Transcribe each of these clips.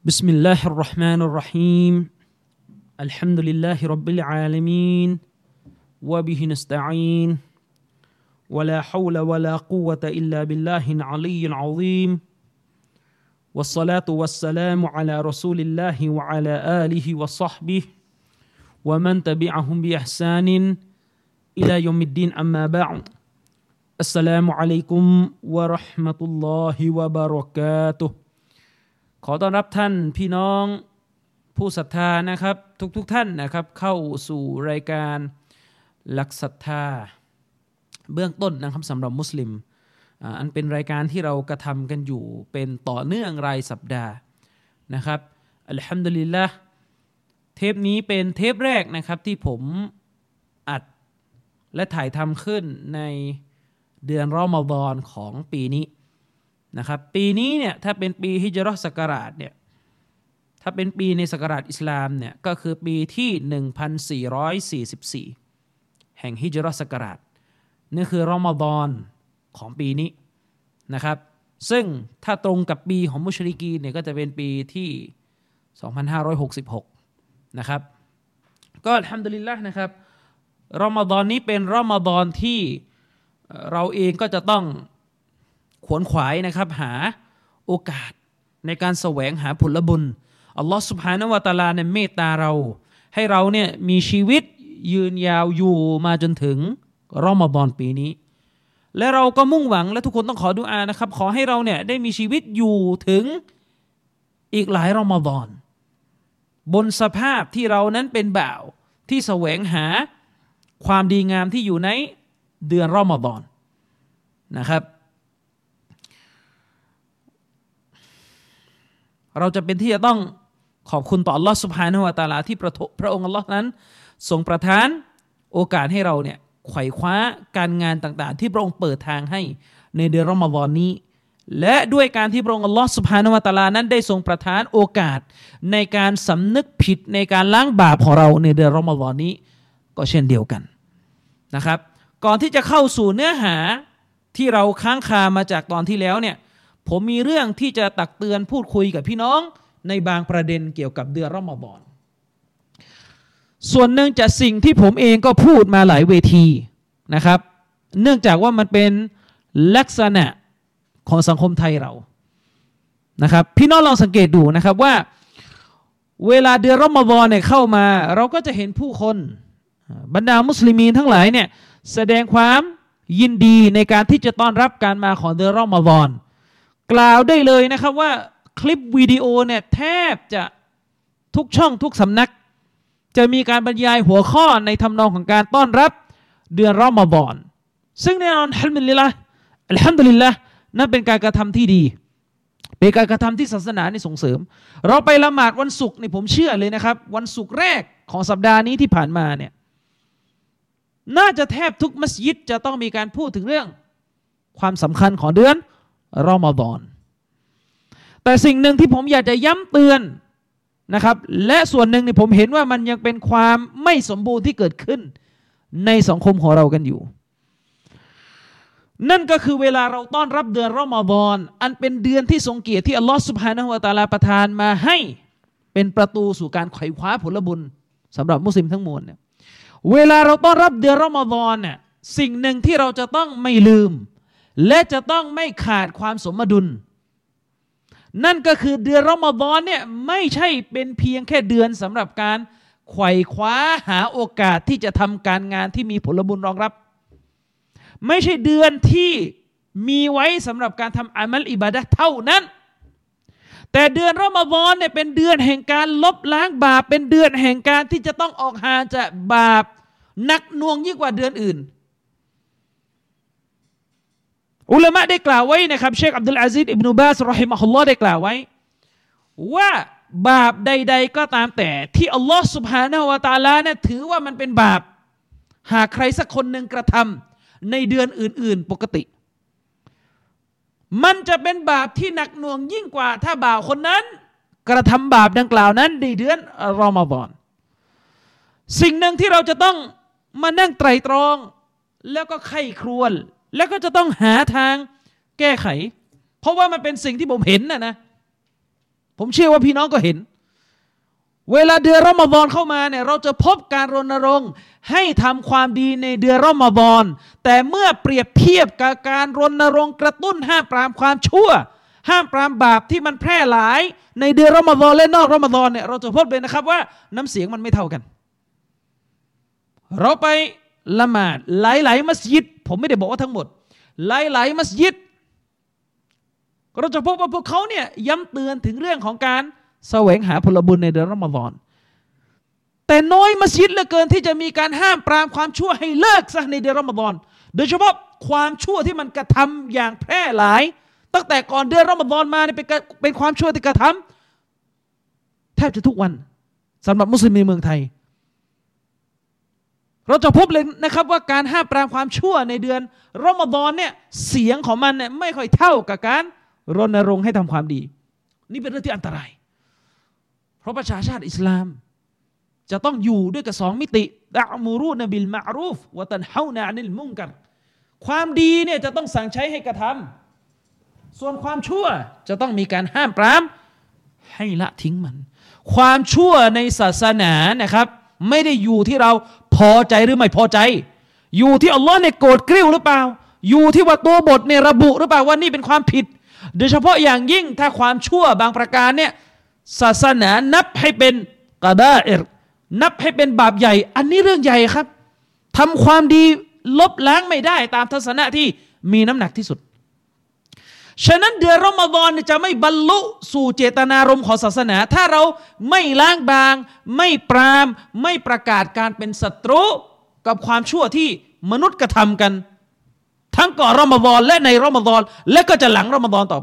بسم الله الرحمن الرحيم الحمد لله رب العالمين وبه نستعين ولا حول ولا قوة إلا بالله العلي العظيم والصلاة والسلام على رسول الله وعلى آله وصحبه ومن تبعهم بإحسان إلى يوم الدين أما بعد السلام عليكم ورحمة الله وبركاتهขอต้อนรับท่านพี่น้องผู้ศรัทธานะครับทุกท่านนะครับเข้าสู่รายการหลักศรัทธาเบื้องต้นนะครับสำหรับมุสลิมอันเป็นรายการที่เรากระทำกันอยู่เป็นต่อเนื่องรายสัปดาห์นะครับอัลฮัมดุลิลละห์เทปนี้เป็นเทปแรกนะครับที่ผมอัดและถ่ายทำขึ้นในเดือนรอมฎอนของปีนี้นะครับปีนี้เนี่ยถ้าเป็นปีฮิจเราะห์ศักราชเนี่ยถ้าเป็นปีในศักราชอิสลามเนี่ยก็คือปีที่1444แห่งฮิจเราะห์ศักราชนี่คือรอมฎอนของปีนี้นะครับซึ่งถ้าตรงกับปีของมุชริกีนเนี่ยก็จะเป็นปีที่2566นะครับก็อัลฮัมดุลิลละห์นะครับรอมฎอนนี้เป็นรอมฎอนที่เราเองก็จะต้องขวนขวายนะครับหาโอกาสในการแสวงหาผลบุญอัลลอฮฺซุบฮานะฮูวะตะอาลาเนี่ยเมตตาเราให้เราเนี่ยมีชีวิตยืนยาวอยู่มาจนถึงรอมฎอนปีนี้และเราก็มุ่งหวังและทุกคนต้องขอดุอานะครับขอให้เราเนี่ยได้มีชีวิตอยู่ถึงอีกหลายรอมฎอนบนสภาพที่เรานั้นเป็นบ่าวที่แสวงหาความดีงามที่อยู่ในเดือนรอมฎอนนะครับเราจะเป็นที่จะต้องขอบคุณต่ออัลลอฮฺซุบฮานะฮูวะตะอาลาที่พระองค์อัลลอฮฺนั้นทรงประทานโอกาสให้เราเนี่ยไขว่คว้าการงานต่างๆที่พระองค์เปิดทางให้ในเดือนรอมฎอนนี้และด้วยการที่พระองค์อัลลอฮฺซุบฮานะฮูวะตะอาลานั้นได้ทรงประทานโอกาสในการสำนึกผิดในการล้างบาปของเราในเดือนรอมฎอนนี้ก็เช่นเดียวกันนะครับก่อนที่จะเข้าสู่เนื้อหาที่เราค้างคามาจากตอนที่แล้วเนี่ยผมมีเรื่องที่จะตักเตือนพูดคุยกับพี่น้องในบางประเด็นเกี่ยวกับเดือนรอมฎอนส่วนหนึ่งจากสิ่งที่ผมเองก็พูดมาหลายเวทีนะครับเนื่องจากว่ามันเป็นลักษณะของสังคมไทยเรานะครับพี่น้องลองสังเกตดูนะครับว่าเวลาเดือนรอมฎอนเนี่ยเข้ามาเราก็จะเห็นผู้คนบรรดามุสลิมีนทั้งหลายเนี่ยแสดงความยินดีในการที่จะต้อนรับการมาของเดือนรอมฎอนกล่าวได้เลยนะครับว่าคลิปวิดีโอเนี่ยแทบจะทุกช่องทุกสำนักจะมีการบรรยายหัวข้อในทำนองของการต้อนรับเดือนรอมฎอนซึ่งแน่นอนอัลฮัมดุลิลละห์นั่นเป็นการกระทำที่ดีเป็นการกระทำที่ศาสนานี่ส่งเสริมเราไปละหมาดวันศุกร์นี่ผมเชื่อเลยนะครับวันศุกร์แรกของสัปดาห์นี้ที่ผ่านมาเนี่ยน่าจะแทบทุกมัสยิดจะต้องมีการพูดถึงเรื่องความสำคัญของเดือนรอมฎอนแต่สิ่งหนึ่งที่ผมอยากจะย้ำเตือนนะครับและส่วนหนึ่งนี่ผมเห็นว่ามันยังเป็นความไม่สมบูรณ์ที่เกิดขึ้นในสังคมของเรากันอยู่นั่นก็คือเวลาเราต้อนรับเดือนรอมฎอนอันเป็นเดือนที่ทรงเกียรติที่อัลลอฮฺซุบฮานะฮูวะตะอาลาประทานมาให้เป็นประตูสู่การไขว่คว้าผลบุญสำหรับมุสลิมทั้งมวลเนี่ยเวลาเราต้อนรับเดือนรอมฎอนเนี่ยสิ่งหนึ่งที่เราจะต้องไม่ลืมและจะต้องไม่ขาดความสมดุลนั่นก็คือเดือนรอมฎอนเนี่ยไม่ใช่เป็นเพียงแค่เดือนสำหรับการไขว่คว้าหาโอกาสที่จะทำการงานที่มีผลบุญรองรับไม่ใช่เดือนที่มีไว้สำหรับการทำอามัลอิบาดะห์เท่านั้นแต่เดือนรอมฎอนเนี่ยเป็นเดือนแห่งการลบล้างบาปเป็นเดือนแห่งการที่จะต้องออกห่างจากบาปหนักหน่วงยิ่งกว่าเดือนอื่นอุลามะได้กล่าวไว้นะครับเชคอับดุลอาซิซอิบนุบาสรอฮิมะฮุลลอฮ์ได้กล่าวไว้ว่าบาปใดๆก็ตามแต่ที่อัลลอฮ์ซุบฮานะฮูวะตะอาลาเนี่ยถือว่ามันเป็นบาปหากใครสักคนหนึ่งกระทำในเดือนอื่นๆปกติมันจะเป็นบาปที่หนักหน่วงยิ่งกว่าถ้าบ่าวคนนั้นกระทำบาปดังกล่าวนั้นในเดือนรอมฎอนสิ่งหนึ่งที่เราจะต้องมานั่งไตร่ตรองแล้วก็ไข้ครวญแล้วก็จะต้องหาทางแก้ไขเพราะว่ามันเป็นสิ่งที่ผมเห็นนะผมเชื่อว่าพี่น้องก็เห็นเวลาเดือนรอมฎอนเข้ามาเนี่ยเราจะพบการรณรงค์ให้ทำความดีในเดือนรอมฎอนแต่เมื่อเปรียบเทียบกับการรณรงค์กระตุ้นห้ามปรามความชั่วห้ามปรามบาปที่มันแพร่หลายในเดือนรอมฎอนและนอกรอมฎอนเนี่ยเราจะพบเลยนะครับว่าน้ำเสียงมันไม่เท่ากันเราไปละหมาดหลายๆมัสยิดผมไม่ได้บอกว่าทั้งหมดหลายๆมัสยิดเราจะพบว่าพวกเขาเนี่ยย้ำเตือนถึงเรื่องของการแสวงหาผลบุญในเดือนรอมฎอนแต่น้อยมัสยิดเหลือเกินที่จะมีการห้ามปรามความชั่วให้เลิกซะในเดือนรอมฎอนโดยเฉพาะความชั่วที่มันกระทำอย่างแพร่หลายตั้งแต่ก่อนเดือนรอมฎอนมาเนี่ยเป็นความชั่วที่กระทำแทบจะทุกวันสำหรับมุสลิมในเมืองไทยเราจะพบเลยนะครับว่าการห้ามปรามความชั่วในเดือนรอมฎอนเนี่ยเสียงของมันเนี่ยไม่ค่อยเท่ากับการรณรงค์ให้ทำความดีนี่เป็นเรื่องที่อันตรายเพราะประชาชาติอิสลามจะต้องอยู่ด้วยกับสองมิติตะมูรูนบิลมะรูฟวะตันฮาวนะอานิลมุนกัรความดีเนี่ยจะต้องสั่งใช้ให้กระทำส่วนความชั่วจะต้องมีการห้ามปรามให้ละทิ้งมันความชั่วในศาสนานะครับไม่ได้อยู่ที่เราพอใจหรือไม่พอใจอยู่ที่อัลลอฮ์เนี่ยโกรธกริ้วหรือเปล่าอยู่ที่ว่าตัวบทเนี่ยระบุหรือเปล่าว่านี่เป็นความผิดโดยเฉพาะอย่างยิ่งถ้าความชั่วบางประการเนี่ยศาสนานับให้เป็นกะบาอิรนับให้เป็นบาปใหญ่อันนี้เรื่องใหญ่ครับทำความดีลบล้างไม่ได้ตามทัศนะที่มีน้ำหนักที่สุดฉะนั้นเดือนรอมฎอนจะไม่บรรลุสู่เจตนารมณ์ของศาสนาถ้าเราไม่ล้างบางไม่ปรามไม่ประกาศการเป็นศัตรูกับความชั่วที่มนุษย์กระทำกันทั้งก่อนรอมฎอนและในรอมฎอนและก็จะหลังรอมฎอนต่อไป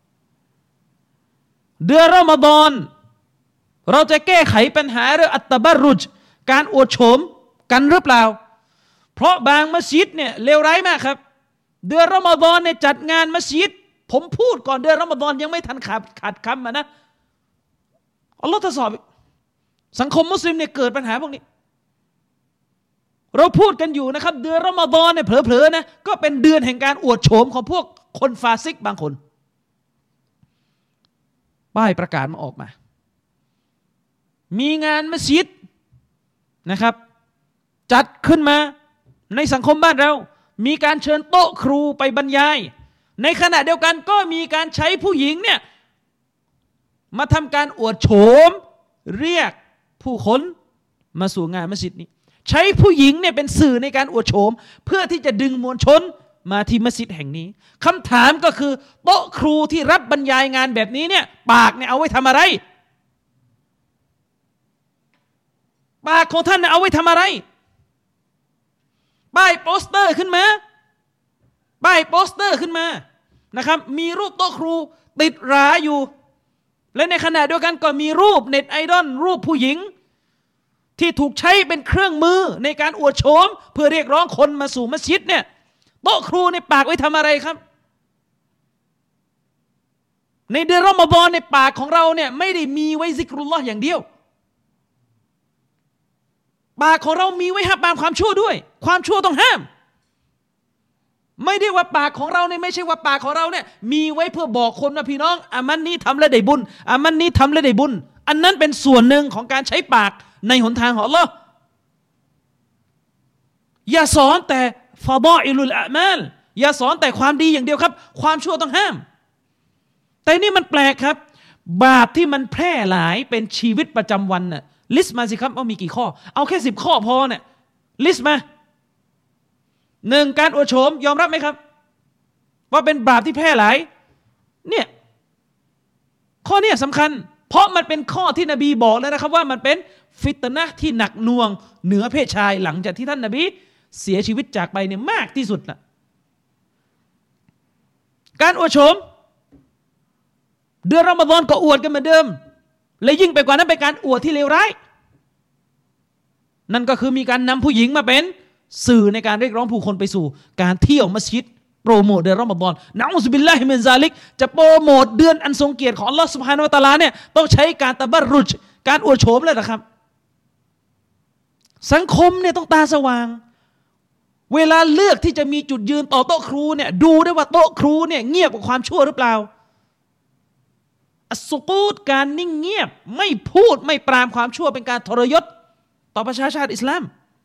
เดือนรอมฎอนเราจะแก้ไขปัญหาเรื่องอัตตะบัรรุจการอวดโฉมกันหรือเปล่าเพราะบางมัสยิดเนี่ยเลวร้ายมากครับเดือนรอมฎอนเนี่ยจัดงานมัสยิดผมพูดก่อนเดือนรอมฎอนยังไม่ทันขาดคำนะอัลลอฮฺทดสอบสังคมมุสลิมเนี่ยเกิดปัญหาพวกนี้เราพูดกันอยู่นะครับเดือนรอมฎอนเนี่ยเผลอๆนะก็เป็นเดือนแห่งการอวดโฉมของพวกคนฟาซิกบางคนป้ายประกาศมาออกมามีงานมัสยิดนะครับจัดขึ้นมาในสังคมบ้านเรามีการเชิญโต๊ะครูไปบรรยายในขณะเดียวกันก็มีการใช้ผู้หญิงเนี่ยมาทำการอวดโฉมเรียกผู้คนมาสู่งานมัสยิดนี้ใช้ผู้หญิงเนี่ยเป็นสื่อในการอวดโฉมเพื่อที่จะดึงมวลชนมาที่มัสยิดแห่งนี้คำถามก็คือโต๊ะครูที่รับบรรยายงานแบบนี้เนี่ยปากเนี่ยเอาไว้ทำอะไรปากของท่านเอาไว้ทำอะไรป้ายโปสเตอร์ขึ้นมาป้ายโปสเตอร์ขึ้นมานะครับมีรูปโต๊ะครูติดราอยู่และในขณะเดียวกันก็มีรูปเน็ตไอดอลรูปผู้หญิงที่ถูกใช้เป็นเครื่องมือในการอวดโฉมเพื่อเรียกร้องคนมาสู่มัสยิดเนี่ยโต๊ะครูในปากไว้ทำอะไรครับในเดือนรอมฎอนในปากของเราเนี่ยไม่ได้มีไว้ซิกรุลลอฮ์อย่างเดียวปากของเรามีไว้ห้ามปรามความชั่วด้วยความชั่วต้องห้ามไม่ได้ว่าปากของเราเนี่ยไม่ใช่ว่าปากของเราเนี่ยมีไว้เพื่อบอกคนว่าพี่น้องอามันนี้ทำแล้วได้บุญอามันนี้ทำแล้วได้บุญอันนั้นเป็นส่วนหนึ่งของการใช้ปากในหนทางของอัลเลาะห์อย่าสอนแต่ฟะฎออิลุลอามัลอย่าสอนแต่ความดีอย่างเดียวครับความชั่วต้องห้ามแต่นี่มันแปลกครับบาปที่มันแพร่หลายเป็นชีวิตประจำวันน่ะลิสต์มาสิครับว่ามีกี่ข้อเอาแค่10 ข้อพอเนี่ยลิสต์มา1การอวดโฉมยอมรับไหมครับว่าเป็นบาปที่แพร่หลายเนี่ยข้อนี้สำคัญเพราะมันเป็นข้อที่นบีบอกแล้วนะครับว่ามันเป็นฟิตนะห์ที่หนักหน่วงเหนือเพศชายหลังจากที่ท่านนบีเสียชีวิตจากไปเนี่ยมากที่สุดนะการอวดโฉมเดือนรอมฎอนก็อวดกันเหมือนเดิมและยิ่งไปกว่านั้นเป็นการอวดที่เลวร้ายนั่นก็คือมีการนำผู้หญิงมาเป็นสื่อในการเรียกร้องผู้คนไปสู่การเที่ยวมัสยิดโปรโมทเดือนรอมฎอนนะอูซุบิลลาฮิมินซาลิกจะโปรโมทเดือนอันทรงเกียรติของอัลเลาะห์ซุบฮานะฮูวะตะอาลาเนี่ยต้องใช้การตะบัรรุจการอวดโฉมเลยนะครับสังคมเนี่ยต้องตาสว่างเวลาเลือกที่จะมีจุดยืนต่อโต๊ะครูเนี่ยดูด้วยว่าโต๊ะครูเนี่ยเงียบกับความชั่วหรือเปล่าอัสซุกูตการนิ่งเงียบไม่พูดไม่ปรามความชั่วเป็นการทรยศต่อประชาชาติอิสลาม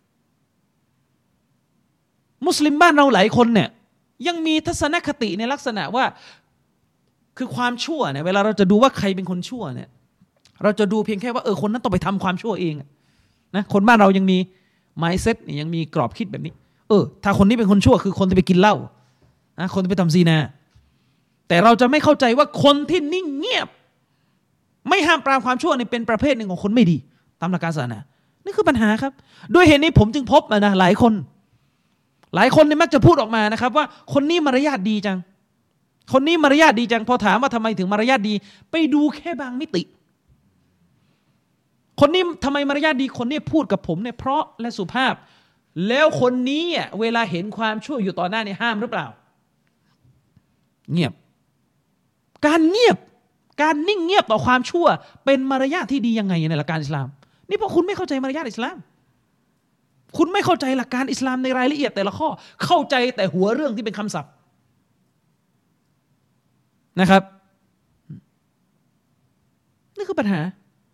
มุสลิมบ้านเราหลายคนเนี่ยยังมีทัศนคติในลักษณะว่าคือความชั่วเนี่ยเวลาเราจะดูว่าใครเป็นคนชั่วเนี่ยเราจะดูเพียงแค่ว่าคนนั้นต้องไปทำความชั่วเองนะคนบ้านเรายังมีmindset นี่ยังมีกรอบคิดแบบนี้ถ้าคนนี้เป็นคนชั่วคือคนที่ไปกินเหล้านะคนที่ไปทำซีนาแต่เราจะไม่เข้าใจว่าคนที่นิ่งเงียบไม่ห้ามปรามความชั่วนี่เป็นประเภทหนึ่งของคนไม่ดีตามหลักการศาสนานี่คือปัญหาครับด้วยเหตุนี้ผมจึงพบนะหลายคนนี่มักจะพูดออกมานะครับว่าคนนี้มารยาทดีจังคนนี้มารยาทดีจังพอถามว่าทำไมถึงมารยาทดีไปดูแค่บางมิติคนนี้ทำไมมารยาทดีคนนี้พูดกับผมเนี่ยเพราะและสุภาพแล้วคนนี้เวลาเห็นความชั่วอยู่ต่อหน้าเนี่ยห้ามหรือเปล่าเงียบการเงียบการนิ่งเงียบต่อความชั่วเป็นมารยาทที่ดียังไงในหลักการอิสลามนี่เพราะคุณไม่เข้าใจมารยาทอิสลามคุณไม่เข้าใจหลักการอิสลามในรายละเอียดแต่ละข้อเข้าใจแต่หัวเรื่องที่เป็นคำศัพท์นะครับนี่คือปัญหา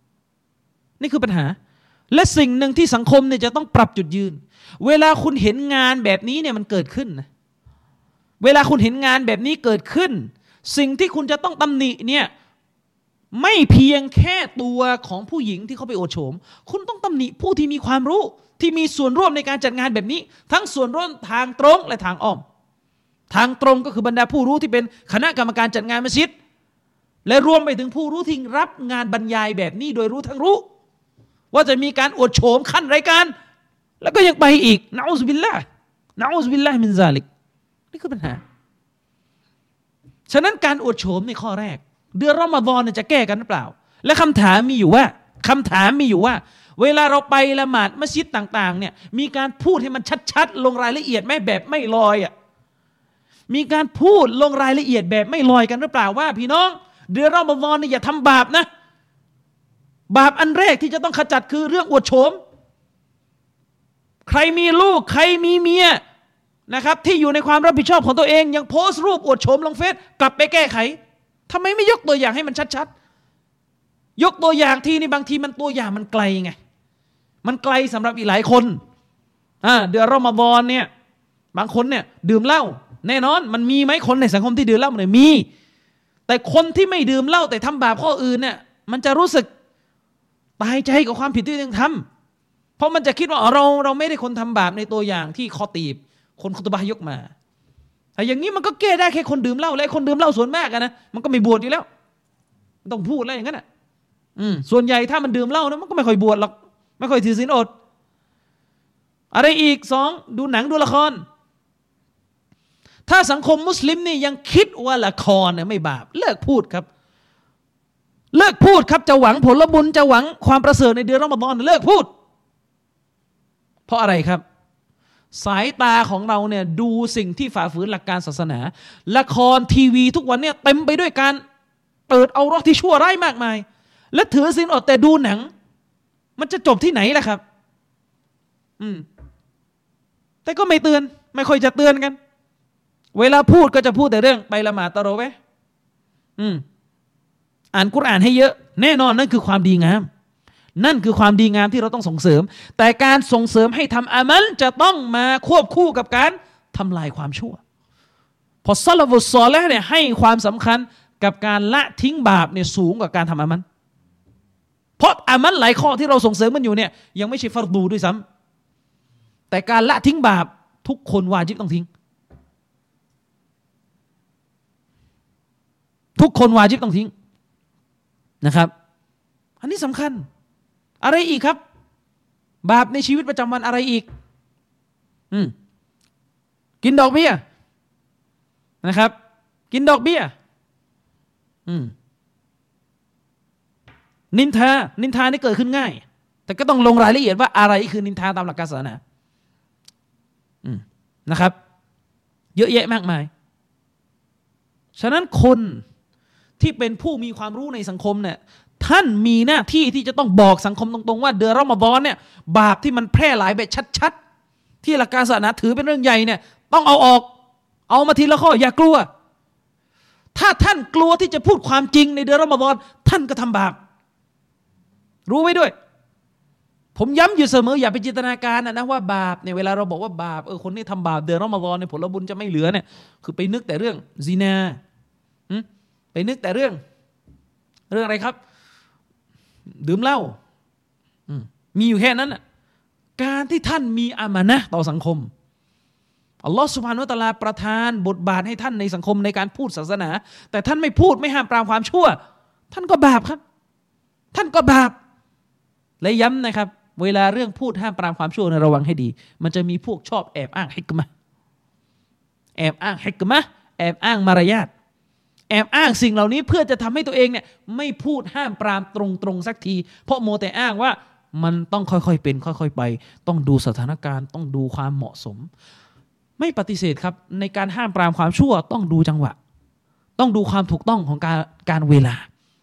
และสิ่งหนึ่งที่สังคมเนี่ยจะต้องปรับจุดยืนเวลาคุณเห็นงานแบบนี้เนี่ยมันเกิดขึ้นนะเวลาคุณเห็นงานแบบนี้เกิดขึ้นสิ่งที่คุณจะต้องตำหนิเนี่ยไม่เพียงแค่ตัวของผู้หญิงที่เขาไปโอโฉมคุณต้องตำหนิผู้ที่มีความรู้ที่มีส่วนร่วมในการจัดงานแบบนี้ทั้งส่วนร่วมทางตรงและทางอ้อมทางตรงก็คือบรรดาผู้รู้ที่เป็นคณะกรรมการจัดงานมัสยิดและรวมไปถึงผู้รู้ที่รับงานบรรยายแบบนี้โดยรู้ทั้งรู้ว่าจะมีการอวดโฉมขั้นรายการแล้วก็ยังไปอีกนะอูซบิลลาห์มินซาลิกนี่คือปัญหาฉะนั้นการอวดโฉมในข้อแรกเดือนรอมฎอนจะแก้กันหรือเปล่าและคำถามมีอยู่ว่าเวลาเราไปละหมาดมัสยิดต่างๆเนี่ยมีการพูดให้มันชัดๆลงรายละเอียดไหมแบบไม่ลอยมีการพูดลงรายละเอียดแบบไม่ลอยกันหรือเปล่าว่าพี่น้องเดือนรอมฎอนเนี่ยอย่าทำบาปนะบาปอันแรกที่จะต้องขจัดคือเรื่องอวดโฉมใครมีลูกใครมีเมียนะครับที่อยู่ในความรับผิดชอบของตัวเองยังโพสต์รูปอวดโฉมลงเฟซกลับไปแก้ไขทำไมไม่ยกตัวอย่างให้มันชัดๆยกตัวอย่างที่นี่บางทีมันตัวอย่างมันไกลไงมันไกลสำหรับอีกหลายคนเดือนรอมฎอนเนี่ยบางคนเนี่ยดื่มเหล้าแน่นอนมันมีไหมคนในสังคมที่ดื่มเหล้าเนี่ยมีแต่คนที่ไม่ดื่มเหล้าแต่ทำบาปข้ออื่นเนี่ยมันจะรู้สึกตายใจกับความผิดที่ตัวเองทำเพราะมันจะคิดว่าเราไม่ได้คนทำบาปในตัวอย่างที่คอตีบคนคุตบะห์ยกมาแต่อย่างนี้มันก็แก้ได้แค่คนดื่มเหล้าและคนดื่มเหล้าส่วนมากนะมันก็ไม่บวชอยู่แล้วไม่ต้องพูดแล้วอย่างนั้นส่วนใหญ่ถ้ามันดื่มเหล้านะมันก็ไม่ค่อยบวชหรอกไม่ค่อยถือศีลอดอะไรอีก2ดูหนังดูละครถ้าสังคมมุสลิมนี่ยังคิดว่าละครเนี่ยไม่บาปเลิกพูดครับจะหวังผลบุญจะหวังความประเสริฐในเดือนรอมฎอนเลิกพูดเพราะอะไรครับสายตาของเราเนี่ยดูสิ่งที่ฝ่าฝืนหลักการศาสนาละครทีวีทุกวันเนี่ยเต็มไปด้วยการเปิดเอาเราะห์ที่ชั่วร้ายมากมายและถือศีลอดแต่ดูหนังมันจะจบที่ไหนล่ะครับแต่ก็ไม่เตือนไม่ค่อยจะเตือนกันเวลาพูดก็จะพูดแต่เรื่องไปละหมาดตะเราะเวห์อ่านกุรอานให้เยอะแน่นอนนั่นคือความดีงามที่เราต้องส่งเสริมแต่การส่งเสริมให้ทำอามัลจะต้องมาควบคู่กับการทำลายความชั่วพอซอลาฟุศอลิฮ์เนี่ยให้ความสำคัญกับการละทิ้งบาปเนี่ยสูงกว่าการทำอามัลเพราะอามัลหลายข้อที่เราส่งเสริมมันอยู่เนี่ยยังไม่ใช่ฟัรดูด้วยซ้ำแต่การละทิ้งบาปทุกคนวาญิบต้องทิ้งทุกคนวาญิบต้องทิ้งนะครับอันนี้สำคัญอะไรอีกครับบาปในชีวิตประจำวันอะไรอีกกินดอกเบี้ยนะครับกินดอกเบี้ยนินทานี่เกิดขึ้นง่ายแต่ก็ต้องลงรายละเอียดว่าอะไรคือนินทาตามหลักการศาสนานะครับเยอะแยะมากมายฉะนั้นคนที่เป็นผู้มีความรู้ในสังคมเนี่ยท่านมีหน้าที่ที่จะต้องบอกสังคมตรงๆว่าเดือนรอมฎอนเนี่ยบาปที่มันแพร่หลายแบบชัดๆที่หลักการศาสนาถือเป็นเรื่องใหญ่เนี่ยต้องเอาออกเอามาทีละข้ออย่ากลัวถ้าท่านกลัวที่จะพูดความจริงในเดือนรอมฎอนท่านก็ทำบาปรู้ไว้ด้วยผมย้ำอยู่เสมออย่าไปจินตนาการนะว่าบาปเนี่ยเวลาเราบอกว่าบาปคนนี้ทำบาปเดือนรอมฎอนเนี่ยผลบุญจะไม่เหลือเนี่ยคือไปนึกแต่เรื่องซินาไปนึกแต่เรื่องอะไรครับดื่มเหล้ามีอยู่แค่นั้นการที่ท่านมีอามานะห์ต่อสังคมอัลลอฮฺซุบฮานะฮูวะตะอาลาประทานบทบาทให้ท่านในสังคมในการพูดศาสนาแต่ท่านไม่พูดไม่ห้ามปรามความชั่วท่านก็บาปครับท่านก็บาปและย้ำนะครับเวลาเรื่องพูดห้ามปรามความชั่วในระวังให้ดีมันจะมีพวกชอบแอบอ้างฮิกมะห์แอบอ้างฮิกมะห์แอบอ้างมารยาทแอบอ้างสิ่งเหล่านี้เพื่อจะทำให้ตัวเองเนี่ยไม่พูดห้ามปรามตรงสักทีเพราะโมแต่อ้างว่ามันต้องค่อยๆเป็นค่อยๆไปต้องดูสถานการณ์ต้องดูความเหมาะสมไม่ปฏิเสธครับในการห้ามปรามความชั่วต้องดูจังหวะต้องดูความถูกต้องของการเวลา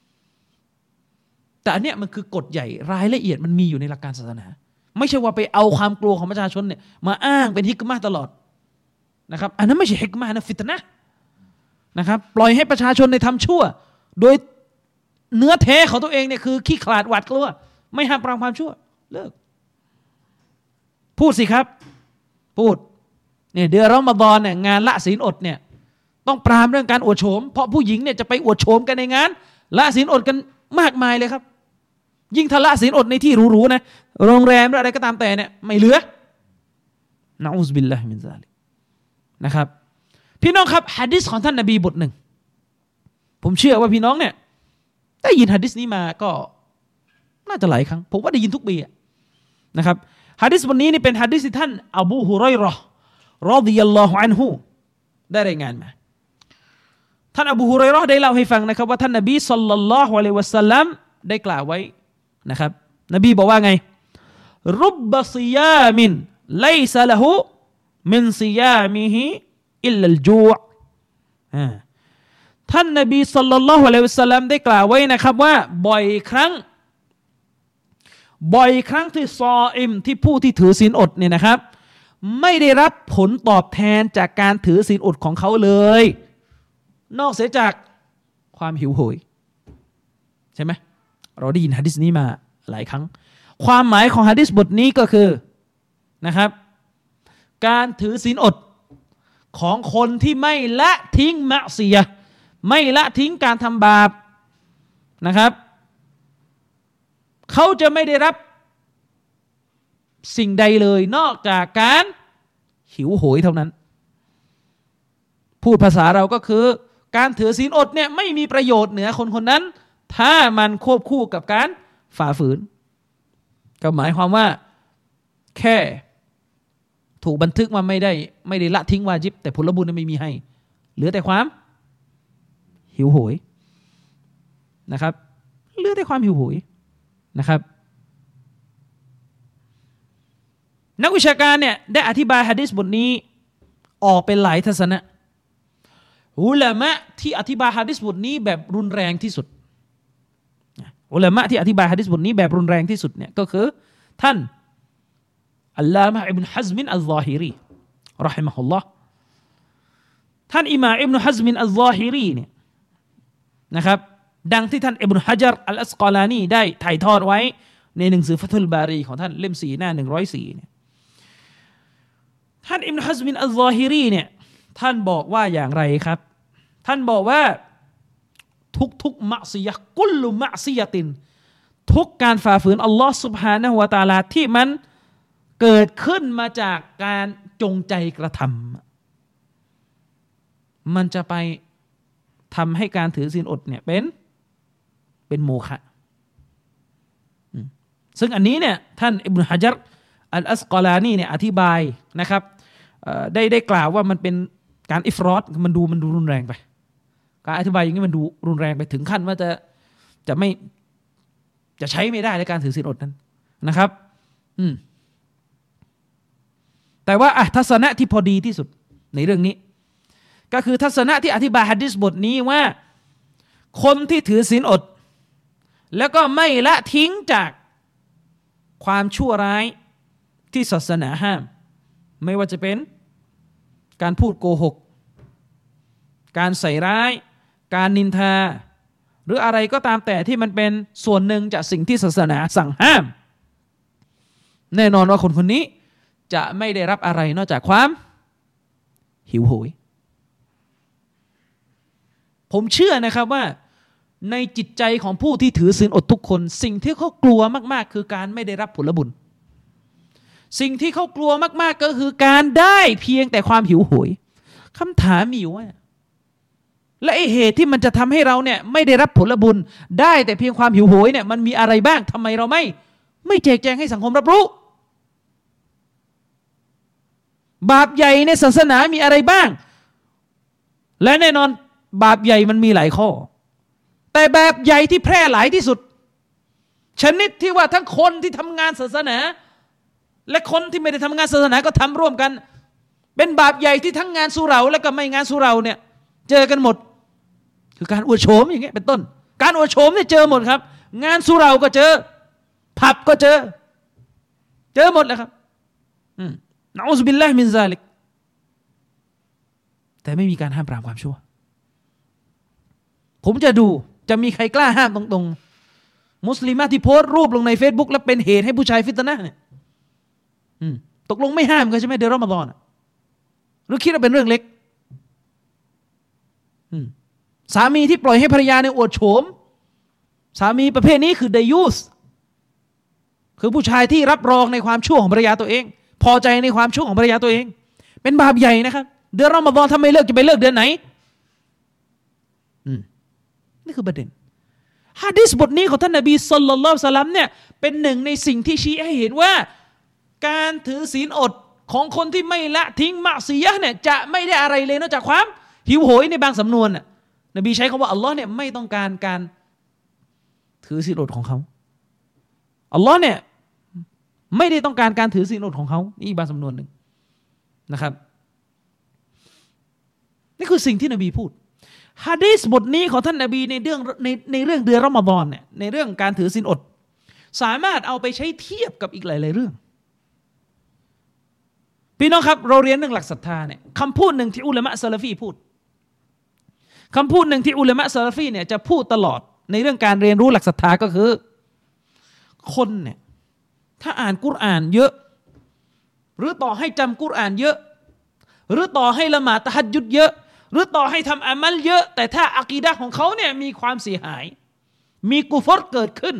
แต่อันเนี้ยมันคือกฎใหญ่รายละเอียดมันมีอยู่ในหลักการศาสนาไม่ใช่ว่าไปเอาความกลัวของประชาชนเนี่ยมาอ้างเป็นฮิกมะห์ตลอดนะครับอันนั้นไม่ใช่ฮิกมะห์นะฟิตนะห์นะครับปล่อยให้ประชาชนในทำชั่วโดยเนื้อแท้ของตัวเองเนี่ยคือขี้ขลาดหวาดกลัวไม่ห้ามปรามความชั่วเลิกพูดสิครับพูดเนี่ยเดือนรอมฎอนเนี่ยงานละศีลอดเนี่ยต้องปรามเรื่องการอวดโฉมเพราะผู้หญิงเนี่ยจะไปอวดโฉมกันในงานละศีลอดกันมากมายเลยครับยิ่งทละศีลอดในที่หรูๆนะโรงแรมหรืออะไรก็ตามแต่เนี่ยไม่เหลือนะอูซบิลลาฮิมินซาลิกนะครับพี่น้องครับหะดีษของท่านนบีบทหนึ่งผมเชื่อว่าพี่น้องเนี่ยได้ยินหะดีษนี้มาก็น่าจะหลายครั้งผมว่าได้ยินทุกปีนะครับหะดีษบทนี้นี่เป็นหะดีษที่ท่านอบูฮุรอยเราะห์รอฎิยัลลอฮุอันฮุได้รายงานมาท่านอบูฮุรอยเราะห์ได้เล่าให้ฟังนะครับว่าท่านนบีศ็อลลัลลอฮุอะลัยฮิวะซัลลัมได้กล่าวไว้นะครับนบีบอกว่าไงรุบบะซิยามินไลซะละฮูมินซิยามิฮิอิลลัลจูอ์ท่านนบีศ็อลลัลลอฮุอะลัยฮิวะซัลลัมได้กล่าวไว้นะครับว่าบ่อยครั้งที่ซออิมที่ผู้ที่ถือศีลอดเนี่ยนะครับไม่ได้รับผลตอบแทนจากการถือศีลอดของเขาเลยนอกเสียจากความหิวโหยใช่ไหมเราได้ยินหะดีษนี้มาหลายครั้งความหมายของหะดีษบทนี้ก็คือนะครับการถือศีลอดของคนที่ไม่ละทิ้งมะซียะห์ไม่ละทิ้งการทำบาปนะครับเขาจะไม่ได้รับสิ่งใดเลยนอกจากการหิวโหยเท่านั้นพูดภาษาเราก็คือการถือศีลอดเนี่ยไม่มีประโยชน์เหนือคนคนนั้นถ้ามันควบคู่กับการฝ่าฝืนก็หมายความว่าแค่ถูกบันทึกว่าไม่ได้ละทิ้งวาญิบแต่ผลบุญไม่มีให้เหลือแต่ความหิวโหยนะครับเหลือแต่ความหิวโหยนะครับนักวิชาการเนี่ยได้อธิบายหะดีษบทนี้ออกเป็นหลายทัศนะอุลามะที่อธิบายหะดีษบทนี้แบบรุนแรงที่สุดอุลามะที่อธิบายหะดีษบทนี้แบบรุนแรงที่สุดเนี่ยก็คือท่านอัลลามะห์อิบนุฮัซมินอัลซอฮิรีเราะฮิมะฮุลลอฮ์ท่านอิหม่ามอิบนุฮัซมินอัลซอฮิรีเนี่ยนะครับดังที่ท่านอิบนุฮะญัรอัลอัสกอลานีได้ถ่ายทอดไว้ในหนังสือฟัตุลบารีของท่านเล่ม4หน้า104เนี่ยท่านอิบนุฮัซมินอัลซอฮิรีเนี่ยท่านบอกว่าอย่างไรครับท่านบอกว่าทุกมะซิยะห์กุลลุมะซิยะตินทุกการฝ่าฝืนอัลลอฮ์ซุบฮานะฮูวะตะอาลาที่มันเกิดขึ้นมาจากการจงใจกระทำมันจะไปทำให้การถือศีลอดเนี่ยเป็นโมฆะซึ่งอันนี้เนี่ยท่านอิบนุฮะญัรอัลอัสกอลานีเนี่ยอธิบายนะครับได้กล่าวว่ามันเป็นการอิฟรอตมันดูรุนแรงไปการอธิบายอย่างนี้มันดูรุนแรงไปถึงขั้นว่าจะใช้ไม่ได้ในการถือศีลอดนั้นนะครับแต่ว่าทัศนะที่พอดีที่สุดในเรื่องนี้ก็คือทัศนะที่อธิบายหะดีษบทนี้ว่าคนที่ถือศีลอดแล้วก็ไม่ละทิ้งจากความชั่วร้ายที่ศาสนาห้ามไม่ว่าจะเป็นการพูดโกหกการใส่ร้ายการนินทาหรืออะไรก็ตามแต่ที่มันเป็นส่วนหนึ่งจากสิ่งที่ศาสนาสั่งห้ามแน่นอนว่าคนคนนี้จะไม่ได้รับอะไรนอกจากความหิวโหยผมเชื่อนะครับว่าในจิตใจของผู้ที่ถือศีลอดทุกคนสิ่งที่เขากลัวมากๆคือการไม่ได้รับผลบุญสิ่งที่เขากลัวมากๆก็คือการได้เพียงแต่ความหิวโหยคำถามมีอยู่ว่าและไอ้เหตุที่มันจะทำให้เราเนี่ยไม่ได้รับผลบุญได้แต่เพียงความหิวโหยเนี่ยมันมีอะไรบ้างทำไมเราไม่แจกแจงให้สังคมรับรู้บาปใหญ่ในศาสนามีอะไรบ้างและแน่นอนบาปใหญ่มันมีหลายข้อแต่แบบใหญ่ที่แพร่หลายที่สุดชนิดที่ว่าทั้งคนที่ทำงานศาสนาและคนที่ไม่ได้ทำงานศาสนาก็ทำร่วมกันเป็นบาปใหญ่ที่ทั้งงานสุเหร่าและก็ไม่งานสุเหร่าเนี่ยเจอกันหมดคือการอวดโฉมอย่างเงี้ยเป็นต้นการอวดโฉมเนี่ยเจอหมดครับงานสุเหร่าก็เจอผับก็เจอหมดแล้วครับนะอูซบิลลาฮิมินซาลิกแต่ไม่มีการห้ามปรามความชั่วผมจะมีใครกล้าห้ามตรงๆมุสลิมะที่โพสต์รูปลงใน Facebook แล้วเป็นเหตุให้ผู้ชายฟิตนะห์เนี่ยตกลงไม่ห้ามกันใช่ไหมเดือนรอมฎอนหรือคิดว่าเป็นเรื่องเล็กสามีที่ปล่อยให้ภรรยาเนี่ยอวดโฉมสามีประเภทนี้คือไดยูสคือผู้ชายที่รับรองในความชั่วของภรรยาตัวเองพอใจในความชั่วของภรรยาตัวเองเป็นบาปใหญ่นะครับเดือนรอมฎอนทำไมเลิกจะไปเลิกเดือนไหนนี่คือประเด็นหะดีษบทนี้ของท่านนบีศ็อลลัลลอฮุอะลัยฮิวะซัลลัมเนี่ยเป็นหนึ่งในสิ่งที่ชี้ให้เห็นว่าการถือศีลอดของคนที่ไม่ละทิ้งมะซียะห์เนี่ยจะไม่ได้อะไรเลยนอกจากความหิวโหยในบางสำนวนน่ะนบีใช้คำว่าอัลลอฮ์เนี่ยไม่ต้องการการถือศีลอดของเขาอัลลอฮ์เนี่ยไม่ได้ต้องการการถือศีลอดของเขานี่บางสำนวนหนึ่งนะครับนี่คือสิ่งที่นบีพูดหะดีษบทนี้ของท่านนบีในเรื่องเดือนรอมฎอนเนี่ยในเรื่องการถือศีลอดสามารถเอาไปใช้เทียบกับอีกหลายๆเรื่องพี่น้องครับเราเรียนเรื่องหลักศรัทธาเนี่ยคำพูดหนึ่งที่อุลามะซะลาฟีพูดคำพูดหนึ่งที่อุลามะซะลาฟีเนี่ยจะพูดตลอดในเรื่องการเรียนรู้หลักศรัทธาก็คือคนเนี่ยถ้าอ่านกุรอานเยอะหรือต่อให้จำกุรอานเยอะหรือต่อให้ละหมาดตะฮัจญุดเยอะหรือต่อให้ทำอามัลเยอะแต่ถ้าอะกีดะห์ของเขาเนี่ยมีความเสียหายมีกุฟรเกิดขึ้น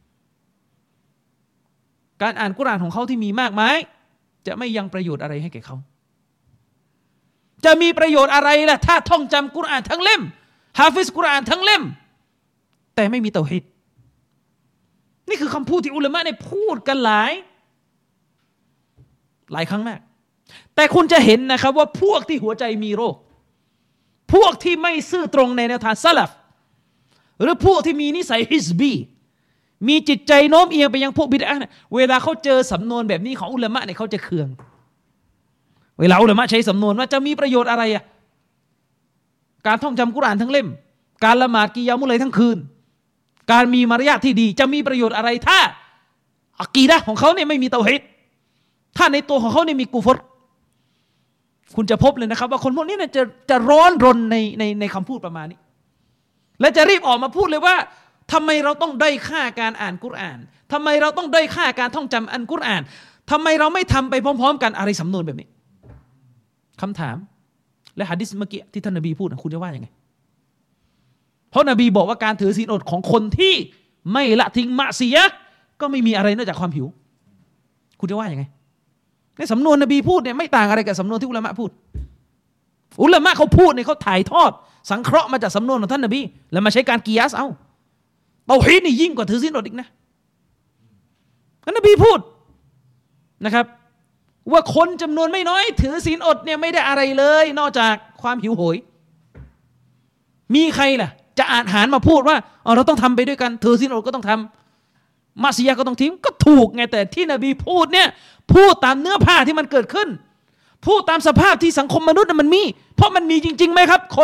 การอ่านกุรอานของเขาที่มีมากมายจะไม่ยังประโยชน์อะไรให้แก่เขาจะมีประโยชน์อะไรล่ะถ้าท่องจำกุรอานทั้งเล่มฮาฟิซกุรอานทั้งเล่มแต่ไม่มีเตาฮีดนี่คือคำพูดที่อุลามะได้พูดกันหลายครั้งมากแต่คุณจะเห็นนะครับว่าพวกที่หัวใจมีโรคพวกที่ไม่ซื่อตรงในแนวทางซะลัฟหรือพวกที่มีนิสัยฮิซบีมีจิตใจโน้มเอียงไปยังพวกบิดอะห์เนี่ยเวลาเขาเจอสำนวนแบบนี้ของอุลามะเนี่ยเขาจะเคืองเวลาอุลามะใช้สำนวนว่าจะมีประโยชน์อะไรอ่ะการท่องจำกุรอานทั้งเล่มการละหมาดกิยามุลไลทั้งคืนการมีมารยาทที่ดีจะมีประโยชน์อะไรถ้าอะกีดะห์ของเขาเนี่ยไม่มีเตาฮีดถ้าในตัวของเขาเนี่ยมีกุฟรคุณจะพบเลยนะครับว่าคนพวกนี้เนี่ยจะร้อนรนในคำพูดประมาณนี้และจะรีบออกมาพูดเลยว่าทำไมเราต้องด้อยค่าการอ่านกุรอานทำไมเราต้องด้อยค่าการท่องจำอัลกุรอานทำไมเราไม่ทำไปพร้อมๆกันอะไรสำนวนแบบนี้คำถามและหะดีษเมื่อกี้ที่ท่านนบีพูดคุณจะว่ายังไงเพราะนบีบอกว่าการถือศีลอดของคนที่ไม่ละทิ้งมะซียะห์ก็ไม่มีอะไรนอกจากความหิวคุณจะว่ายังไงในสำนวนนบีพูดเนี่ยไม่ต่างอะไรกับสำนวนที่อุลามะพูดอุลามะเขาพูดเนี่ยเขาถ่ายทอดสังเคราะห์มาจากสำนวนของท่านนบีแล้วมาใช้การกิยาสเอาเตาฮีดนี่ยิ่งกว่าถือศีลอดอีกนะนบีพูดนะครับว่าคนจำนวนไม่น้อยถือศีลอดเนี่ยไม่ได้อะไรเลยนอกจากความหิวโหยมีใครล่ะจะอาจหารมาพูดว่าเราต้องทำไปด้วยกันถือศีลอดก็ต้องทำมะซียะห์ก็ต้องทิ้งก็ถูกไงแต่ที่นบีพูดเนี่ยพูดตามเนื้อผ้าที่มันเกิดขึ้นพูดตามสภาพที่สังคมมนุษย์มันมีเพราะมันมีจริงๆไหมครับคน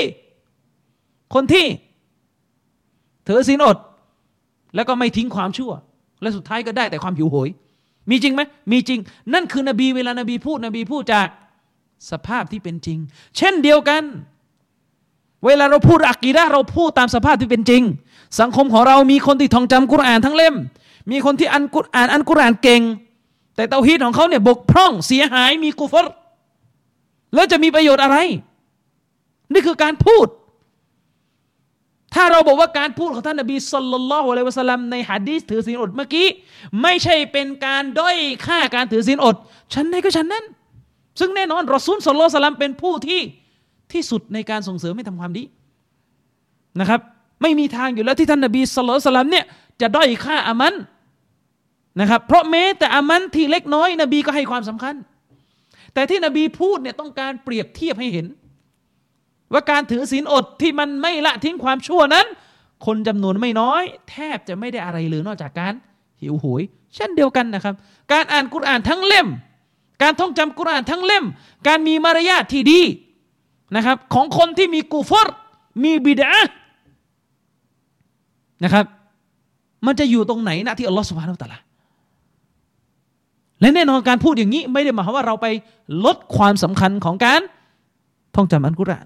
ที่ถือศีลอดแล้วก็ไม่ทิ้งความชั่วและสุดท้ายก็ได้แต่ความหิวโหยมีจริงไหมมีจริงนั่นคือนบีเวลานบีพูดจากสภาพที่เป็นจริงเช่นเดียวกันเวลาเราพูดอะกีดะห์เราพูดตามสภาพที่เป็นจริงสังคมของเรามีคนที่ท่องจำกุรอานทั้งเล่มมีคนที่อ่านกุรอานเก่งแต่เตาฮีดของเขาเนี่ยบกพร่องเสียหายมีกุฟรแล้วจะมีประโยชน์อะไรนี่คือการพูดถ้าเราบอกว่าการพูดของท่านนบีศ็อลลัลลอฮุอะลัยฮิวะซัลลัมในหะดีษถือศีลอดเมื่อกี้ไม่ใช่เป็นการด้อยค่าการถือศีลอดฉันไหนก็ฉันนั้นซึ่งแน่นอนรอซูลศ็อลลัลลอฮุอะลัยฮิวะซัลลัมเป็นผู้ที่สุดในการส่งเสริมให้ทำความดีนะครับไม่มีทางอยู่แล้วที่ท่านนบีศ็อลลัลลอฮุอะลัยฮิวะซัลลัมเนี่ยจะด้อยค่าอามันนะครับเพราะแม้แต่อามันที่เล็กน้อยนบีก็ให้ความสำคัญแต่ที่นบีพูดเนี่ยต้องการเปรียบเทียบให้เห็นว่าการถือศีลอดที่มันไม่ละทิ้งความชั่วนั้นคนจำนวนไม่น้อยแทบจะไม่ได้อะไรเลยนอกจากการหิวโหยเช่นเดียวกันนะครับการอ่านกุรอานทั้งเล่มการท่องจำกุรอานทั้งเล่มการมีมารยาทที่ดีนะครับของคนที่มีกุฟรมีบิดอะห์นะครับมันจะอยู่ตรงไหนนะที่อัลลอฮฺซุบฮานะฮูวะตะอาลาและแน่นอนการพูดอย่างนี้ไม่ได้หมายความว่าเราไปลดความสำคัญของการท่องจำอัลกุรอาน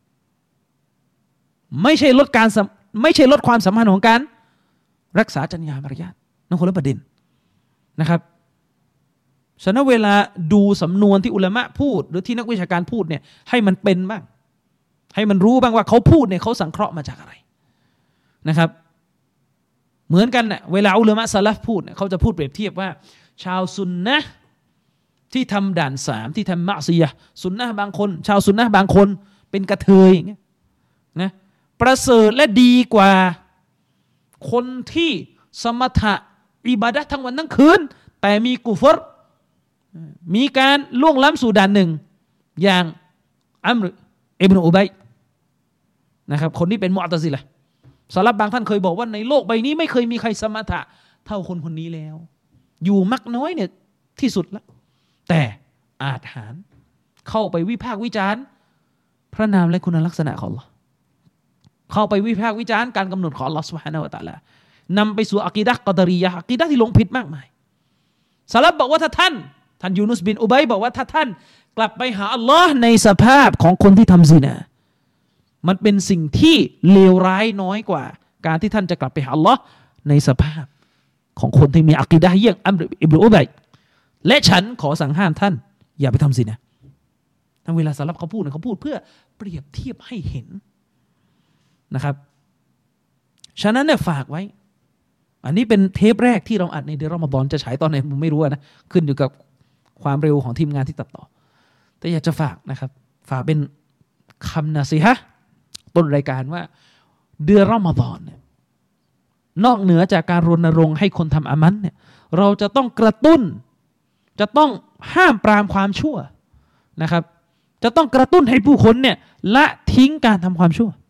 ไม่ใช่ลดความสำคัญของการรักษาจรรยามารยาทนั่นคนละประเด็นนะครับฉะนั้นเวลาดูสำนวนที่อุลามะพูดหรือที่นักวิชาการพูดเนี่ยให้มันเป็นบ้างให้มันรู้บ้างว่าเขาพูดเนี่ยเขาสังเคราะห์มาจากอะไรนะครับเหมือนกันเนี่ยเวลาอุลามะซะลัฟพูดเนี่ยเขาจะพูดเปรียบเทียบว่าชาวซุนนะห์ที่ทำด่าน3ที่ทำมะซียะห์ซุนนะห์บางคนชาวซุนนะห์บางคนเป็นกระเทยอย่างเงี้ยนะประเสริฐและดีกว่าคนที่สมถะอิบาดะห์ทั้งวันทั้งคืนแต่มีกุฟรมีการล่วงล้ำสู่ด่านหนึ่งอย่างอัมรอิบนุอุบัยนะครับคนที่เป็นมุอ์ตะซิละห์ซะลัฟบางท่านเคยบอกว่าในโลกใบนี้ไม่เคยมีใครสมถะเท่าคนคนนี้แล้วอยู่มักน้อยเนี่ยที่สุดแล้วแต่อาจหารเข้าไปวิพากษ์วิจารณ์พระนามและคุณลักษณะของอัลเลาะห์เข้าไปวิพากษ์วิจารณ์การกำหนดของอัลเลาะห์ซุบฮานะฮูวะตะอาลานำไปสู่อะกีดะห์กอดารียะห์อะกีดะห์ที่หลงผิดมากมายซะลัฟบอกว่าถ้าท่านยูนุสบินอุบัยบอกว่าถ้าท่านกลับไปหาอัลลอฮ์ในสภาพของคนที่ทำซินามันเป็นสิ่งที่เลวร้ายน้อยกว่าการที่ท่านจะกลับไปหาอัลลอฮ์ในสภาพของคนที่มีอะกีดะห์เยี่ยงอัมรอิบนุอุบัยและฉันขอสั่งห้ามท่านอย่าไปทำซินาทั้งเวลาซะลัฟเขาพูดเขาพูดเพื่อเปรียบเทียบให้เห็นนะครับฉะนั้นเนี่ยฝากไว้อันนี้เป็นเทปแรกที่เราอัดในเดือนรอมฎอนจะฉายตอนไหนผมไม่รู้นะขึ้นอยู่กับความเร็วของทีมงานที่ตัดต่อแต่อยากจะฝากนะครับฝากเป็นคำนะซีฮะห์ต้นรายการว่าเดือนรอมฎอนเนี่ยนอกเหนือจากการรณรงค์ให้คนทำอามันเนี่ยเราจะต้องกระตุ้นจะต้องห้ามปรามความชั่วนะครับจะต้องกระตุ้นให้ผู้คนเนี่ยละทิ้งการทำความชั่ว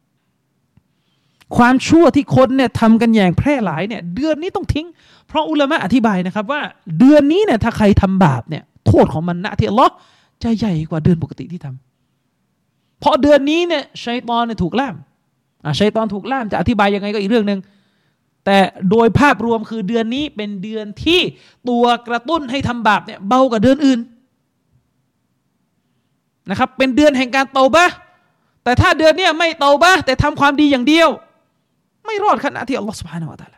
ที่คนเนี่ยทำกันอย่างแพร่หลายเนี่ยเดือนนี้ต้องทิ้งเพราะอุลามะอธิบายนะครับว่าเดือนนี้เนี่ยถ้าใครทำบาปเนี่ยโทษของมันณที่อัลเลาะห์จะใหญ่กว่าเดือนปกติที่ทำเพราะเดือนนี้เนี่ยชัยฏอนเนี่ยถูกล่ามชัยฏอนถูกล่ามจะอธิบายยังไงก็อีกเรื่องนึงแต่โดยภาพรวมคือเดือนนี้เป็นเดือนที่ตัวกระตุ้นให้ทำบาปเนี่ยเบากว่าเดือนอื่นนะครับเป็นเดือนแห่งการเตาบะห์แต่ถ้าเดือนนี้ไม่เตาบะห์แต่ทำความดีอย่างเดียวไม่รอดขณะที่อัลลอฮฺซุบฮานะฮูวะตะอาลา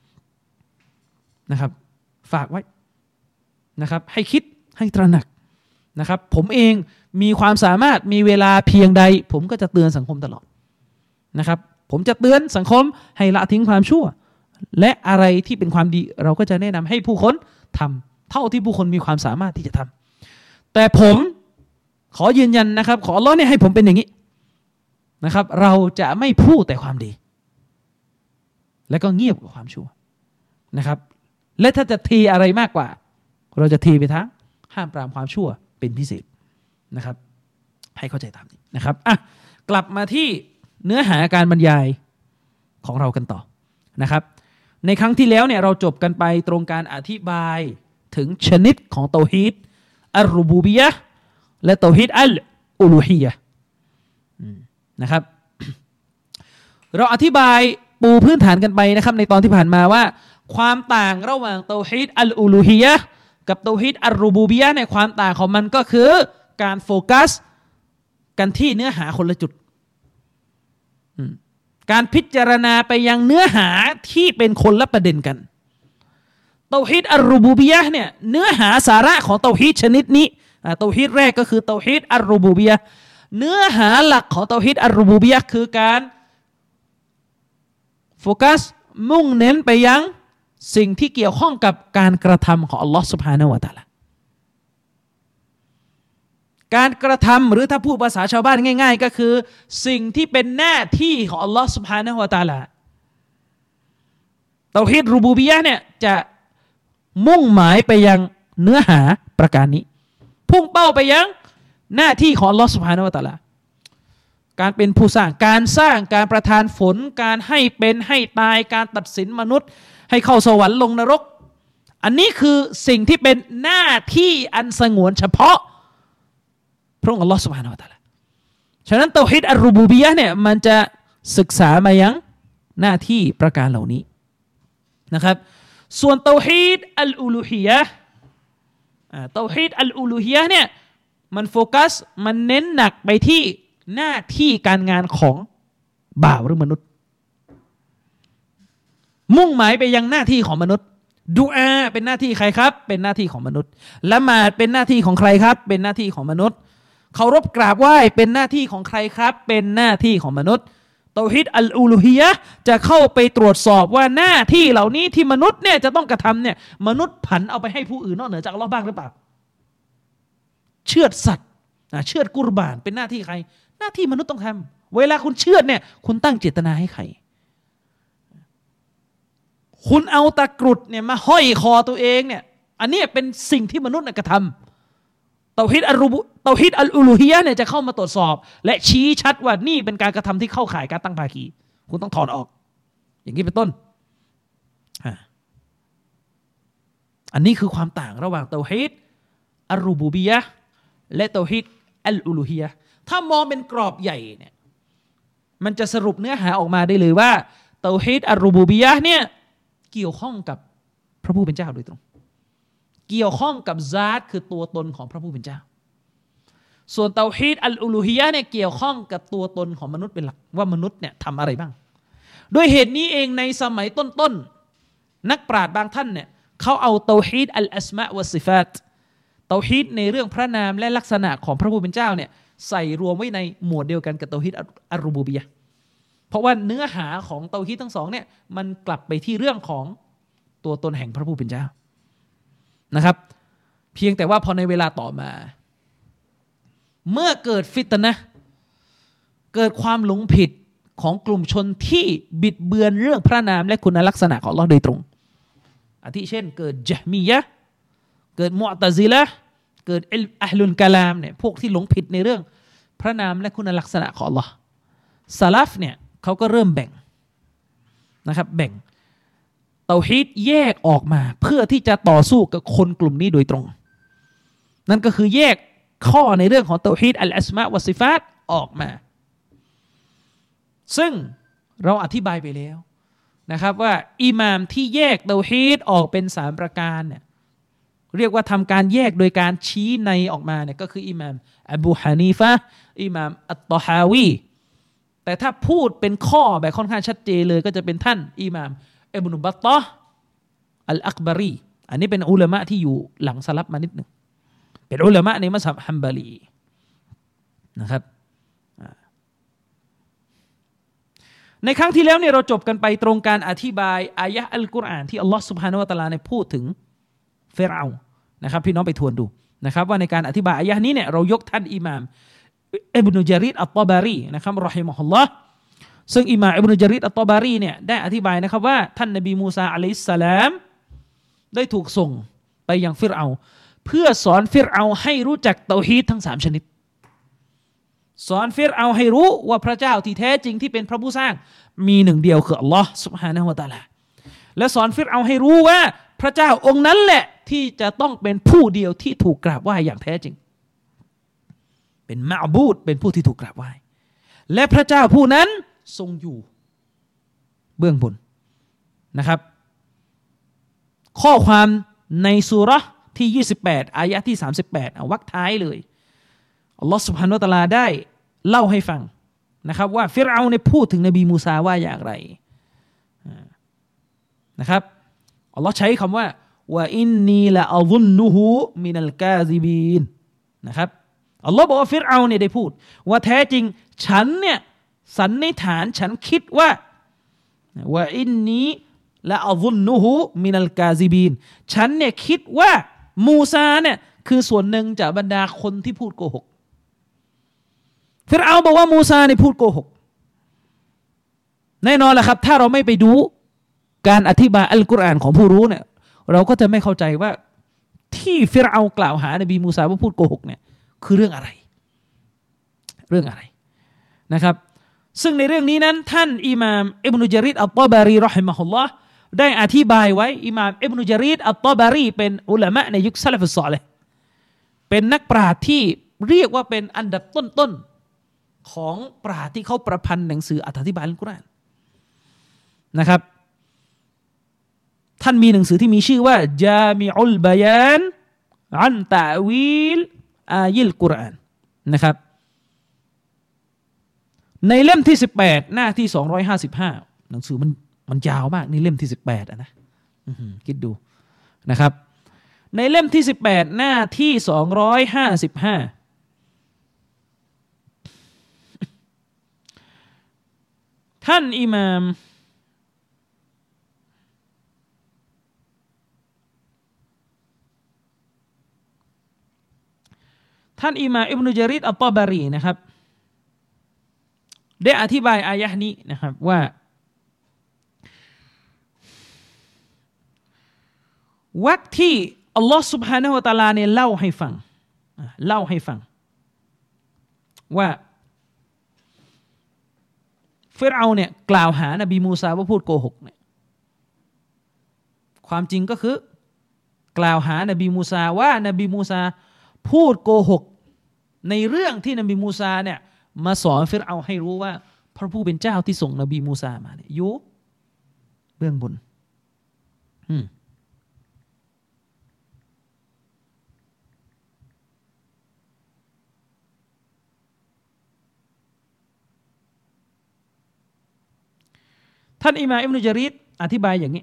นะครับฝากไว้นะครับให้คิดให้ตระหนักนะครับผมเองมีความสามารถมีเวลาเพียงใดผมก็จะเตือนสังคมตลอดนะครับผมจะเตือนสังคมให้ละทิ้งความชั่วและอะไรที่เป็นความดีเราก็จะแนะนำให้ผู้คนทำเท่าที่ผู้คนมีความสามารถที่จะทำแต่ผมขอยืนยันนะครับขออัลเลาะห์เนี่ยให้ผมเป็นอย่างนี้นะครับเราจะไม่พูดแต่ความดีและก็เงียบกับความชั่วนะครับและถ้าจะทีอะไรมากกว่าเราจะทีไปทางห้ามปรามความชั่วเป็นพิเศษนะครับให้เข้าใจตามนี้นะครับกลับมาที่เนื้อหาการบรรยายของเรากันต่อนะครับในครั้งที่แล้วเนี่ยเราจบกันไปตรงการอธิบายถึงชนิดของเตาฮีดอัลรุบูบิยะห์และเตาฮีดอัลอูลูฮียะห์นะครับเราอธิบายปูพื้นฐานกันไปนะครับในตอนที่ผ่านมาว่าความต่างระหว่างเตาฮีดอัลอูลูฮียะห์กับเตาฮีดอัลรุบูบิยะห์ในความต่างของมันก็คือการโฟกัสกันที่เนื้อหาคนละจุดการพิจารณาไปยังเนื้อหาที่เป็นคนละประเด็นกันเตาฮีดอัรรูบูบิยะห์เนี่ยเนื้อหาสาระของเตาฮีดชนิดนี้เตาฮีดแรกก็คือเตาฮีดอัรรูบูบิยะห์เนื้อหาหลักของเตาฮีดอัรรูบูบิยะห์คือการโฟกัสมุ่งเน้นไปยังสิ่งที่เกี่ยวข้องกับการกระทำของอัลลอฮ์ซุบฮานะฮูวะตะอาลาการกระทำหรือถ้าพูดภาษาชาวบ้านง่ายๆก็คือสิ่งที่เป็นหน้าที่ของอัลลอฮ์ซุบฮานะฮูวะตะอาลาเตาฮีดรูบูบิยะห์เนี่ยจะมุ่งหมายไปยังเนื้อหาประการนี้พุ่งเป้าไปยังหน้าที่ของอัลลอฮ์ซุบฮานะฮูวะตะอาลาการเป็นผู้สร้างการประทานฝนการให้เป็นให้ตายการตัดสินมนุษย์ให้เข้าสวรรค์ลงนรกอันนี้คือสิ่งที่เป็นหน้าที่อันสงวนเฉพาะพระองค์อัลลอฮ์ซุบฮานะฮูวะตะอาลาฉะนั้นเตาฮีดอัรรูบูบิยะห์เนี่ยมันจะศึกษามายังหน้าที่ประการเหล่านี้นะครับส่วนเตาฮีดอัลอูลูฮียะห์เตาฮีดอัลอูลูฮียะห์เนี่ยมันโฟกัสมันเน้นหนักไปที่หน้าที่การงานของบ่าวหรือมนุษย์มุ่งหมายไปยังหน้าที่ของมนุษย์ดุอาเป็นหน้าที่ใครครับเป็นหน้าที่ของมนุษย์ละหมาดเป็นหน้าที่ของใครครับเป็นหน้าที่ของมนุษย์เคารพกราบไหว้เป็นหน้าที่ของใครครับเป็นหน้าที่ของมนุษย์เตาฮีดอัลอูลูฮียะห์จะเข้าไปตรวจสอบว่าหน้าที่เหล่านี้ที่มนุษย์เนี่ยจะต้องกระทำเนี่ยมนุษย์ผันเอาไปให้ผู้อื่นนอกเหนือจากอัลเลาะห์บ้างหรือเปล่าเชือดสัตว์เชือดกุรบานเป็นหน้าที่ใครหน้าที่มนุษย์ต้องทำเวลาคุณเชือดเนี่ยคุณตั้งเจตนาให้ใครคุณเอาตะกรุดเนี่ยมาห้อยคอตัวเองเนี่ยอันนี้เป็นสิ่งที่มนุษย์กระทำเตาฮีดอัลอูลูฮียะห์เนี่ยจะเข้ามาตรวจสอบและชี้ชัดว่านี่เป็นการกระทำที่เข้าข่ายการตั้งภาคีคุณต้องถอนออกอย่างนี้เป็นต้นอันนี้คือความต่างระหว่างเตาฮีดอัรรูบูบิยะห์และเตาฮีดอัลอูลูฮียะห์ถ้ามองเป็นกรอบใหญ่เนี่ยมันจะสรุปเนื้อหาออกมาได้เลยว่าเตาฮีดอัรรูบูบิยะห์เนี่ยเกี่ยวข้องกับพระผู้เป็นเจ้าโดยตรงเกี่ยวข้องกับซาตคือตัวตนของพระผู้เป็นเจ้าส่วนเตาฮีดอัลอูลูฮียะห์เนี่ยเกี่ยวข้องกับตัวตนของมนุษย์เป็นหลักว่ามนุษย์เนี่ยทำอะไรบ้างด้วยเหตุนี้เองในสมัยต้นๆนักปราชญ์บางท่านเนี่ยเขาเอาเตาฮีดอัลอัสมาวัสซิฟาตเตาฮีดในเรื่องพระนามและลักษณะของพระผู้เป็นเจ้าเนี่ยใส่รวมไว้ในหมวดเดียวกันกับเตาฮีดอัรรูบูบิยะห์เพราะว่าเนื้อหาของเตาฮีดทั้งสองเนี่ยมันกลับไปที่เรื่องของตัวตนแห่งพระผู้เป็นเจ้านะครับเพียงแต่ว่าพอในเวลาต่อมาเมื่อเกิดฟิตนะห์เกิดความหลงผิดของกลุ่มชนที่บิดเบือนเรื่องพระนามและคุณลักษณะของอัลเลาะห์โดยตรงอาทิเช่นเกิดญะฮ์มียะห์เกิดมุอ์ตะซิละห์เกิดอะห์ลุลกะลามเนี่ยพวกที่หลงผิดในเรื่องพระนามและคุณลักษณะของอัลเลาะห์ซะลัฟเนี่ยเขาก็เริ่มแบ่งนะครับแบ่งเตาฮีดแยกออกมาเพื่อที่จะต่อสู้กับคนกลุ่มนี้โดยตรงนั่นก็คือแยกข้อในเรื่องของเตาฮีดอัลอัสมาวัสซิฟาตออกมาซึ่งเราอธิบายไปแล้วนะครับว่าอิหม่ามที่แยกเตาฮีดออกเป็น3ประการเนี่ยเรียกว่าทำการแยกโดยการชี้ในออกมาเนี่ยก็คืออิหม่ามอบูฮานีฟะห์อิหม่ามอัตตอฮาวีแต่ถ้าพูดเป็นข้อแบบค่อนข้างชัดเจนเลยก็จะเป็นท่านอิหม่ามอิบนุบัตตะฮ์อัลอักบารีอันนี้เป็นอุลามะที่อยู่หลังสลับมานิดหนึ่งเป็นอุลามะในมัซฮับฮัมบารีนะครับในครั้งที่แล้วเนี่ยเราจบกันไปตรงการอธิบายอายะห์อัลกุรอานที่อัลลอฮ์ซุบฮานะฮูวะตะอาลาเนี่ยพูดถึงฟิรเอาน์นะครับพี่น้องไปทวนดูนะครับว่าในการอธิบายอายะห์นี้เนี่ยเรายกท่านอิหม่ามอิบนุญะรีรอัตตะบารีนะครับรอฮิมะฮุลลอฮ์ซึ่งอิหม่ามอิบนุญะรีรอัตตะบารีเนี่ยได้อธิบายนะครับว่าท่านนบีมูซาอะลัยฮิสสลามได้ถูกส่งไปยังฟิรเอาน์เพื่อสอนฟิรเอาน์ให้รู้จักเตาฮีดทั้ง3ชนิดสอนฟิรเอาน์ให้รู้ว่าพระเจ้าที่แท้จริงที่เป็นพระผู้สร้างมีหนึ่งเดียวคืออัลลอฮ์ซุบฮานะฮูวะตะอาลาและสอนฟิรเอาน์ให้รู้ว่าพระเจ้าองค์นั้นแหละที่จะต้องเป็นผู้เดียวที่ถูกกราบไหว้อย่างแท้จริงเป็นมะอบูดเป็นผู้ที่ถูกกราบไหว้และพระเจ้าผู้นั้นทรงอยู่เบื้องบนนะครับข้อความในซูเราะห์ที่28อายะห์ที่38วรรคท้ายเลยอัลลอฮฺซุบฮานะฮูวะตะอาลาได้เล่าให้ฟังนะครับว่าฟิรเอาเนี่ยพูดถึงนบีมูซาว่าอย่างไรนะครับอัลลอฮ์ใช้คำว่าว่าอินนีละอัซุนนุฮูมินัลกาซิบีนนะครับอัลลอฮ์บอกว่าฟิรเอาเนี่ยได้พูดว่าแท้จริงฉันเนี่ยสันนิษฐานฉันคิดว่าอินนีละอัซุนนุฮูมินัลกาซิบีนฉันเนี่ยคิดว่ามูซาเนี่ยคือส่วนหนึ่งจากบรรดาคนที่พูดโกหกฟิรเอาบอกว่ามูซาเนี่ยพูดโกหกแน่นอนแหละครับถ้าเราไม่ไปดูการอธิบายอัลกุรอานของผู้รู้เนี่ยเราก็จะไม่เข้าใจว่าที่ฟิรเอากล่าวหานบีมูซาว่าพูดโกหกเนี่ยคือเรื่องอะไรนะครับซึ่งในเรื่องนี้นั้นท่านอิหม่ามอิบนุญะรีรอัตฏอบารีเราะฮิมะฮุลลอฮ์ได้อธิบายไว้อิหม่ามอิบนุญะรีรอัตฏอบารีเป็นอุลามะในยุคซะลฟุศศอลิห์เป็นนักปราชญ์ที่เรียกว่าเป็นอันดับต้นๆของปราชญ์ที่เขาประพันธ์หนังสืออธิบายอัลกุรอานนะครับท่านมีหนังสือที่มีชื่อว่าจามิอุลบะยานอันตะวีลอายิลกุรอานนะครับในเล่มที่18หน้าที่255หนังสือมันยาวมากนี่เล่มที่18นะคิดดูนะครับในเล่มที่18หน้าที่255ท่านอิหม่ามอิบนุญะรีรอัตฏอบารีนะครับได้อธิบายอายะห์นี้นะครับว่าวรรคที่อัลลอฮฺซุบฮานะฮูวะตะอาลาเนี่ยเล่าให้ฟังว่าฟิรเอาเนี่ยกล่าวหานบีมูซาว่าพูดโกหกเนี่ยความจริงก็คือกล่าวหานบีมูซาว่านบีมูซาพูดโกหกในเรื่องที่นบีมูซาเนี่ยมาสอนฟิรเอาให้รู้ว่าพระผู้เป็นเจ้าที่ส่งนบีมูซามาเนี่ยอยู่เบื้องบนท่านอิหม่ามอิบนุญะรีรอธิบายอย่างนี้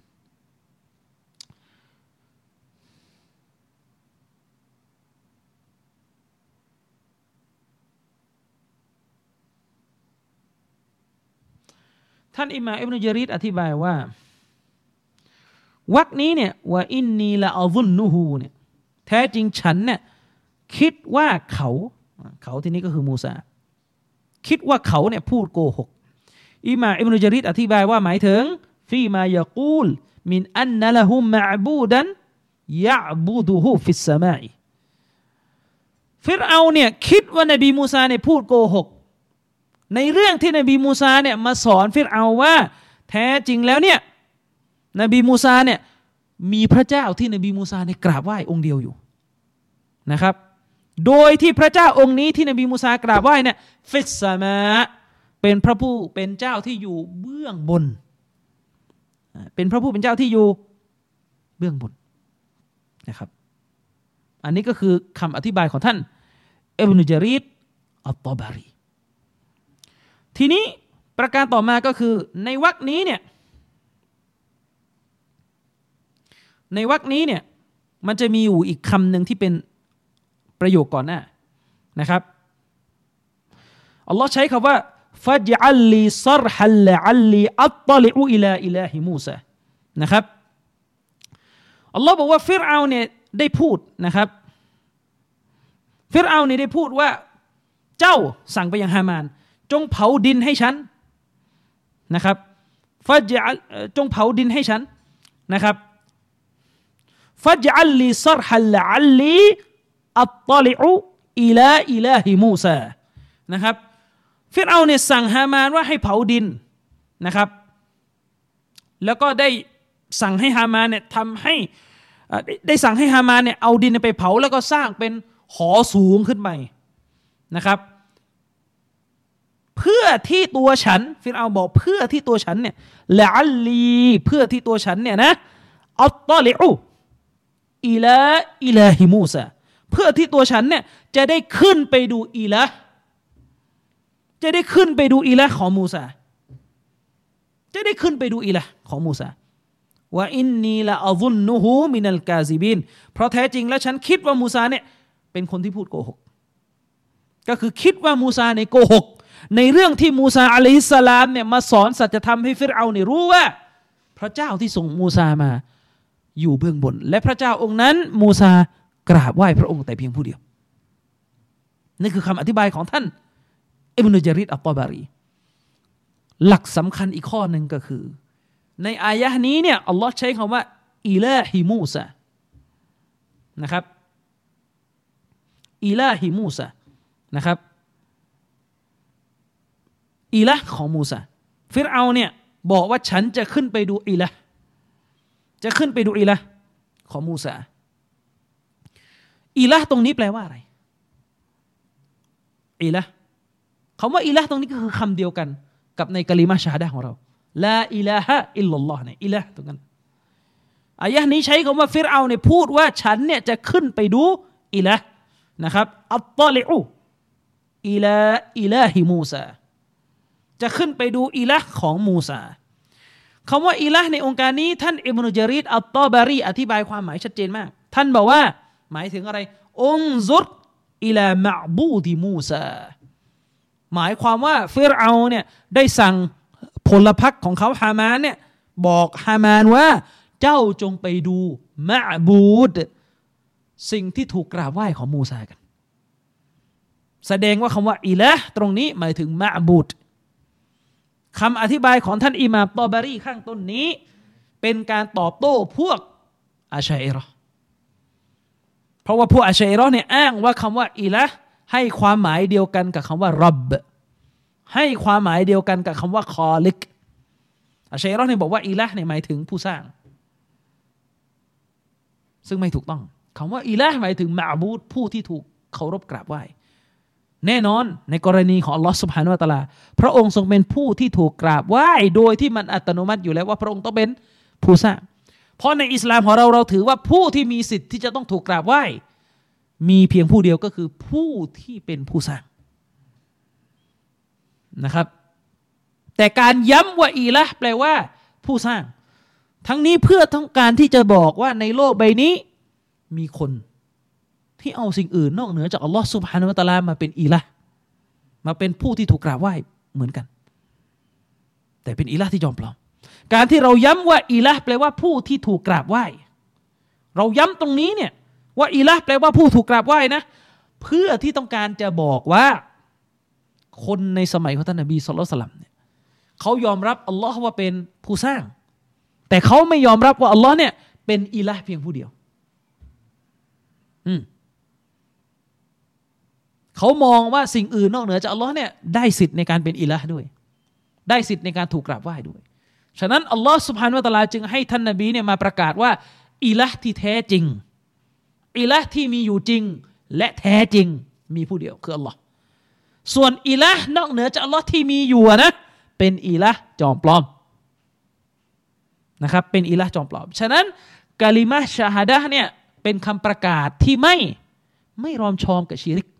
ท่านอิหม่ามอิบนุญะรีรอธิบายว่าวรรคนี้เนี่ยว่าอินนีละอัซุนนุฮูเนี่ยแท้จริงฉันเนี่ยคิดว่าเขาที่นี้ก็คือมูซาคิดว่าเขาเนี่ยพูดโกหกอิหม่ามอิบนุญะรีรอธิบายว่าหมายถึงฟีมายะกูลมินอันนะละฮุมมะอ์บูดันยะอ์บุดุฮูฟิสสมาอฟิรเอาเนี่ยคิดว่านบีมูซาเนี่ยพูดโกหกในเรื่องที่นบีมูซาเนี่ยมาสอนฟิรเอาว่าแท้จริงแล้วเนี่ยนบีมูซาเนี่ยมีพระเจ้าที่นบีมูซาเนี่ยกราบไหว้องค์เดียวอยู่นะครับโดยที่พระเจ้าองค์นี้ที่นบีมูซากราบไหว้เนี่ยฟิสสมาเป็นพระผู้เป็นเจ้าที่อยู่เบื้องบนเป็นพระผู้เป็นเจ้าที่อยู่เบื้องบนนะครับอันนี้ก็คือคำอธิบายของท่านอิบนุญะรีรอัตฏอบารีทีนี้ประการต่อมาก็คือในวรรคนี้เนี่ยมันจะมีอยู่อีกคำหนึ่งที่เป็นประโยคก่อนหน้านะครับอัลลอฮ์ใช้คำว่าฟัจอัลลีซัรฮัลละอัลลีอัตตลิอุอิลาอิลาฮิมูซานะครับอัลลอฮ์บอกว่าฟิรเอาเนี่ยได้พูดนะครับฟิรเอาเนี่ยได้พูดว่าเจ้าสั่งไปยังฮามานจงเผาดินให้ฉันนะครับจงเผาดินให้ฉันนะครับฟัจอัลลีซัรฮัลละอัลลีอัตตลิอุอิลาอิลาฮิมูซานะครับฟิรเอาเนี่ยสั่งฮามานว่าให้เผาดินนะครับแล้วก็ได้สั่งให้ฮามานเนี่ยทำให้ได้สั่งให้ฮามานเนี่ยเอาดินไปเผาแล้วก็สร้างเป็นหอสูงขึ้นไปนะครับเพื่อที่ตัวฉันฟิรเอาบอกเพื่อที่ตัวฉันเนี่ยละอัลลีเพื่อที่ตัวฉันเนี่ยนะอัตตลิอุอิลาฮิมูซาเพื่อที่ตัวฉันเนี่ยจะได้ขึ้นไปดูอิลาจะได้ขึ้นไปดูอิละห์ของมูซาจะได้ขึ้นไปดูอิละห์ของมูซาว่าอินนีละอัซุนนุฮูมินัลกาซิบินเพราะแท้จริงแล้วฉันคิดว่ามูซาเนี่ยเป็นคนที่พูดโกหกก็คือคิดว่ามูซาเนี่ยโกหกในเรื่องที่มูซาอะลัยฮิสสลามเนี่ยมาสอนสัจธรรมให้ฟิรเอาเนี่ยรู้ว่าพระเจ้าที่ส่งมูซามาอยู่เบื้องบนและพระเจ้าองค์นั้นมูซากราบไหว้พระองค์แต่เพียงผู้เดียวนี่คือคำอธิบายของท่านอิบนุญะรีรอัตตอบารีหลักสำคัญอีกข้อหนึ่งก็คือในอายะห์นี้เนี่ยอัลลอฮ์ใช้คำว่าอิลาฮิมูซานะครับอิลาฮิมูซานะครับอิละห์ของมูซาฟิรเอาเนี่ยบอกว่าฉันจะขึ้นไปดูอิละห์จะขึ้นไปดูอิละห์ของมูซาอิละห์ตรงนี้แปลว่าอะไรอิละห์คำว่าอิละห์ตรงนี้ก็คือคำเดียวกันกับในกะลิมะฮ์ชะฮาดะห์ของเราลาอิลาฮะอิลลัลลอฮ์เนี่ยอิละห์ตรงนั้นอายะห์นี้ใช้คำว่าฟิรเอาเนี่ยพูดว่าฉันเนี่ยจะขึ้นไปดูอิละห์นะครับอัตตอลิอูอิลาฮิมูซาจะขึ้นไปดูอิละห์ของมูซาคำว่าอิละห์ในองค์การนี้ท่านอิบนุญะรีรอัตตอบารีอธิบายความหมายชัดเจนมากท่านบอกว่าหมายถึงอะไรอุนซุรอิลามะบูดิมูซาหมายความว่าฟิรเอาเนี่ยได้สั่งพลพรรคของเขาฮามานเนี่ยบอกฮามานว่าเจ้าจงไปดูมะบูดสิ่งที่ถูกกราบไหว้ของมูซากันแสดงว่าคำว่าอิละห์ตรงนี้หมายถึงมะบูดคำอธิบายของท่านอิหม่ามตอบารีข้างต้นนี้เป็นการตอบโต้พวกอัชอะอิเราะห์เพราะว่าพวกอัชอะอิเราะห์เนี่ยอ้างว่าคำว่าอิละห์ให้ความหมายเดียวกันกับคำว่าร็อบให้ความหมายเดียวกันกับคำว่าคอลิกอัชอะอิเราะห์เนี่ยบอกว่าอิละห์เนี่ยหมายถึงผู้สร้างซึ่งไม่ถูกต้องคำว่าอิละห์หมายถึงมะบูดผู้ที่ถูกเคารพกราบไหว้แน่นอนในกรณีของอัลลอฮฺซุบฮานะฮูวะตะอาลาพระองค์ทรงเป็นผู้ที่ถูกกราบไหว้โดยที่มันอัตโนมัติอยู่แล้วว่าพระองค์ต้องเป็นผู้สร้างเพราะในอิสลามของเราถือว่าผู้ที่มีสิทธิ์ที่จะต้องถูกกราบไหว้มีเพียงผู้เดียวก็คือผู้ที่เป็นผู้สร้างนะครับแต่การย้ำว่าอิละห์แปลว่าผู้สร้างทั้งนี้เพื่อต้องการที่จะบอกว่าในโลกใบนี้มีคนที่เอาสิ่งอื่นนอกเหนือจากอัลลอฮ์ซุบฮานะฮูวะตะอาลามาเป็นอิละห์มาเป็นผู้ที่ถูกกราบไหว้เหมือนกันแต่เป็นอิละห์ที่จอมปลอมการที่เราย้ำว่าอิละห์แปลว่าผู้ที่ถูกกราบไหว้เราย้ำตรงนี้เนี่ยว่าอิละห์แปลว่าผู้ถูกกราบไหว้นะเพื่อที่ต้องการจะบอกว่าคนในสมัยของท่านนบีศ็อลลัลลอฮุอะลัยฮิวะซัลลัมเนี่ยเขายอมรับอัลลอฮ์ว่าเป็นผู้สร้างแต่เขาไม่ยอมรับว่าอัลลอฮ์เนี่ยเป็นอิละห์เพียงผู้เดียวเขามองว่าสิ่งอื่นนอกเหนือจากอัลลอฮ์เนี่ยได้สิทธิ์ในการเป็นอิละห์ด้วยได้สิทธิ์ในการถูกกราบไหว้ด้วยฉะนั้นอัลลอฮ์ซุบฮานะฮูวะตะอาลาจึงให้ท่านนบีเนี่ยมาประกาศว่าอิละห์ที่แท้จริงอิละห์ที่มีอยู่จริงและแท้จริงมีผู้เดียวคืออัลลอฮ์ส่วนอิละห์นอกเหนือจากอัลลอฮ์ที่มีอยู่นะเป็นอิละห์จอมปลอมนะครับเป็นอิละห์จอมปลอมฉะนั้นกะลิมะฮ์ชะฮาดะห์เนี่ยเป็นคำประกาศที่ไม่รอมชอมกับชิริก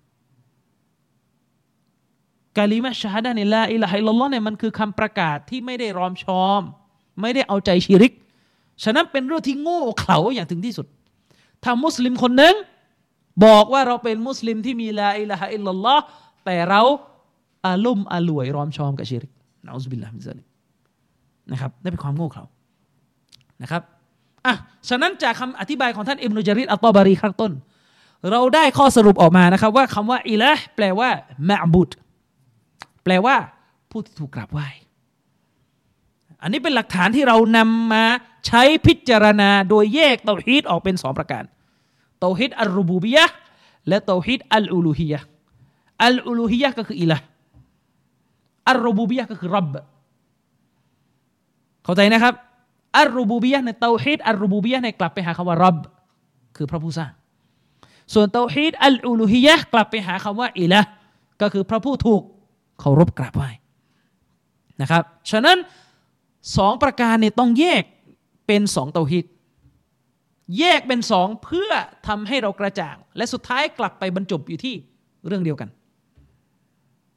กะลิมะฮ์ชะฮาดะห์เนี่ยลาอิลาฮะอิลลัลลอฮ์เนี่ยมันคือคำประกาศที่ไม่ได้รอมชอมไม่ได้เอาใจชิริกฉะนั้นเป็นเรื่องที่โง่เขลาอย่างถึงที่สุดถ้ามุสลิมคนหนึ่งบอกว่าเราเป็นมุสลิมที่มีลาอิลาฮะอิลลัลลอฮ์แต่เราอาลุ่มอล่วยรอมชอมกับชิริกนะอูซุบิลลาฮิมินซาลิกนะครับนั่นเป็นความโง่เขลานะครับฉะนั้นจากคำอธิบายของท่านอิบนุญะรีรอัตตอบารีข้างต้นเราได้ข้อสรุปออกมานะครับว่าคำว่าอิละห์แปลว่ามะบูดแปลว่าผู้ที่ถูกกราบไหว้อันนี้เป็นหลักฐานที่เรานำมาใช้พิจารณาโดยแยกเตาฮีดออกเป็น2ประการเตาฮีดอัลรุบูบิยะห์และเตาฮีดอัลอูลูฮียะห์อัลอูลูฮียะห์ก็คืออิละห์อัลรุบูบิยะห์ก็คือร็อบเข้าใจนะครับอัลรุบูบิยะห์ในเตาฮีดอัลรุบูบิยะห์ในกลับไปหาคำว่าร็อบคือพระผู้สร้างส่วนเตาฮีดอัลอูลูฮียะห์กลับไปหาคำว่าอิละห์ก็คือพระผู้ถูกเคารพกราบไหว้นะครับฉะนั้น2ประการเนี่ยต้องแยกเป็น2เตาฮีดแยกเป็น2เพื่อทำให้เรากระจ่างและสุดท้ายกลับไปบรรจบอยู่ที่เรื่องเดียวกัน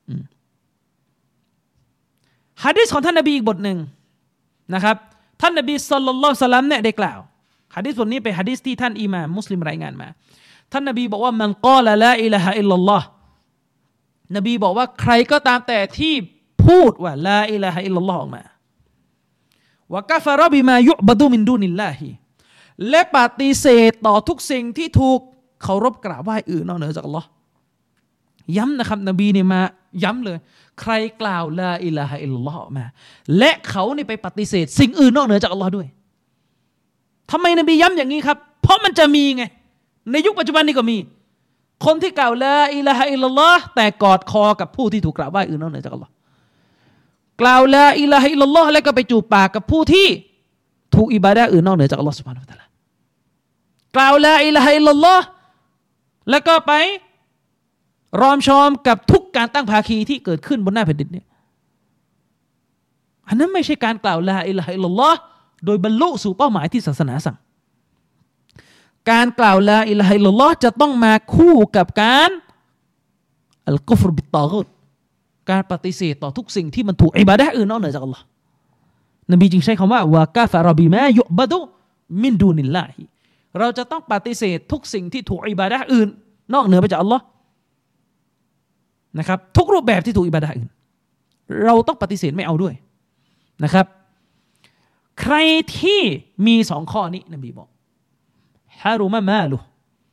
หะดีษของท่านนบีอีกบทหนึ่งนะครับท่านนบีศ็อลลัลลอฮุอะลัยฮิวะซัลลัมเนี่ยได้กล่าวหะดีษบทนี้เป็นหะดีษที่ท่านอิหม่ามมุสลิมรายงานมาท่านนบีบอกว่ามันกอละลาอิลาฮะอิลลัลลอฮ์นบีบอกว่าใครก็ตามแต่ที่พูดว่าลาอิลาฮะอิลลัลลอฮ์ออกมาวะกะฟะรอบิมายุอ์บะดุมินดูนิลลาฮิและปฏิเสธต่อทุกสิ่งที่ถูกเคารพกราบไหว้อื่นนอกเหนือจากอัลลอฮ์ย้ำนะครับนบีเนี่ยมาย้ำเลยใครกล่าวลาอิลาฮะอิลลัลลอฮ์ออกมาและเขาเนี่ยไปปฏิเสธสิ่งอื่นนอกเหนือจากอัลลอฮ์ด้วยทำไมนบีย้ำอย่างนี้ครับเพราะมันจะมีไงในยุคปัจจุบันนี้ก็มีคนที่กล่าวลาอิลาฮะอิลลัลลอฮ์แต่กอดคอกับผู้ที่ถูกกราบไหว้อื่นนอกเหนือจากอัลลอฮ์กล่าวลาอิลาฮะอิลลัลลอฮ์แล้วก็ไปจูบปากกับผู้ที่ถูกอิบาดะห์อื่นนอกเหนือจากอัลลอฮ์ซุบฮานะฮูวะตะอาลากล่าวลาอิลาฮะอิลลัลลอฮ์แล้วก็ไปรอมชอมกับทุกการตั้งภาคีที่เกิดขึ้นบนหน้าแผ่นดินเนี่ยอันนั้นไม่ใช่การกล่าวลาอิลาฮะอิลลัลลอฮ์โดยบรรลุสู่เป้าหมายที่ศาสนาสั่งการกล่าวลาอิลาฮะอิลลัลลอฮ์จะต้องมาคู่กับการอัลกุฟรบิตตอฆุตการปฏิเสธต่อทุกสิ่งที่มันถูกอิบาดะห์อื่นนอกเหนือจากอัลลอฮ์นบีจึงใช้คำว่าวะกะฟะรอบิมายุอ์บะดุมินดูนิลลาฮิเราจะต้องปฏิเสธทุกสิ่งที่ถูกอิบาดะห์อื่นนอกเหนือไปจากอัลลอฮ์นะครับทุกรูปแบบที่ถูกอิบาดะห์อื่นเราต้องปฏิเสธไม่เอาด้วยนะครับใครที่มีสองข้อนี้นบีบอกฮารุมะมาลุ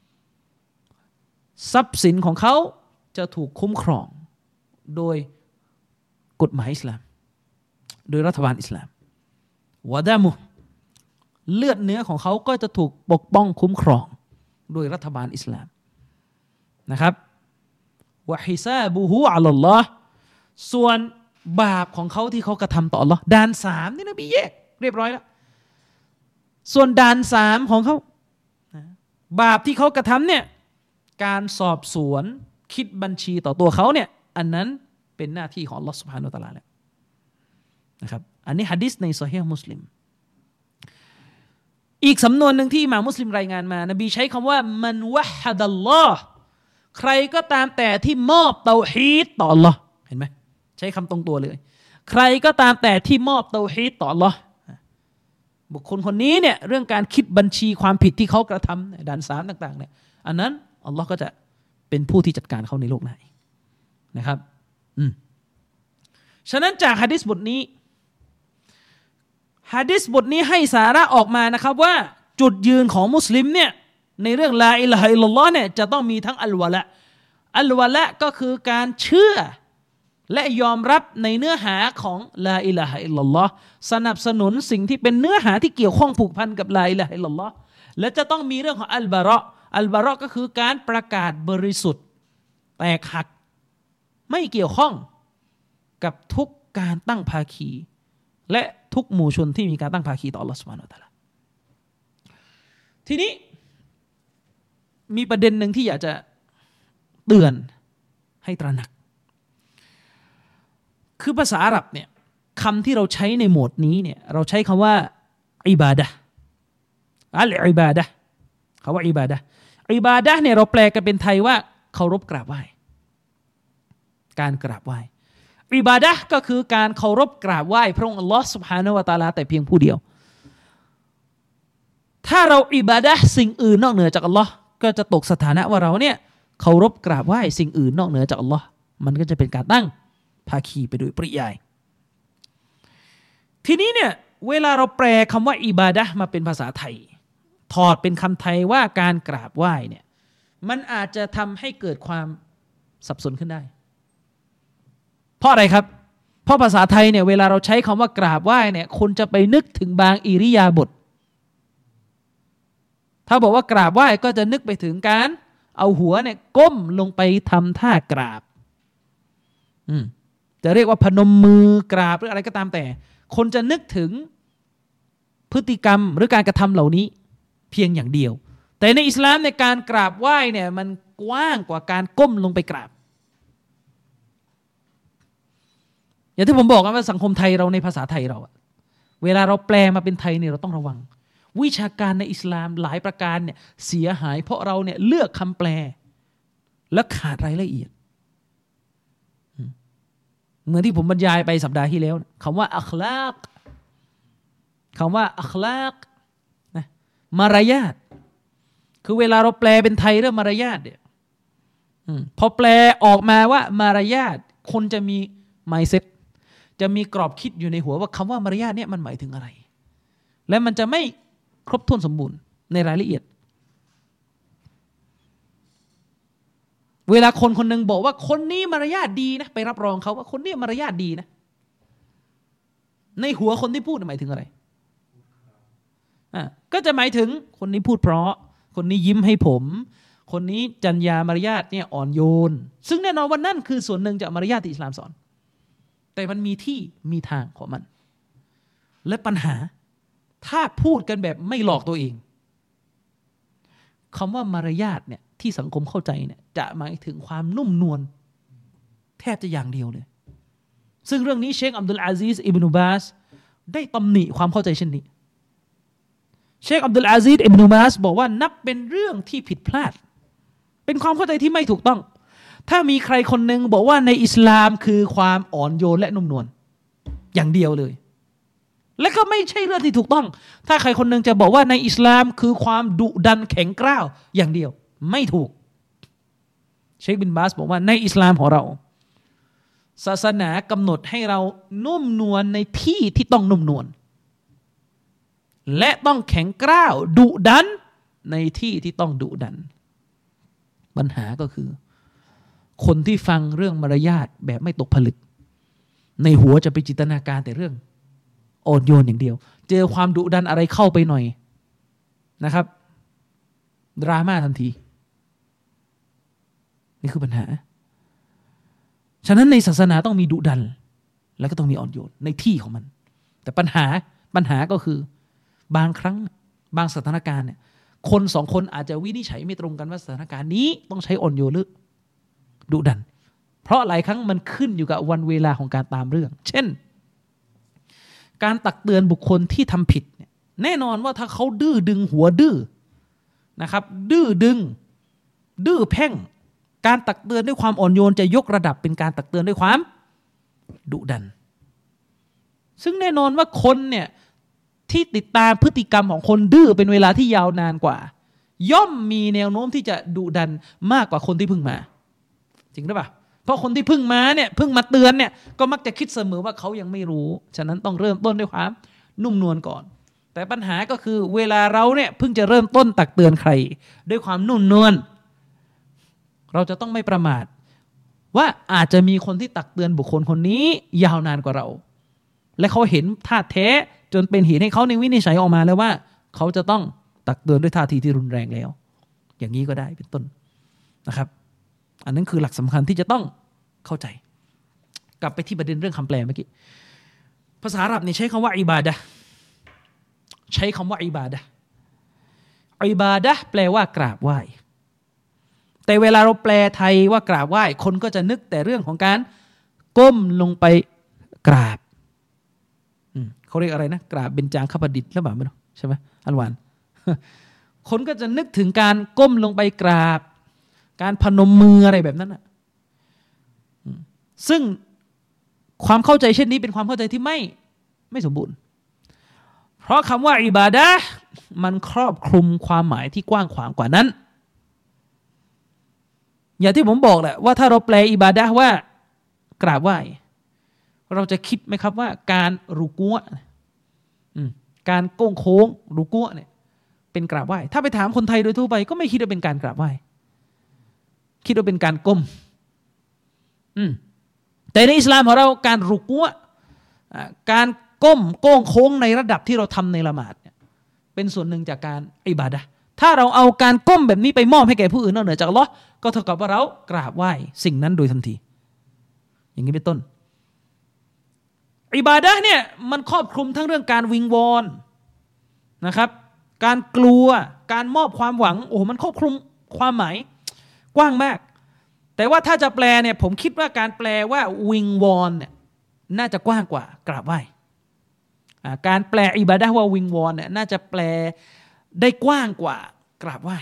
ทรัพย์สินของเขาจะถูกคุ้มครองโดยกฎหมายอิสลามโดยรัฐบาลอิสลามวะดามุเลือดเนื้อของเขาก็จะถูกปกป้องคุ้มครองโดยรัฐบาลอิสลามนะครับวะฮิซาบุฮุอะลัลลอฮ์ส่วนบาปของเขาที่เขากระทำต่ออัลเลาะห์ด่าน3นี่นบีแยกเรียบร้อยแล้วส่วนด่าน3ของเขาบาปที่เขากระทำเนี่ยการสอบสวนคิดบัญชีต่อตัวเขาเนี่ยอันนั้นเป็นหน้าที่ของอัลเลาะห์ซุบฮานะฮูวะตะอาลาแล้วนะครับอันนี้หะดีษในซอฮีฮ์มุสลิมอีกสำนวนหนึ่งที่อิหม่ามมุสลิมรายงานมานบีใช้คำว่ามันวะฮะดัลลอฮ์ใครก็ตามแต่ที่มอบเตาฮีดต่ออัลเลาะห์เห็นไหมใช้คำตรงตัวเลยใครก็ตามแต่ที่มอบเตาฮีดต่ออัลเลาะห์บุคคลคนนี้เนี่ยเรื่องการคิดบัญชีความผิดที่เขากระทำด่าน3ต่างๆเนี่ยอันนั้นอัลเลาะห์ก็จะเป็นผู้ที่จัดการเขาในโลกหน้านะครับฉะนั้นจากหะดีษบทนี้ให้สาระออกมานะครับว่าจุดยืนของมุสลิมเนี่ยในเรื่องลาอิลาฮะอิลลัลลอฮ์เนี่ยจะต้องมีทั้งอัลวะละก็คือการเชื่อและยอมรับในเนื้อหาของลาอิลาฮะอิลลัลลอฮ์สนับสนุนสิ่งที่เป็นเนื้อหาที่เกี่ยวข้องผูกพันกับลาอิลาฮะอิลลัลลอฮ์และจะต้องมีเรื่องของอัลบะเราะห์ก็คือการประกาศบริสุทธิ์แตกหักไม่เกี่ยวข้องกับทุกการตั้งภาคีและทุกหมู่ชนที่มีการตั้งภาคีต่ออัลเลาะห์ซุบฮานะฮูวะตะอาลาทีนี้มีประเด็นหนึ่งที่อยากจะเตือนให้ตระหนักคือภาษาอาหรับเนี่ยคำที่เราใช้ในโหมดนี้เนี่ยเราใช้คำว่าอิบาดะห์อิบาดะห์คำว่าอิบาดะห์เนี่ยเราแปลกันเป็นไทยว่าเคารพกราบไหว้การกราบไหว้อิบาดะห์ก็คือการเคารพกราบไหว้พระองค์อัลลอฮ์ซุบฮานะฮูวะตะอาลาแต่เพียงผู้เดียวถ้าเราอิบาดะห์สิ่งอื่นนอกเหนือจากอัลลอฮ์ก็จะตกสถานะว่าเราเนี่ยเคารพกราบไหว้สิ่งอื่นนอกเหนือจากอัลลอฮ์มันก็จะเป็นการตั้งภาคีไปโดยปริยายทีนี้เนี่ยเวลาเราแปลคำว่าอิบาดะห์มาเป็นภาษาไทยถอดเป็นคำไทยว่าการกราบไหว้เนี่ยมันอาจจะทำให้เกิดความสับสนขึ้นได้เพราะอะไรครับเพราะภาษาไทยเนี่ยเวลาเราใช้คำว่ากราบไหว้เนี่ยคนจะไปนึกถึงบางอิริยาบถถ้าบอกว่ากราบไหว้ก็จะนึกไปถึงการเอาหัวเนี่ยก้มลงไปทำท่ากราบจะเรียกว่าพนมมือกราบหรืออะไรก็ตามแต่คนจะนึกถึงพฤติกรรมหรือการกระทำเหล่านี้เพียงอย่างเดียวแต่ในอิสลามในการกราบไหว้เนี่ยมันกว้างกว่าการก้มลงไปกราบอย่างที่ผมบอกว่าสังคมไทยเราในภาษาไทยเราเวลาเราแปลมาเป็นไทยเนี่ยเราต้องระวังวิชาการในอิสลามหลายประการเนี่ยเสียหายเพราะเราเนี่ยเลือกคำแปลและขาดรายละเอียดเหมือนที่ผมบรรยายไปสัปดาห์ที่แล้วคำว่าอัคลากนะมารยาทคือเวลาเราแปลเป็นไทยเรื่องมารยาทเนี่ยพอแปลออกมาว่ามารยาทคนจะมี mindset จะมีกรอบคิดอยู่ในหัวว่าคำว่ามารยาทเนี่ยมันหมายถึงอะไรและมันจะไม่ครบถ้วนสมบูรณ์ในรายละเอียดเวลาคนคนหนึ่งบอกว่าคนนี้มารยาทดีนะไปรับรองเขาว่าคนนี้มารยาทดีนะในหัวคนที่พูดหมายถึงอะไรก็จะหมายถึงคนนี้พูดเพราะคนนี้ยิ้มให้ผมคนนี้จรรยามารยาทเนี่ยอ่อนโยนซึ่งแน่นอนว่านั่นคือส่วนหนึ่งจากมารยาทที่อิสลามสอนแต่มันมีที่มีทางของมันและปัญหาถ้าพูดกันแบบไม่หลอกตัวเองคำว่ามารยาทเนี่ยที่สังคมเข้าใจเนี่ยจะหมายถึงความนุ่มนวลแทบจะอย่างเดียวเลยซึ่งเรื่องนี้เชคอับดุลอาซีซอิบนุบาสได้ตำหนิความเข้าใจเช่นนี้เชคอับดุลอาซีซอิบนุบาสบอกว่านับเป็นเรื่องที่ผิดพลาดเป็นความเข้าใจที่ไม่ถูกต้องถ้ามีใครคนหนึ่งบอกว่าในอิสลามคือความอ่อนโยนและนุ่มนวลอย่างเดียวเลยและก็ไม่ใช่เรื่องที่ถูกต้องถ้าใครคนหนึ่งจะบอกว่าในอิสลามคือความดุดันแข็งกร้าวอย่างเดียวไม่ถูกเชคบินบาสบอกว่าในอิสลามของเราศาสนากำหนดให้เรานุ่มนวลในที่ที่ต้องนุ่มนวลและต้องแข็งกร้าวดุดันในที่ที่ต้องดุดันปัญหาก็คือคนที่ฟังเรื่องมารยาทแบบไม่ตกผลึกในหัวจะไปจินตนาการแต่เรื่องอ่อนโยนอย่างเดียวเจอความดุดันอะไรเข้าไปหน่อยนะครับดราม่าทันทีนี่คือปัญหาฉะนั้นในศาสนาต้องมีดุดันแล้วก็ต้องมีอ่อนโยนในที่ของมันแต่ปัญหาก็คือบางครั้งบางสถานการณ์เนี่ยคนสองคนอาจจะวินิจฉัยไม่ตรงกันว่าสถานการณ์นี้ต้องใช้อ่อนโยนหรือดุดันเพราะหลายครั้งมันขึ้นอยู่กับวันเวลาของการตามเรื่องเช่นการตักเตือนบุคคลที่ทำผิดแน่นอนว่าถ้าเขาดื้อดึงหัวดื้อนะครับดื้อดึงดื้อแพ่งการตักเตือนด้วยความอ่อนโยนจะยกระดับเป็นการตักเตือนด้วยความดุดันซึ่งแน่นอนว่าคนเนี่ยที่ติดตามพฤติกรรมของคนดื้อเป็นเวลาที่ยาวนานกว่าย่อมมีแนวโน้มที่จะดุดันมากกว่าคนที่เพิ่งมาจริงหรือเปล่าเพราะคนที่เพิ่งมาเนี่ยเพิ่งมาเตือนเนี่ยก็มักจะคิดเสมอว่าเขายังไม่รู้ฉะนั้นต้องเริ่มต้นด้วยความนุ่มนวลก่อนแต่ปัญหาก็คือเวลาเราเนี่ยเพิ่งจะเริ่มต้นตักเตือนใครด้วยความนุ่มนวลเราจะต้องไม่ประมาทว่าอาจจะมีคนที่ตักเตือนบุคคลคนนี้ยาวนานกว่าเราและเขาเห็นท่าแท้จนเป็นเหตุให้เขาในวินิจฉัยออกมาแล้วว่าเขาจะต้องตักเตือนด้วยท่าทีที่รุนแรงแล้วอย่างนี้ก็ได้เป็นต้นนะครับอันนั้นคือหลักสำคัญที่จะต้องเข้าใจกลับไปที่ประเด็นเรื่องคำแปลเมื่อกี้ภาษาอาหรับนี่ใช้คำว่าอิบาดะห์ใช้คำว่าอิบาดะห์อิบาดะห์แปลว่ากราบไหว้แต่เวลาเราแปลไทยว่ากราบไหว้คนก็จะนึกแต่เรื่องของการก้มลงไปกราบเขาเรียกอะไรนะกราบเบญจางคประดิษฐ์หรือเปล่าไม่รู้ใช่ไหมอันหวานคนก็จะนึกถึงการก้มลงไปกราบการพนมมืออะไรแบบนั้นนะซึ่งความเข้าใจเช่นนี้เป็นความเข้าใจที่ไม่สมบูรณ์เพราะคำว่าอิบาดะห์มันครอบคลุมความหมายที่กว้างขวางกว่านั้นอย่างที่ผมบอกแหละว่าถ้าเราแปลอิบาดะห์ว่ากราบไหว้เราจะคิดไหมครับว่าการรุกัวการโก้งโค้งรุกัวเนี่ยเป็นกราบไหว้ถ้าไปถามคนไทยโดยทั่วไปก็ไม่คิดว่าเป็นการกราบไหว้คิดว่าเป็นการก้มแต่ในอิสลามของเราการรุกัวการก้มโก้งโค้งในระดับที่เราทำในละหมาดเนี่ยเป็นส่วนหนึ่งจากการอิบาดะห์ถ้าเราเอาการก้มแบบนี้ไปมอบให้แก่ผู้อื่นนอกเหนือจากอัลเลาะห์ก็เท่ากับว่าเรากราบไหว้สิ่งนั้นโดยทันทีอย่างนี้เป็นต้นอิบาดะห์เนี่ยมันครอบคลุมทั้งเรื่องการวิงวอนนะครับการกลัวการมอบความหวังโอ้มันครอบคลุมความหมายกว้างมากแต่ว่าถ้าจะแปลเนี่ยผมคิดว่าการแปลว่าวิงวอนเนี่ยน่าจะกว้างกว่ากราบไหว้การแปลอิบาดะห์ว่าวิงวอนเนี่ยน่าจะแปลได้กว้างกว่ากราบไหว้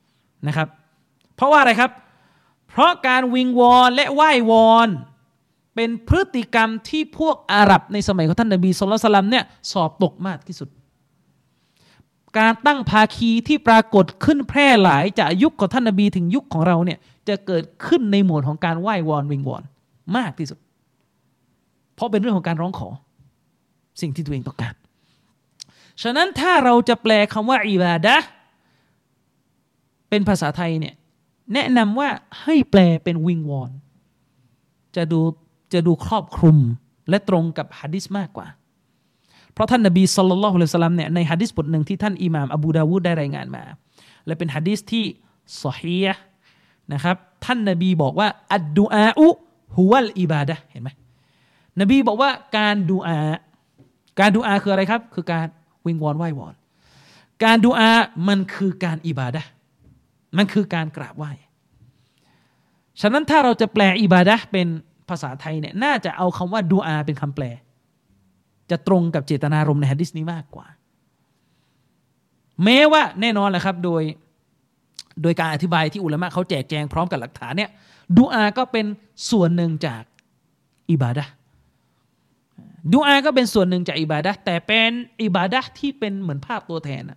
นะครับเพราะว่าอะไรครับเพราะการวิงวอนและไหว้วอนเป็นพฤติกรรมที่พวกอาหรับในสมัยของท่านนบีศ็อลลัลลอฮุอะลัยฮิวะซัลลัมเนี่ยสอบตกมากที่สุดการตั้งภาคีที่ปรากฏขึ้นแพร่หลายจากยุคของท่านนบีถึงยุคของเราเนี่ยจะเกิดขึ้นในโหมดของการไหว้วอนวิงวอนมากที่สุดเพราะเป็นเรื่องของการร้องขอสิ่งที่ตัวเองต้องการฉะนั้นถ้าเราจะแปลคำว่าอิบาดะห์เป็นภาษาไทยเนี่ยแนะนำว่าให้แปลเป็นวิงวอนจะดูครอบคลุมและตรงกับหะดีษมากกว่าเพราะท่านนบีศ็อลลัลลอฮุอะลัยฮิวะซัลลัมเนี่ยในหะดีษบทหนึ่งที่ท่านอิหม่ามอบูดาวูดได้รายงานมาและเป็นหะดีษที่ศอฮีฮ์นะครับท่านนบีบอกว่าอัดดุอาอุฮุวัลอิบาดะห์เห็นไหมนบีบอกว่าการดุอาคืออะไรครับคือการวิงวอนไหว้วอนการดุอามันคือการอิบาดะห์มันคือการกราบไหว้ฉะนั้นถ้าเราจะแปลอิบาดะห์เป็นภาษาไทยเนี่ยน่าจะเอาคำว่าดุอาเป็นคำแปลจะตรงกับเจตนารมณ์ในหะดีษนี้มากกว่าแม้ว่าแน่นอนแหละครับโดยการอธิบายที่อุลามะเขาแจกแจงพร้อมกับหลักฐานเนี่ยดุอาก็เป็นส่วนหนึ่งจากอิบาดะห์ดุอาก็เป็นส่วนหนึ่งจากอิบาดะห์แต่เป็นอิบาดะห์ที่เป็นเหมือนภาพตัวแทน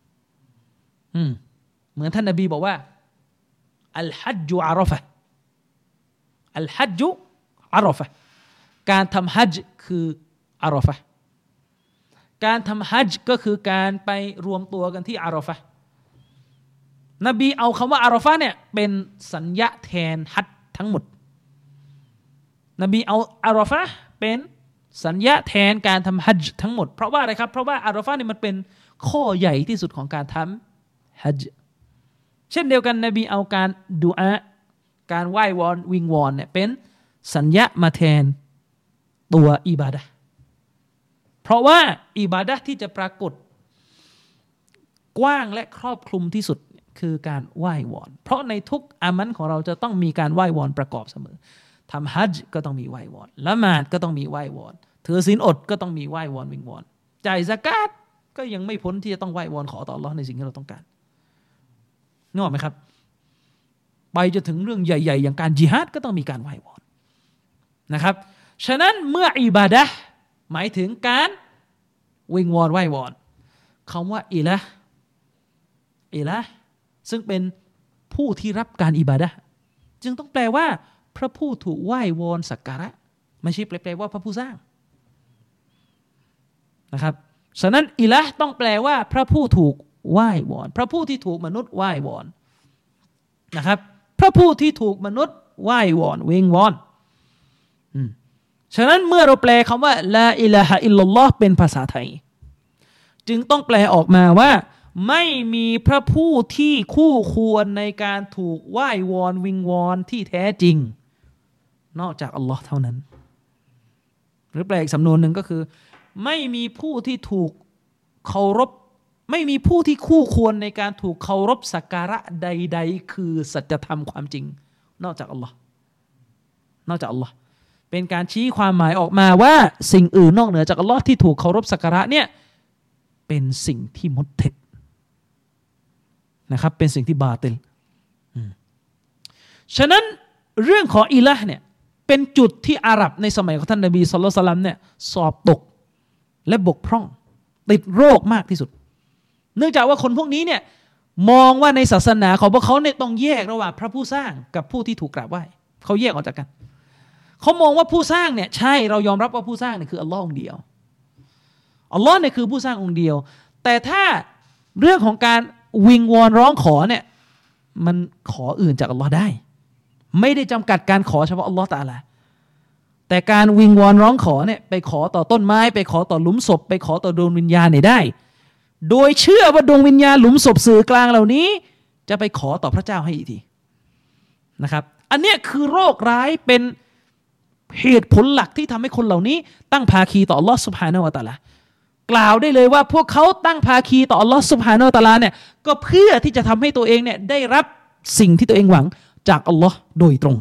เหมือนท่านนบีบอกว่าอัลฮัจญุอาราฟะห์อัลฮัจญุอาราฟะห์การทำฮัจญ์คืออาราฟะห์การทำฮัจญ์ก็คือการไปรวมตัวกันที่อาราฟะห์นบีเอาคำว่าอาราฟะห์เนี่ยเป็นสัญญาแทนฮัจญ์ทั้งหมดนบีเอาอาราฟะห์เป็นสัญญาแทนการทำฮัจญ์ทั้งหมดเพราะว่าอะไรครับเพราะว่าอาราฟะห์เนี่ยมันเป็นข้อใหญ่ที่สุดของการทำฮัจญ์เช่นเดียวกันนบีเอาการดุอาการไหว้วอนวิงวอนเนี่ยเป็นสัญญามาแทนตัวอิบาดะห์เพราะว่าอิบาดะห์ที่จะปรากฏกว้างและครอบคลุมที่สุดคือการไหว้วอนเพราะในทุกอามันของเราจะต้องมีการไหว้วอนประกอบเสมอทำฮัจญ์ก็ต้องมีไหว้วอนละหมาดก็ต้องมีไหว้วอนถือศีลอดก็ต้องมีไหว้วอนวิงวอนจ่ายซะกาตก็ยังไม่พ้นที่จะต้องไหว้วอนขอต่ออัลเลาะห์ในสิ่งที่เราต้องการนึกออกไหมครับไปจนถึงเรื่องใหญ่ๆอย่างการญิฮาดก็ต้องมีการไหว้วอนนะครับฉะนั้นเมื่ออิบาดะห์หมายถึงการวิงวอนไหว้วอนคำว่าอิละห์ซึ่งเป็นผู้ที่รับการอิบาดะห์จึงต้องแปลว่าพระผู้ถูกไหว้วอนสักการะไม่ใช่แปลว่าพระผู้สร้างนะครับฉะนั้นอิละห์ต้องแปลว่าพระผู้ถูกไหว้วอนพระผู้ที่ถูกมนุษย์ไหว้วอนนะครับพระผู้ที่ถูกมนุษย์ไหว้วอนวิงวอนฉะนั้นเมื่อเราแปลคำว่าลาอิลาฮะอิลลัลลอฮ์เป็นภาษาไทยจึงต้องแปลออกมาว่าไม่มีพระผู้ที่คู่ควรในการถูกไหว้วอนวิงวอนที่แท้จริงนอกจากอัลลอฮ์เท่านั้นหรือแปลอีกสำนวนหนึ่งก็คือไม่มีผู้ที่ถูกเคารพไม่มีผู้ที่คู่ควรในการถูกเคารพสักการะใดๆคือสัจธรรมความจริงนอกจากอัลลอฮ์เป็นการชี้ความหมายออกมาว่าสิ่งอื่นนอกเหนือจากอัลลอฮ์ที่ถูกเคารพสักการะเนี่ยเป็นสิ่งที่มุดเท็จนะครับเป็นสิ่งที่บาติลฉะนั้นเรื่องของอิละห์เนี่ยเป็นจุดที่อาหรับในสมัยของท่านนบีศ็อลลัลลอฮุอะลัยฮิวะซัลลัมเนี่ยสอบตกและบกพร่องติดโรคมากที่สุดเนื่องจากว่าคนพวกนี้เนี่ยมองว่าในศาสนาของพวกเขาเนี่ยต้องแยกระหว่างพระผู้สร้างกับผู้ที่ถูกกราบไหว้เขาแยกออกจากกันเขามองว่าผู้สร้างเนี่ยใช่เรายอมรับว่าผู้สร้างเนี่ยคืออัลลอฮ์องค์เดียวอัลลอฮ์เนี่ยคือผู้สร้างองค์เดียวแต่ถ้าเรื่องของการวิงวอนร้องขอเนี่ยมันขออื่นจากอัลลอฮ์ได้ไม่ได้จำกัดการขอเฉพาะอัลลอฮ์ตะอาลาแต่การวิงวอนร้องขอเนี่ยไปขอต่อต้นไม้ไปขอต่อหลุมศพไปขอต่อดวงวิญญาณเนี่ยได้โดยเชื่อว่าดวงวิญญาณหลุมศพสื่อกลางเหล่านี้จะไปขอต่อพระเจ้าให้อีกทีนะครับอันเนี้ยคือโรคร้ายเป็นเหตุผลหลักที่ทำให้คนเหล่านี้ตั้งภาคีต่ออัลลอฮ์ซุบฮานะฮูวะตะอาลากล่าวได้เลยว่าพวกเขาตั้งภาคีต่ออัลลอฮ์ซุบฮานะฮูวะตะอาลาเนี่ยก็เพื่อที่จะทำให้ตัวเองเนี่ยได้รับสิ่งที่ตัวเองหวังจากอัลลอฮ์โดยตรง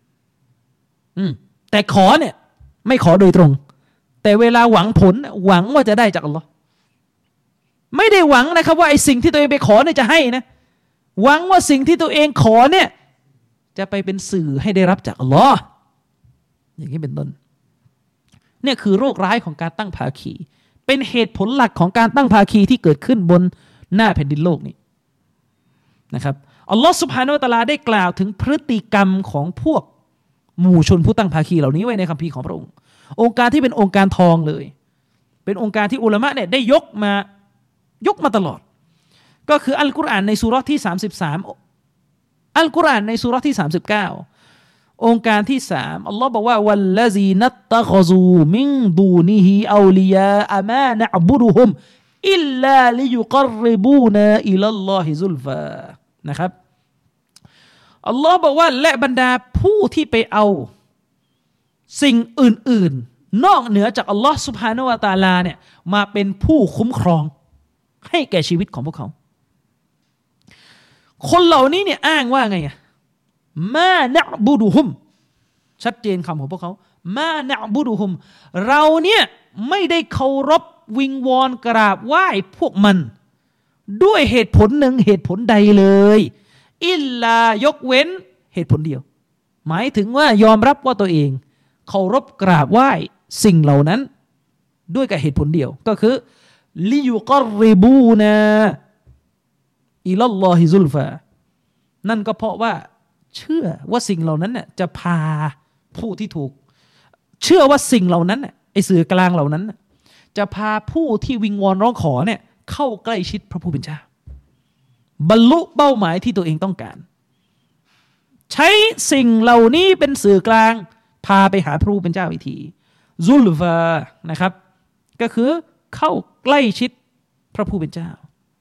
แต่ขอเนี่ยไม่ขอโดยตรงแต่เวลาหวังผลหวังว่าจะได้จากอัลลอฮ์ไม่ได้หวังนะครับว่าไอ้สิ่งที่ตัวเองไปขอเนี่ยจะให้นะหวังว่าสิ่งที่ตัวเองขอเนี่ยจะไปเป็นสื่อให้ได้รับจากอัลลอฮ์อย่างนี้เป็นต้นเนี่ยคือโรคร้ายของการตั้งภาคีเป็นเหตุผลหลักของการตั้งภาคีที่เกิดขึ้นบนหน้าแผ่นดินโลกนี้นะครับอัลลอฮฺซุบฮานะฮูวะตะอาลาได้กล่าวถึงพฤติกรรมของพวกหมู่ชนผู้ตั้งภาคีเหล่านี้ไว้ในคัมภีร์ของพระองค์องค์การที่เป็นองค์การทองเลยเป็นองค์การที่อุลามะเนี่ยได้ยกมาตลอดก็คืออัลกุรอานในซูเราะห์ที่33อัลกุรอานในซูเราะห์ที่39องค์การที่3อัลลอฮ์บอกว่าวัลลซีนัตตะฆอซูมินดูนิฮิเอาลิยาอะมานะอ์บุดุฮุมอิลลาลิยุกรริบูนาอิลัลลอฮิซุลฟานะครับอัลลอฮ์บอกว่าและบรรดาผู้ที่ไปเอาสิ่งอื่นๆนอกเหนือจากอัลลอฮ์ซุบฮานะฮูวะตะอาลาเนี่ยมาเป็นผู้คุ้มครองให้แก่ชีวิตของพวกเขาคนเหล่านี้เนี่ยอ้างว่าไงอะมานะอ์บุดุฮุมชัดเจนคำของพวกเขามานะอ์บุดุฮุมเราเนี่ยไม่ได้เคารพวิงวอนกราบไหว้พวกมันด้วยเหตุผลหนึ่งเหตุผลใดเลยอิลลายกเว้นเหตุผลเดียวหมายถึงว่ายอมรับว่าตัวเองเคารพกราบไหว้สิ่งเหล่านั้นด้วยกับเหตุผลเดียวก็คือลิยุกรริบูนาอิลัลลอฮิซุลฟานั่นก็เพราะว่าเชื่อว่าสิ่งเหล่านั้นน่ะจะพาผู้ที่ถูกเชื่อว่าสิ่งเหล่านั้นน่ะไอ้สื่อกลางเหล่านั้นน่ะจะพาผู้ที่วิงวอนร้องขอเนี่ยเข้าใกล้ชิดพระผู้เป็นเจ้าบรรลุเป้าหมายที่ตัวเองต้องการใช้สิ่งเหล่านี้เป็นสื่อกลางพาไปหาพระผู้เป็นเจ้าอีกทีซุลฟานะครับก็คือเข้าใกล้ชิดพระผู้เป็นเจ้า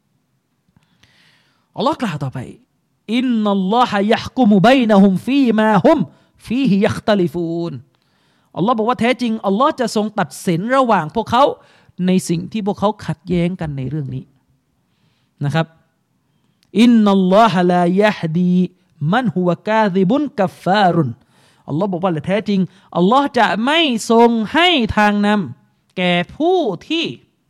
อัลลอฮ์กล่าวต่อไปอินนัลลอฮะยะห์กุมุบัยนะฮุมฟีมาฮุมฟีฮิยัคตะลิฟูนอัลลอฮ์บอกว่าแท้จริงอัลลอฮ์จะทรงตัดสินระหว่างพวกเขาในสิ่งที่พวกเขาขัดแย้งกันในเรื่องนี้นะครับอินนัลลอฮะลายะฮดีมันฮุวะกาซิบุนกัฟฟารุนอัลลอฮ์บอกว่าแท้จริงอัลลอฮ์จะไม่ทรงให้ทางนำแก่ผู้ที่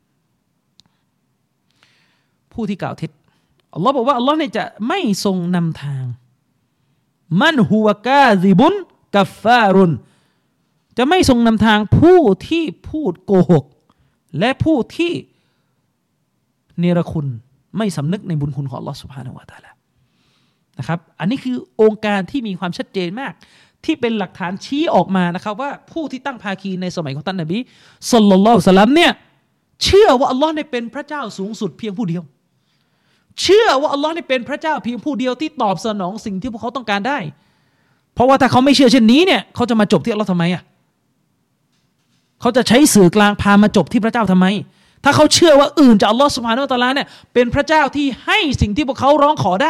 กล่าวเท็จอัลลอฮ์บอกว่าอัลลอฮ์เนี่ยจะไม่ทรงนำทางมันฮุวะกาซิบุนกัฟฟารุนจะไม่ทรงนำทางผู้ที่พูดโกหกและผู้ที่เนรคุณไม่สำนึกในบุญคุณของอัลลอฮ์ซุบฮานะฮูวะตะอาลานะครับอันนี้คือองค์การที่มีความชัดเจนมากที่เป็นหลักฐานชี้ออกมานะครับว่าผู้ที่ตั้งภาคีในสมัยของท่านนบีศ็อลลัลลอฮุอะลัยฮิวะซัลลัมเนี่ยเชื่อว่าอัลลอฮ์เนี่ยเป็นพระเจ้าสูงสุดเพียงผู้เดียวเชื่อว่าอัลลอฮ์เนี่ยเป็นพระเจ้าเพียงผู้เดียวที่ตอบสนองสิ่งที่พวกเขาต้องการได้เพราะว่าถ้าเขาไม่เชื่อเช่นนี้เนี่ยเขาจะมาจบที่อัลลอฮ์ทำไมอ่ะเขาจะใช้สื่อกลางพามาจบที่พระเจ้าทำไมถ้าเขาเชื่อว่าอื่นจากอัลลอฮ์ซุบฮานะฮูวะตะอาลาเนี่ยเป็นพระเจ้าที่ให้สิ่งที่พวกเขาร้องขอได้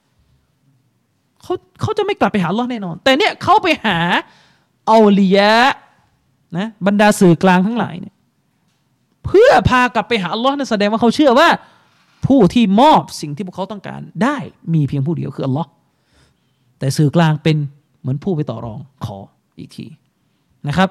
เขาจะไม่กลับไปหาอัลลอฮ์แน่นอนแต่เนี่ยเขาไปหาเอาลิยะนะบรรดาสื่อกลางทั้งหลายเนี่ยเพื่อพากลับไปหาอัลลอฮ์นั่นแสดงว่าเขาเชื่อว่าผู้ที่มอบสิ่งที่พวกเขาต้องการได้มีเพียงผู้เดียวคืออัลลอฮ์แต่สื่อกลางเป็นเหมือนผู้ไปต่อรองขออีกทีนะครับ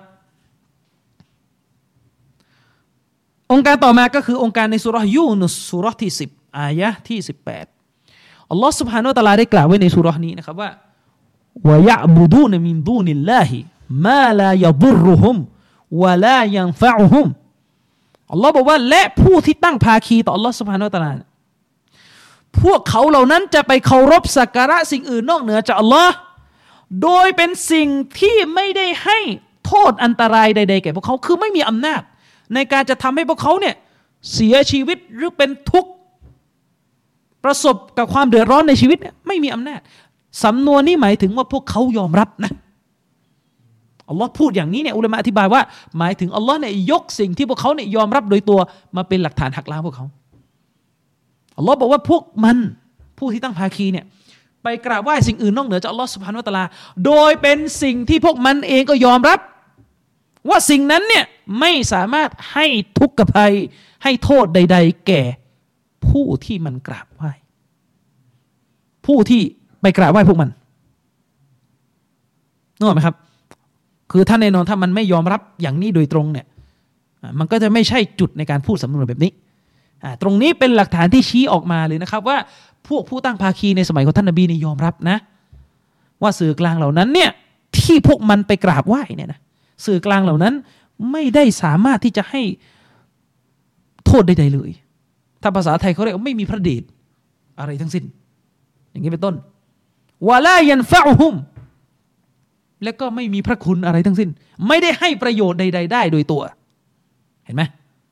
องค์การต่อมาก็คือองค์การในซูเราะห์ยูนุสซูเราะห์ที่10อายะห์ที่18อัลลอฮ์ซุบฮานะฮูวะตะอาลาได้กล่าวไว้ในซูเราะห์นี้นะครับว่าวะยะอ์บุดูนมินดูนิลลาฮิมาลายะดุรรุฮุมวะลายันฟะอุฮุมอัลลอฮ์บอกว่าและผู้ที่ตั้งภาคีต่ออัลลอฮ์ซุบฮานะฮูวะตะอาลาพวกเขาเหล่านั้นจะไปเคารพสักการะสิ่งอื่นนอกเหนือจากอัลลอฮ์โดยเป็นสิ่งที่ไม่ได้ให้โทษอันตรายใดๆแก่พวกเขาคือไม่มีอำนาจในการจะทำให้พวกเขาเนี่ยเสียชีวิตหรือเป็นทุกข์ประสบกับความเดือดร้อนในชีวิตเนี่ยไม่มีอำนาจสำนวนนี้หมายถึงว่าพวกเขายอมรับนะอัลลอฮ์พูดอย่างนี้เนี่ยอุลามะอธิบายว่าหมายถึงอัลลอฮ์เนี่ยยกสิ่งที่พวกเขาเนี่ยยอมรับโดยตัวมาเป็นหลักฐานหักล้างพวกเขาอัลลอฮ์บอกว่าพวกมันผู้ที่ตั้งภาคีเนี่ยไปกราบไหว้สิ่งอื่นนอกเหนือจากอัลลอฮ์ซุบฮานะฮูวะตะอาลาโดยเป็นสิ่งที่พวกมันเองก็ยอมรับว่าสิ่งนั้นเนี่ยไม่สามารถให้ทุกข์ภัยให้โทษใดๆแก่ผู้ที่มันกราบไหว้ผู้ที่ไปกราบไหว้พวกมันนึกออกไหมครับคือถ้าแน่นอนถ้ามันไม่ยอมรับอย่างนี้โดยตรงเนี่ยมันก็จะไม่ใช่จุดในการพูดสำนวนแบบนี้ตรงนี้เป็นหลักฐานที่ชี้ออกมาเลยนะครับว่าพวกผู้ตั้งภาคีในสมัยของท่านนบีนี่ยอมรับนะว่าสื่อกลางเหล่านั้นเนี่ยที่พวกมันไปกราบไหว้เนี่ยนะสื่อกลางเหล่านั้นไม่ได้สามารถที่จะให้โทษใดๆเลยถ้าภาษาไทยเขาเรียกว่าไม่มีพระเดชอะไรทั้งสิ้นอย่างนี้เป็นต้นวะลายันฟะอุฮุมและก็ไม่มีพระคุณอะไรทั้งสิ้นไม่ได้ให้ประโยชน์ใดๆได้โดยตัวเห็นไหม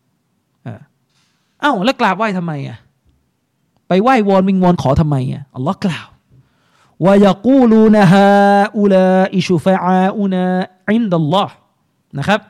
เอ้าแล้วกราบไหว้ทำไมอ่ะไปไหว้วอนวิงวอนขอทำไมอ่ะอัลลอฮ์กล่าววะยะกูลูนะฮาอุลาอิชุฟะอาอุนาอินดัลลอฮ์นะครับ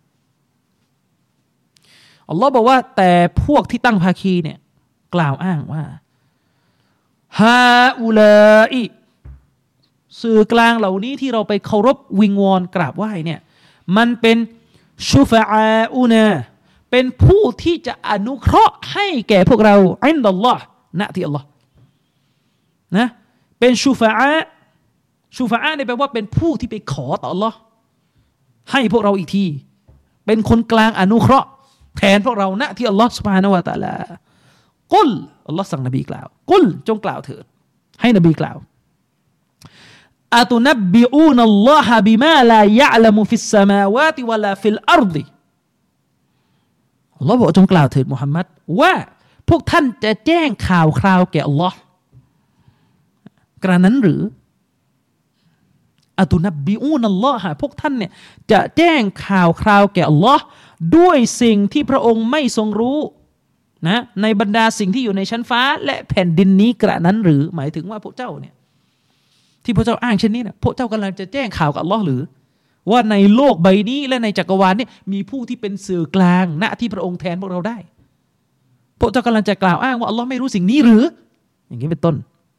อัลลอฮ์บอกว่าแต่พวกที่ตั้งภาคีเนี่ยกล่าวอ้างว่าฮาอุลาอิสื่อกลางเหล่านี้ที่เราไปเคารพวิงวอนกราบไหว้เนี่ยมันเป็นชุฟะอาอุนาเป็นผู้ที่จะอนุเคราะห์ให้แก่พวกเราอินดัลลอฮ์ณที่อัลลอฮ์นะเป็นชุฟะอาเนี่ยแปลว่าเป็นผู้ที่ไปขอต่ออัลลอฮ์ให้พวกเราอีกทีเป็นคนกลางอนุเคราะห์แทนพวกเราณที่อัลลอฮ์ซุบฮานะฮูวะตะอาลากุลอัลลอฮ์สั่งนบีกล่าวกุลจงกล่าวเถิดให้นบีกล่าวอะตุนับบิอูนัลลอฮะบิมาลายะอ์ละมุฟิสสมาวาติวะลาฟิลอัรฎิอัลลอฮ์บอกจงกล่าวเถิดมุฮัมมัดว่าพวกท่านจะแจ้งข่าวคราวแก่อัลลอฮ์กระนั้นหรืออะตุนับบิอูนัลลอฮะพวกท่านเนี่ยจะแจ้งข่าวคราวแก่อัลลอฮ์ด้วยสิ่งที่พระองค์ไม่ทรงรู้นะในบรรดาสิ่งที่อยู่ในชั้นฟ้าและแผ่นดินนี้กระนั้นหรือหมายถึงว่าพวกเจ้าเนี่ยที่พระเจ้าอ้างเช่นนี้นะพวกเจ้ากำลังจะแจ้งข่าวกับอัลลอฮ์หรือว่าในโลกใบนี้และในจักรวาลนี้มีผู้ที่เป็นสื่อกลางณที่พระองค์แทนพวกเราได้พวกเจ้ากำลังจะกล่าวอ้างว่าอัลลอฮ์ไม่รู้สิ่งนี้หรืออย่างนี้เป็นต้น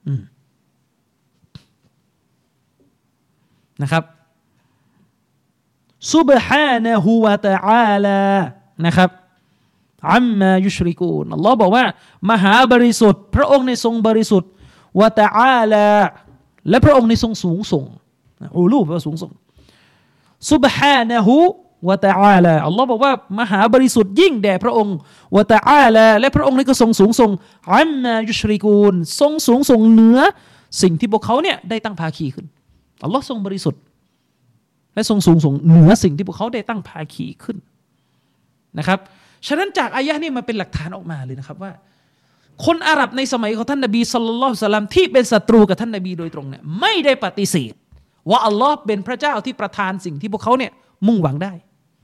นะครับซุบฮานะฮูวะตะอาลานะครับอัมมายุชริกูนอัลลอฮ์บอกว่ามหาบริสุทธิ์พระองค์ในทรงบริสุทธิ์วะตะอาลาและพระองค์ในทรงสูงส่งอูลูแปลว่าสูงส่งซุบฮานะฮูวะตะอาลาอัลลอฮ์บอกว่ามหาบริสุทธิ์ยิ่งแด่พระองค์วะตะอาลาและพระองค์นี้ก็ทรงสูงส่งอัมมายุชริกูนทรงสูงส่งเหนือสิ่งที่พวกเขาเนี่ยได้ตั้งภาคีขึ้นอัลลอฮ์ทรงบริสุทธิ์และทรงสูงส่งเหนือสิ่งที่พวกเขาได้ตั้งภาคีขึ้นนะครับฉะนั้นจากอายะห์นี้มาเป็นหลักฐานออกมาเลยนะครับว่าคนอาหรับในสมัยของท่านนบีศ็อลลัลลอฮุอะลัยฮิวะซัลลัมที่เป็นศัตรูกับท่านนบีโดยตรงเนี่ยไม่ได้ปฏิเสธว่าอัลลอฮ์เป็นพระเจ้าที่ประทานสิ่งที่พวกเขาเนี่ยมุ่งหวังได้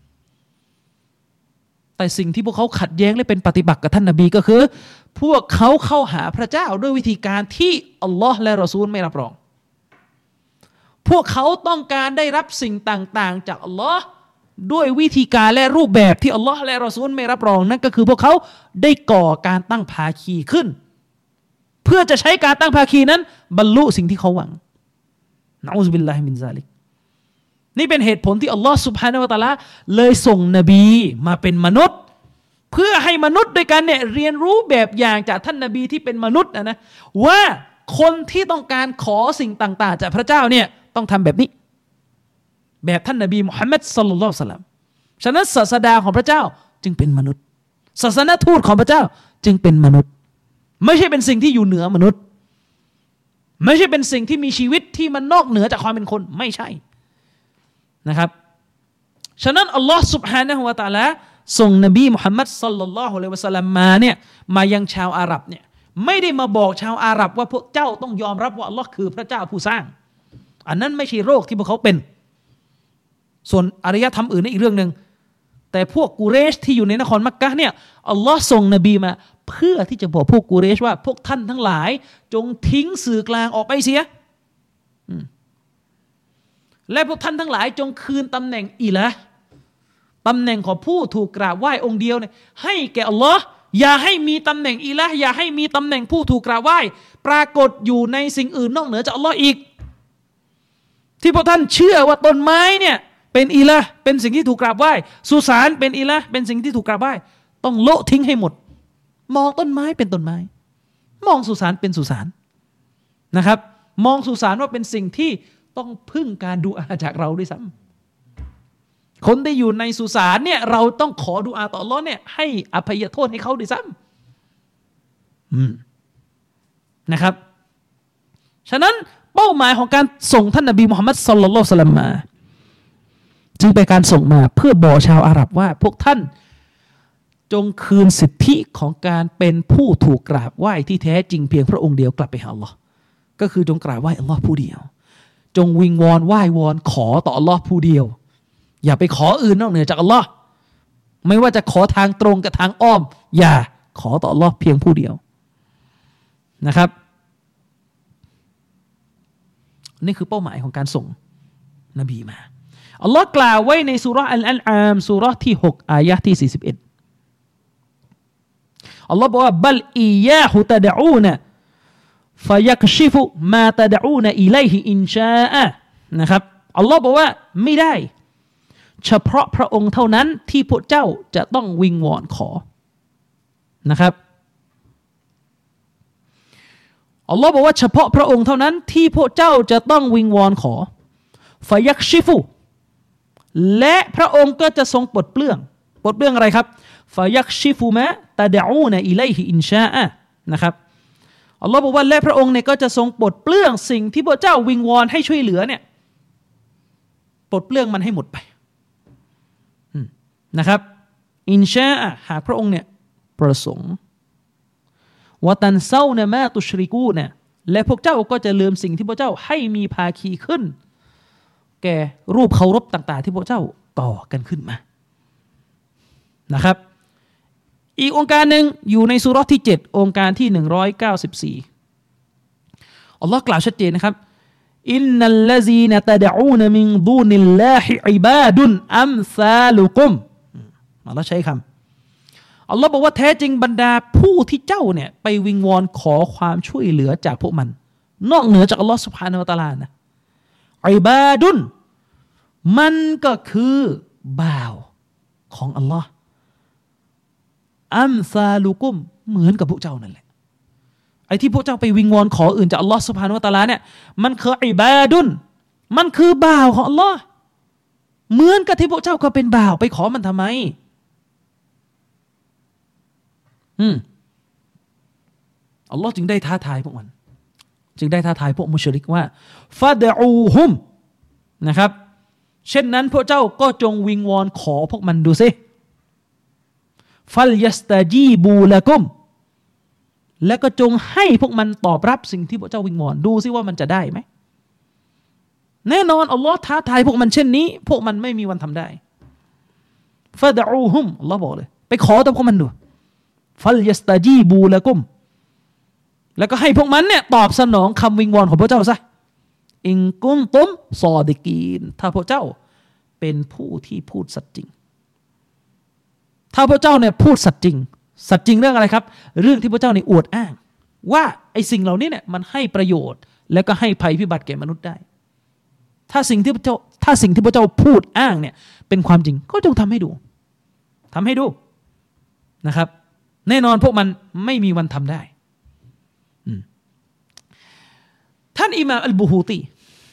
แต่สิ่งที่พวกเขาขัดแย้งและเป็นปฏิบัติกับท่านนบีก็คือพวกเขาเข้าหาพระเจ้าด้วยวิธีการที่อัลลอฮ์และรอซูลไม่รับรองพวกเขาต้องการได้รับสิ่งต่างๆจากอัลลอฮ์ด้วยวิธีการและรูปแบบที่อัลลอฮ์และรอซูลไม่รับรองนั่นก็คือพวกเขาได้ก่อการตั้งภาคีขึ้นเพื่อจะใช้การตั้งภาคีนั้นบรรลุสิ่งที่เขาหวังนะอูซุบิลลาฮิมินซาลิกนี่เป็นเหตุผลที่อัลลอฮ์ซุบฮานะฮูวะตะอาลาเลยส่งนบีมาเป็นมนุษย์เพื่อให้มนุษย์ด้วยกันเนี่ยเรียนรู้แบบอย่างจากท่านนบีที่เป็นมนุษย์นะว่าคนที่ต้องการขอสิ่งต่างๆจากพระเจ้าเนี่ยต้องทำแบบนี้แบบท่านนบีมุฮัมมัดศ็อลลัลลอฮุอะลัยฮิวะซัลลัมฉะนั้นศาสดาของพระเจ้าจึงเป็นมนุษย์ศาสนทูตของพระเจ้าจึงเป็นมนุษย์ไม่ใช่เป็นสิ่งที่อยู่เหนือมนุษย์ไม่ใช่เป็นสิ่งที่มีชีวิตที่มันนอกเหนือจากความเป็นคนไม่ใช่นะครับฉะนั้นอัลลอฮ์ซุบฮานะฮูวะตะอาลาส่งนบีมุฮัมมัดศ็อลลัลลอฮุอะลัยฮิวะซัลลัมมาเนี่ยมายังชาวอาหรับเนี่ยไม่ได้มาบอกชาวอาหรับว่าพวกเจ้าต้องยอมรับว่าอัลลอฮ์คือพระเจ้าผู้สร้างอันนั้นไม่ใช่โรคที่พวกเขาเป็นส่วนอารยธรรมอื่นนี่อีกเรื่องนึงแต่พวกกุเรชที่อยู่ในนครมักกะฮ์เนี่ยอัลลอฮ์ส่งนบีมาเพื่อที่จะบอกพวกกุเรชว่าพวกท่านทั้งหลายจงทิ้งสื่อกลางออกไปเสียและพวกท่านทั้งหลายจงคืนตำแหน่งอิละห์ตำแหน่งของผู้ถูกกราบไหว้องค์เดียวเนี่ยให้แก่อัลลอฮ์อย่าให้มีตำแหน่งอิละห์อย่าให้มีตำแหน่งผู้ถูกกราบไหว้ปรากฏอยู่ในสิ่งอื่นนอกเหนือจากอัลลอฮ์อีกที่พวกท่านเชื่อว่าต้นไม้เนี่ยเป็นอิละห์เป็นสิ่งที่ถูกกราบไหว้สุสานเป็นอิละห์เป็นสิ่งที่ถูกกราบไหว้ต้องโละทิ้งให้หมดมองต้นไม้เป็นต้นไม้มองสุสานเป็นสุสานนะครับมองสุสานว่าเป็นสิ่งที่ต้องพึ่งการดูอาจากเราด้วยซ้ำคนที่อยู่ในสุสานเนี่ยเราต้องขอดุอาต่ออัลเลาะห์เนี่ยให้อภัยโทษให้เขาด้วยซ้ำนะครับฉะนั้นเป้าหมายของการส่งท่านนบีมุฮัมมัดศ็อลลัลลอฮุอะลัยฮิวะซัลลัมมาจึงเป็นการส่งมาเพื่อบอกชาวอาหรับว่าพวกท่านจงคืนสิทธิของการเป็นผู้ถูกกราบไหว้ที่แท้จริงเพียงพระองค์เดียวกลับไปหาอัลลอฮ์ก็คือจงกราบไหว้อัลลอฮ์ผู้เดียวจงวิงวอนไหว้วอนขอต่ออัลลอฮ์ผู้เดียวอย่าไปขออื่นนอกเหนือจากอัลลอฮ์ไม่ว่าจะขอทางตรงกับทางอ้อมอย่าขอต่ออัลลอฮ์เพียงผู้เดียวนะครับนี่คือเป้าหมายของการส่งนบีมาอัลลอฮ์กล่าวไว้ในซูเราะห์อัลอันอามซูเราะห์ที่6อายะห์ที่41อัลลอฮ์บอกว่าบัลอียาฮุตะดะอูนะฟะยักชิฟุมาตะดะอูนะอิลัยฮิอินชาอะนะครับอัลลอฮ์บอกว่าไม่ได้เฉพาะพระองค์เท่านั้นที่พวกเจ้าจะต้องวิงวอนขอนะครับอัลลอฮ์บอกว่าเฉพาะพระองค์เท่านั้นที่พวกเจ้าจะต้องวิงวอนขอฟะยักชิฟุและพระองค์ก็จะทรงปลดเปลื้องอะไรครับฟะยักชิฟุมะตะดะอูนะอิลัยฮิอินชาอะนะครับอัลลอฮ์บอกว่าและพระองค์เนี่ยก็จะทรงปลดเปลื้องสิ่งที่พวกเจ้าวิงวอนให้ช่วยเหลือเนี่ยปลดเปลื้องมันให้หมดไปนะครับอินชาอะหากพระองค์เนี่ยประสงค์วะตันเซานะมาตุชริกูนะและพวกเจ้าก็จะลืมสิ่งที่พวกเจ้าให้มีภาคีขึ้นแก่รูปเคารพต่างๆที่พวกเจ้าก่อกันขึ้นมานะครับอีกองค์การหนึ่งอยู่ในซูเราะห์ที่7องค์การที่194อัลลอฮ์กล่าวชัดเจนนะครับอินนัลลซีนะตะดะอูนะมินดูนิลลาฮิอิบาดุนอัมซาลุกุมอัลลอฮ์ใช้คำอัลลอฮ์บอกว่าแท้จริงบรรดาผู้ที่เจ้าเนี่ยไปวิงวอนขอความช่วยเหลือจากพวกมันนอกเหนือจากอัลลอฮ์ซุบฮานะฮูวะตะอาลานะอิบาดุนมันก็คือบ่าวของอัลลอฮ์อัมซาลุกุมเหมือนกับพวกเจ้านั่นแหละไอ้ที่พวกเจ้าไปวิงวอนขออื่นจากอัลลอฮ์ซุบฮานะฮูวะตะอาลาเนี่ยมันคืออิบาดุนมันคือบ่าวของอัลลอฮ์เหมือนกับที่พวกเจ้าก็เป็นบ่าวไปขอมันทำไมอัลลอฮ์จึงได้ท้าทายพวกมันจึงได้ท้าทายพวกมุชริกว่าฟาดะอูฮุมนะครับเช่นนั้นพวกเจ้าก็จงวิงวอนขอพวกมันดูสิฟัลยัสตาจีบูละกุมและก็จงให้พวกมันตอบรับสิ่งที่พวกเจ้าวิงวอนดูสิว่ามันจะได้ไหมแน่นอนอัลลอฮ์ท้าทายพวกมันเช่นนี้พวกมันไม่มีวันทำได้ฟาดะอูฮุมอัลลอฮ์บอกเลยไปขอต่อพวกมันดูฟัลยัสตาจีบูละกุมแล้วก็ให้พวกมันเนี่ยตอบสนองคำวิงวอนของพวกเจ้าซะอิงกุนตุมซอดิกีนถ้าพวกเจ้าเป็นผู้ที่พูดสัตย์จริงถ้าพวกเจ้าเนี่ยพูดสัตย์จริงเรื่องอะไรครับเรื่องที่พวกเจ้าเนี่ยอวดอ้างว่าไอ้สิ่งเหล่านี้เนี่ยมันให้ประโยชน์และก็ให้ภัยพิบัติแก่มนุษย์ได้ถ้าสิ่งที่พวกเจ้าพูดอ้างเนี่ยเป็นความจริงก็จงทำให้ดูนะครับแน่นอนพวกมันไม่มีวันทำได้ท่านอิหม่ามอัลบูฮูตี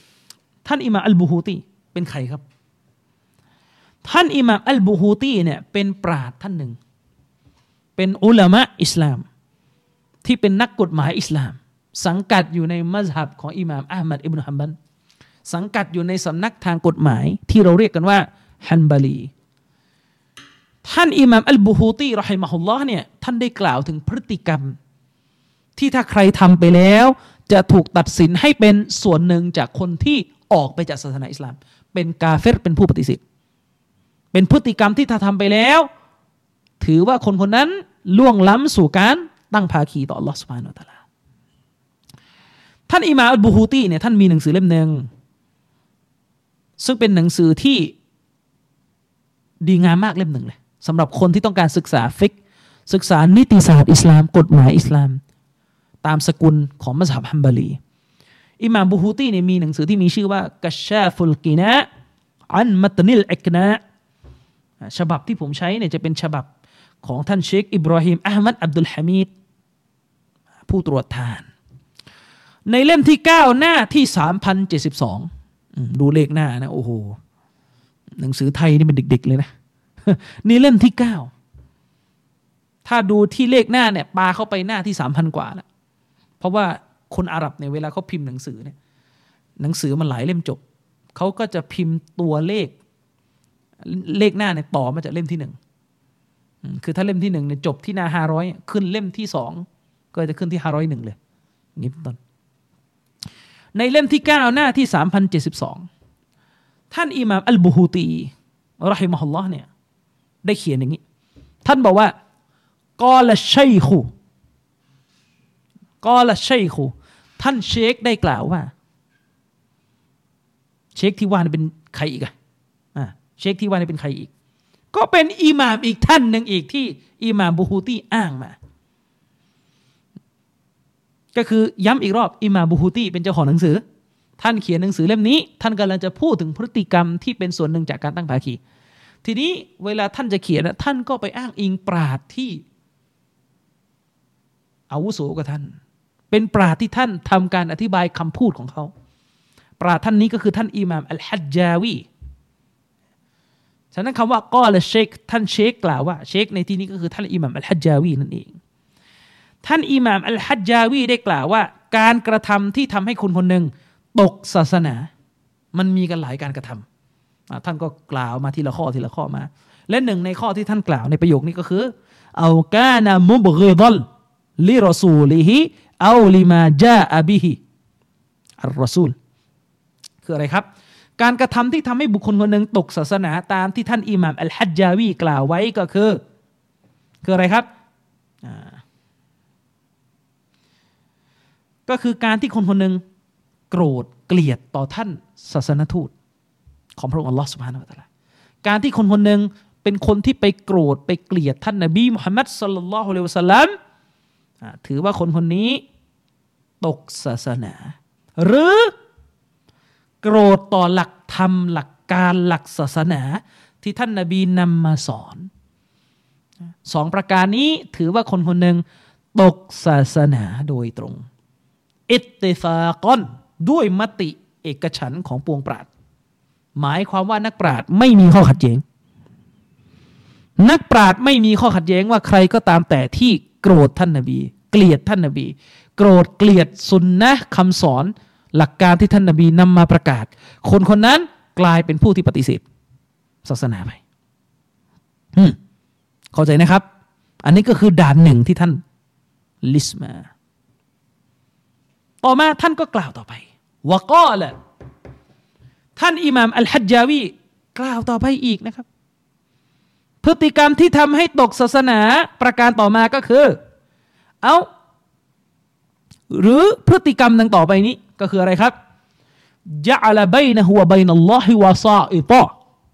เป็นใครครับท่านอิหม่ามอัลบูฮูตีเนี่ยเป็นปราชญ์ท่านหนึ่งเป็นอุลามะอิสลามที่เป็นนักกฎหมายอิสลามสังกัดอยู่ในมัซฮับของอิหม่ามอะห์มัดอิบนุฮัมบัลสังกัดอยู่ในสำนักทางกฎหมายที่เราเรียกกันว่าฮันบาลีท่านอิหม่ามอัลบูฮูตีเราะฮิมะฮุลลอฮ์เนี่ยท่านได้กล่าวถึงพฤติกรรมที่ถ้าใครทำไปแล้วจะถูกตัดสินให้เป็นส่วนหนึ่งจากคนที่ออกไปจากศาสนาอิสลามเป็นกาเฟรเป็นผู้ปฏิเสธเป็นพฤติกรรมที่ถ้าทำไปแล้วถือว่าคนคนนั้นล่วงล้ำสู่การตั้งภาคีต่ออัลลอฮฺซุบฮานะฮูวะตะอาลาท่านอิหม่ามอัลบูฮูตีเนี่ยท่านมีหนังสือเล่มหนึ่งซึ่งเป็นหนังสือที่ดีงามมากเล่มหนึ่งเลยสำหรับคนที่ต้องการศึกษาฟิกห์ศึกษานิติศาสตร์อิสลามกฎหมายอิสลามตามสกุลของมัซฮับฮัมบาลีอิหม่ามบูฮูตีเนี่ยมีหนังสือที่มีชื่อว่ากัชชาฟุลกินะอันมัตนิลอิกนะฉบับที่ผมใช้เนี่ยจะเป็นฉบับของท่านเชคอิบราฮิมอะห์มัดอับดุลฮามีดผู้ตรวจทานในเล่มที่9หน้าที่3072ดูเลขหน้านะโอ้โหหนังสือไทยนี่เป็นเด็กๆเลยนะนี่เล่มที่9ถ้าดูที่เลขหน้าเนี่ยปาเข้าไปหน้าที่ 3,000 กว่าแล้วเพราะว่าคนอาหรับเนี่ยเวลาเขาพิมพ์หนังสือเนี่ยหนังสือมันหลายเล่มจบเขาก็จะพิมพ์ตัวเลขเลขหน้าเนี่ยต่อมาจากเล่มที่1คือถ้าเล่มที่1เนี่ยจบที่หน้า500ขึ้นเล่มที่2ก็จะขึ้นที่501เลยนี่เป็นต้นในเล่มที่9หน้าที่3072ท่านอิหม่ามอัลบุฮูตีเราะฮิมะฮุลลอฮ์เนี่ยได้เขียนอย่างนี้ท่านบอกว่ากอละชัยคุท่านเชคได้กล่าวว่าเชคที่ว่านี่เป็นใครอีกเชคที่ว่านี่เป็นใครอีกก็เป็นอิหม่ามอีกท่านหนึ่งอีกที่อิหม่ามบุฮูตีอ้างมาก็คือย้ำอีกรอบอิหม่ามบุฮูตีเป็นเจ้าของหนังสือท่านเขียนหนังสือเล่มนี้ท่านกำลังจะพูดถึงพฤติกรรมที่เป็นส่วนหนึ่งจากการตั้งภาคีทีนี้เวลาท่านจะเขียนท่านก็ไปอ้างอิงปราชญ์ที่อาวุโสกว่าท่านเป็นปราชญ์ที่ท่านทำการอธิบายคำพูดของเขาปราชญ์ท่านนี้ก็คือท่านอิหม่ามอัลฮัจญาวีฉะนั้นคำว่ากอละเชคท่านเชคกล่าวว่าเชคในที่นี้ก็คือท่านอิหม่ามอัลฮัจญาวีนั่นเองท่านอิหม่ามอัลฮัจญาวีได้กล่าวว่าการกระทำที่ทำให้คนคนหนึ่งตกศาสนามันมีกันหลายการกระทำท่านก็กล่าวมาทีละข้อมาและหนึ่งในข้อที่ท่านกล่าวในประโยคนี้ก็คือเอากานะมุบฆิดัลลิรอซูลิฮิเอาลิมาจาอะบิฮิอัลรอซูลคืออะไรครับการกระทำที่ทำให้บุคคลคนหนึ่งตกศาสนาตามที่ท่านอิหม่ามอัลฮัจญาวีกล่าวไว้ก็คืออะไรครับก็คือการที่คนคนหนึ่งโกรธเกลียดต่อท่านศาสนทูตของพระองค์อัลลอฮฺซุบฮานะฮูวะตะอาลาการที่คนคนหนึ่งเป็นคนที่ไปโกรธไปเกลียดท่านนบีมุฮัมมัดศ็อลลัลลอฮุอะลัยฮิวะซัลลัมถือว่าคนคนนี้ตกศาสนาหรือโกรธต่อหลักธรรมหลักการหลักศาสนาที่ท่านนบีนำมาสอน2ประการนี้ถือว่าคนคนหนึ่งตกศาสนาโดยตรงอิตติฟากอนด้วยมติเอกฉันท์ของปวงปราชญ์หมายความว่านักปราชญ์ไม่มีข้อขัดแย้งนักปราชญ์ไม่มีข้อขัดแย้งว่าใครก็ตามแต่ที่โกรธท่านนบีเกลียดท่านนบีโกรธเกลียดสุนนะห์คำสอนหลักการที่ท่านนบีนำมาประกาศคนคนนั้นกลายเป็นผู้ที่ปฏิเสธศาสนาไปเข้าใจนะครับอันนี้ก็คือด่านหนึ่งที่ท่านลิสต์มาต่อมาท่านก็กล่าวต่อไปวะกอละท่านอิหม่ามอัลฮัจญาวีกล่าวต่อไปอีกนะครับพฤติกรรมที่ทำให้ตกศาสนาประการต่อมาก็คือหรือพฤติกรรมดังต่อไปนี้ก็คืออะไรครับยะอะละบัยนะฮุวะบัยนัลลอฮิวะซาอิตะ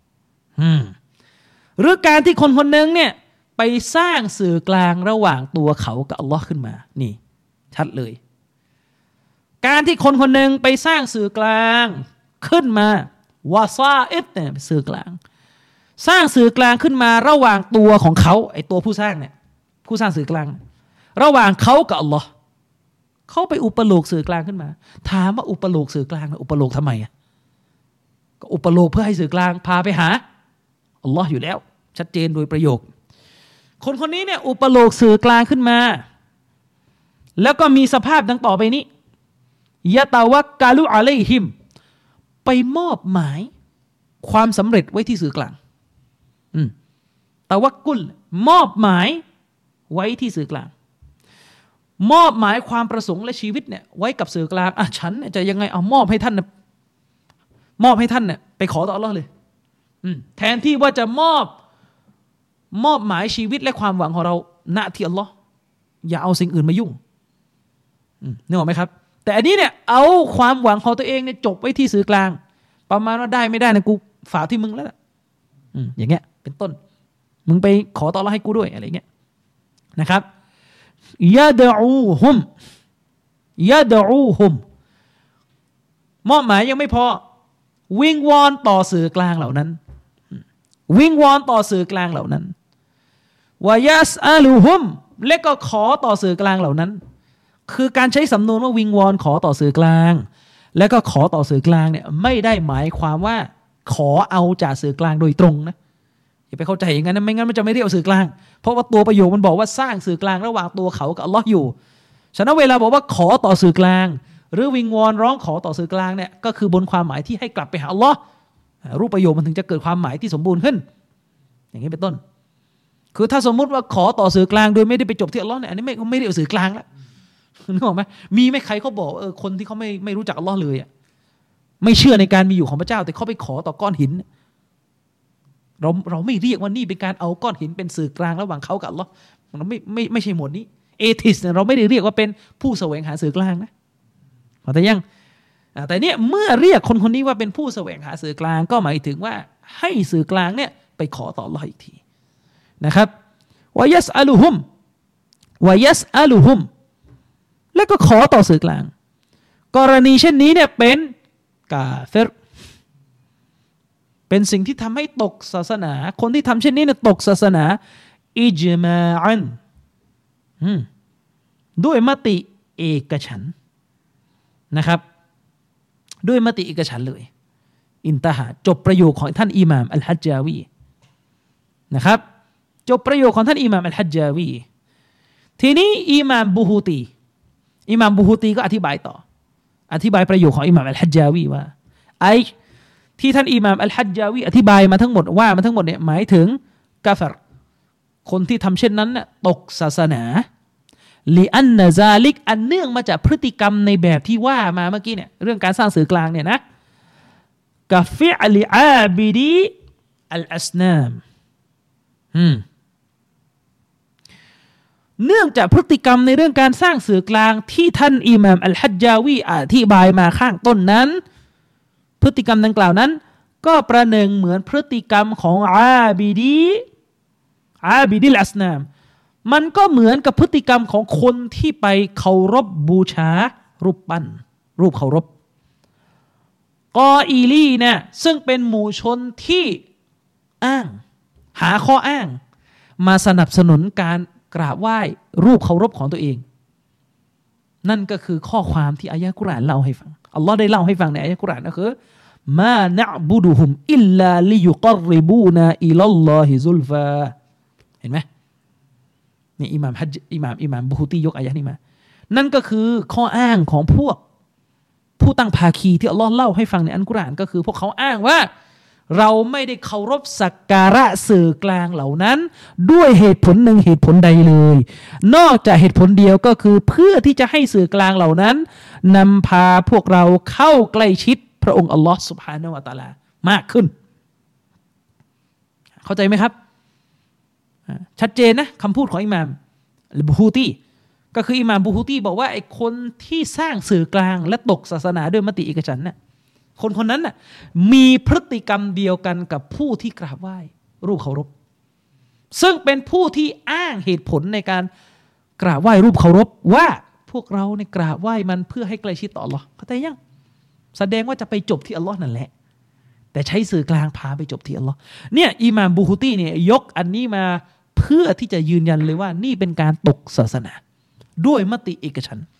หรือการที่คนคนหนึ่งเนี่ยไปสร้างสื่อกลางระหว่างตัวเขากับอัลลอฮ์ขึ้นมานี่ชัดเลยการที่คนคนหนึ่งไปสร้างสื่อกลางขึ้นมาวาซาอิตเนี่ยสื่อกลางสร้างสื่อกลางขึ้นมาระหว่างตัวของเขาไอ้ตัวผู้สร้างเนี่ยผู้สร้างสื่อกลางระหว่างเขากับอัลลอฮ์เขาไปอุปโลกสื่อกลางขึ้นมาถามว่าอุปโลกสื่อกลางอุปโลกทำไมก็อุปโลกเพื่อให้สื่อกลางพาไปหาอัลลอฮ์อยู่แล้วชัดเจนโดยประโยคคนคนนี้เนี่ยอุปโลกสื่อกลางขึ้นมาแล้วก็มีสภาพดังต่อไปนี้ยะตะวักกะลุอะลัยฮิมไปมอบหมายความสำเร็จไว้ที่สื่อกลางตะวักกุลมอบหมายไว้ที่สื่อกลางมอบหมายความประสงค์และชีวิตเนี่ยไว้กับสื่อกลางฉันจะยังไงเอามอบให้ท่านเนี่ยไปขอต่ออัลเลาะห์เลยแทนที่ว่าจะมอบหมายชีวิตและความหวังของเราณที่อัลเลาะห์อย่าเอาสิ่งอื่นมายุ่งนึกออกไหมครับแต่อันนี้เนี่ยเอาความหวังของตัวเองเนี่ยจบไว้ที่สื่อกลางประมาณว่าได้ไม่ได้นะกูฝากที่มึงแล้วอย่างเงี้ยเป็นต้นมึงไปขอต่ออัลเลาะห์ให้กูด้วยอะไรเงี้ยนะครับยะดะอูฮุมมอบหมายยังไม่พอวิงวอนต่อสื่อกลางเหล่านั้นวิงวอนต่อสื่อกลางเหล่านั้นวะยัสอาลูฮุมและก็ขอต่อสื่อกลางเหล่านั้นคือการใช้สำนวนว่าวิงวอนขอต่อสื่อกลางและก็ขอต่อสื่อกลางเนี่ยไม่ได้หมายความว่าขอเอาจากสื่อกลางโดยตรงนะอย่าไปเข้าใจอย่างนั้นนะไม่งั้นมันจะไม่เรียกสื่อกลางเพราะว่าตัวประโยคมันบอกว่าสร้างสื่อกลางระหว่างตัวเขากับอัลลอฮ์อยู่ฉะนั้นเวลาบอกว่าขอต่อสื่อกลางหรือวิงวอนร้องขอต่อสื่อกลางเนี่ยก็คือบนความหมายที่ให้กลับไปหาอัลลอฮ์รูปประโยคมันถึงจะเกิดความหมายที่สมบูรณ์ขึ้นอย่างนี้เป็นต้นคือถ้าสมมุติว่าขอต่อสื่อกลางโดยไม่ได้ไปจบที่อัลลอฮ์เนี่ยอันนี้ไม่ได้เอาสื่อกลางแล้วนึกออกไหมมีไหมใครเขาบอกคนที่เขาไม่รู้จักอัลลอฮ์เลยไม่เชื่อในการมีอยู่ของพระเจ้าแต่เขาไปขอต่อก้อนหินเราไม่เรียกว่านี่เป็นการเอาก้อนหินเป็นสื่อกลางระหว่างเขากับอัลลอฮ์เราไม่ใช่หมวดนี้เอทิสเนี่ยเราไม่ได้เรียกว่าเป็นผู้แสวงหาสื่อกลางนะแต่ยังแต่เนี่ยเมื่อเรียกคนนี้ว่าเป็นผู้แสวงหาสื่อกลางก็หมายถึงว่าให้สื่อกลางเนี่ยไปขอต่ออัลลอฮ์อีกทีนะครับวายัสอัลุฮุมแล้วก็ขอต่อสื่อกลางกรณีเช่นนี้เนี่ยเป็นกาเฟรเป็นสิ่งที่ทำให้ตกศาสนาคนที่ทำเช่นนี้เนี่ยตกศาสนาอิจมาอันด้วยมติเอกฉันท์นะครับด้วยมติเอกฉันท์เลยอินตะฮาจบประโยคของท่านอิหม่ามอัลฮัจญาวีนะครับจบประโยคของท่านอิหม่ามอัลฮัจญาวีทีนี้อิหม่ามบูฮูตีก็อธิบายต่ออธิบายประโยคของอิหม่ามอัลฮัจญาวีว่าที่ท่านอิหม่ามอัลฮัจญาวีอธิบายมาทั้งหมดว่ามาทั้งหมดเนี่ยหมายถึงกาฟรคนที่ทำเช่นนั้นน่ะตกศาสนาลิอันนะซาลิกอันเนื่องมาจากพฤติกรรมในแบบที่ว่ามาเมื่อกี้เนี่ยเรื่องการสร้างสื่อกลางเนี่ยนะกะฟิอลิอาบิดีอัลอัสนามเนื่องจากพฤติกรรมในเรื่องการสร้างสื่อกลางที่ท่านอิหม่ามอัลฮัจญาวีอธิบายมาข้างต้นนั้นพฤติกรรมดังกล่าวนั้นก็ประหนึ่งเหมือนพฤติกรรมของอาบิดีลอัสนามมันก็เหมือนกับพฤติกรรมของคนที่ไปเคารพบูชารูปปั้นรูปเคารพกออีลีเนี่ยซึ่งเป็นหมู่ชนที่อ้างหาข้ออ้างมาสนับสนุนการกราบไหว้รูปเคารพของตัวเองนั่นก็คือข้อความที่อายะห์กุรอานเล่าให้ฟังอัลลอฮ์ได้เล่าให้ฟังในอายะห์กุรอานก็คือมานะอ์บุดุฮุมอิลลาลิยุกรริบูนาอิลัลลอฮิซุลฟาเห็นไหมนี่อิหม่ามบุฮูตียกอายะห์นี้มานั่นก็คือข้ออ้างของพวกผู้ตั้งภาคีที่อัลลอฮ์เล่าให้ฟังในอัลกุรอานก็คือพวกเขาอ้างว่าเราไม่ได้เคารพสักการะสื่อกลางเหล่านั้นด้วยเหตุผลหนึ่งเหตุผลใดเลยนอกจากเหตุผลเดียวก็คือเพื่อที่จะให้สื่อกลางเหล่านั้นนำพาพวกเราเข้าใกล้ชิดพระองค์อัลลอฮ์ซุบฮานะฮูวะตะอาลามากขึ้นเข้าใจไหมครับชัดเจนนะคำพูดของอิหม่ามบุฮูตีก็คืออิหม่ามบุฮูตีบอกว่าไอ้คนที่สร้างสื่อกลางและตกศาสนาด้วยมติเอกฉันท์น่ะคนนั้นน่ะมีพฤติกรรมเดียวกันกับผู้ที่กราบไหว้รูปเคารพซึ่งเป็นผู้ที่อ้างเหตุผลในการกราบไหว้รูปเคารพว่าพวกเราในกราบไหว้มันเพื่อให้ใกล้ชิดต่ออัลเลาะห์เข้าใจยังแสดงว่าจะไปจบที่อัลเลาะห์นั่นแหละแต่ใช้สื่อกลางพาไปจบที่อัลเลาะห์เนี่ยอิหม่ามบุฮูตีเนี่ยยกอันนี้มาเพื่อที่จะยืนยันเลยว่านี่เป็นการตกศาสนาด้วยมติเอกฉันท์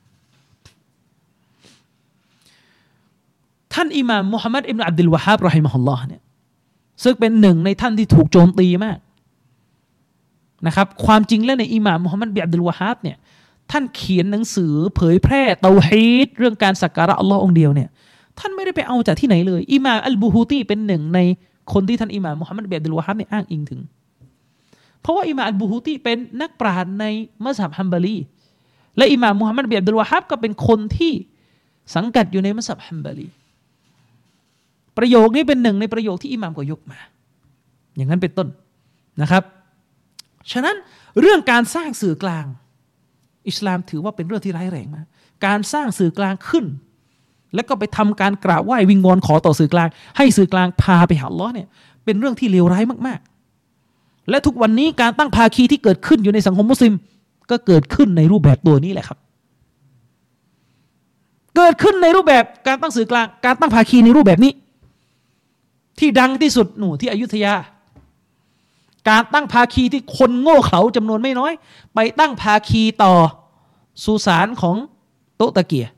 ท่านอิหม่ามมุฮัมมัดอิบนุอับดุลวะฮาบรอฮิมะฮุลลอฮ์เนี่ยซึ่งเป็นหนึ่งในท่านที่ถูกโจมตีมากนะครับความจริงแล้วในอิหม่ามมุฮัมมัดบินอับดุลวะฮาบเนี่ยท่านเขียนหนังสือเผยแพร่เตาฮีดเรื่องการสักการะอัลลอฮ์องค์เดียวเนี่ยท่านไม่ได้ไปเอาจากที่ไหนเลยอิหม่ามอัลบูฮูตีเป็นหนึ่งในคนที่ท่านอิหม่ามมุฮัมมัดบินอับดุลวะฮาบเนี่ยอ้างอิงถึงเพราะว่าอิหม่ามอัลบูฮูตีเป็นนักปราชญ์ในมัซฮับฮัมบาลีและอิหม่ามมุฮัมมัดบินอับดุลวะฮาบก็เป็นคนที่สังกัดอยู่ในมัซฮับฮัมบาลีประโยคนี้เป็นหนึ่งในประโยคที่อิหม่ามก็ยกมาอย่างนั้นเป็นต้นนะครับฉะนั้นเรื่องการสร้างสื่อกลางอิสลามถือว่าเป็นเรื่องที่ร้ายแรงมากการสร้างสื่อกลางขึ้นแล้วก็ไปทำการกราบไหว้วิงวอนขอต่อสื่อกลางให้สื่อกลางพาไปหาอัลเลาะห์เนี่ยเป็นเรื่องที่เลวร้ายมากๆและทุกวันนี้การตั้งภาคีที่เกิดขึ้นอยู่ในสังคมมุสลิมก็เกิดขึ้นในรูปแบบตัวนี้แหละครับเกิดขึ้นในรูปแบบการตั้งสื่อกลางการตั้งภาคีในรูปแบบนี้ที่ดังที่สุดหนูที่อยุธยาการตั้งภาคีที่คนโง่เขลาจำนวนไม่น้อยไปตั้งภาคีต่อสุสานของโตตะเกีย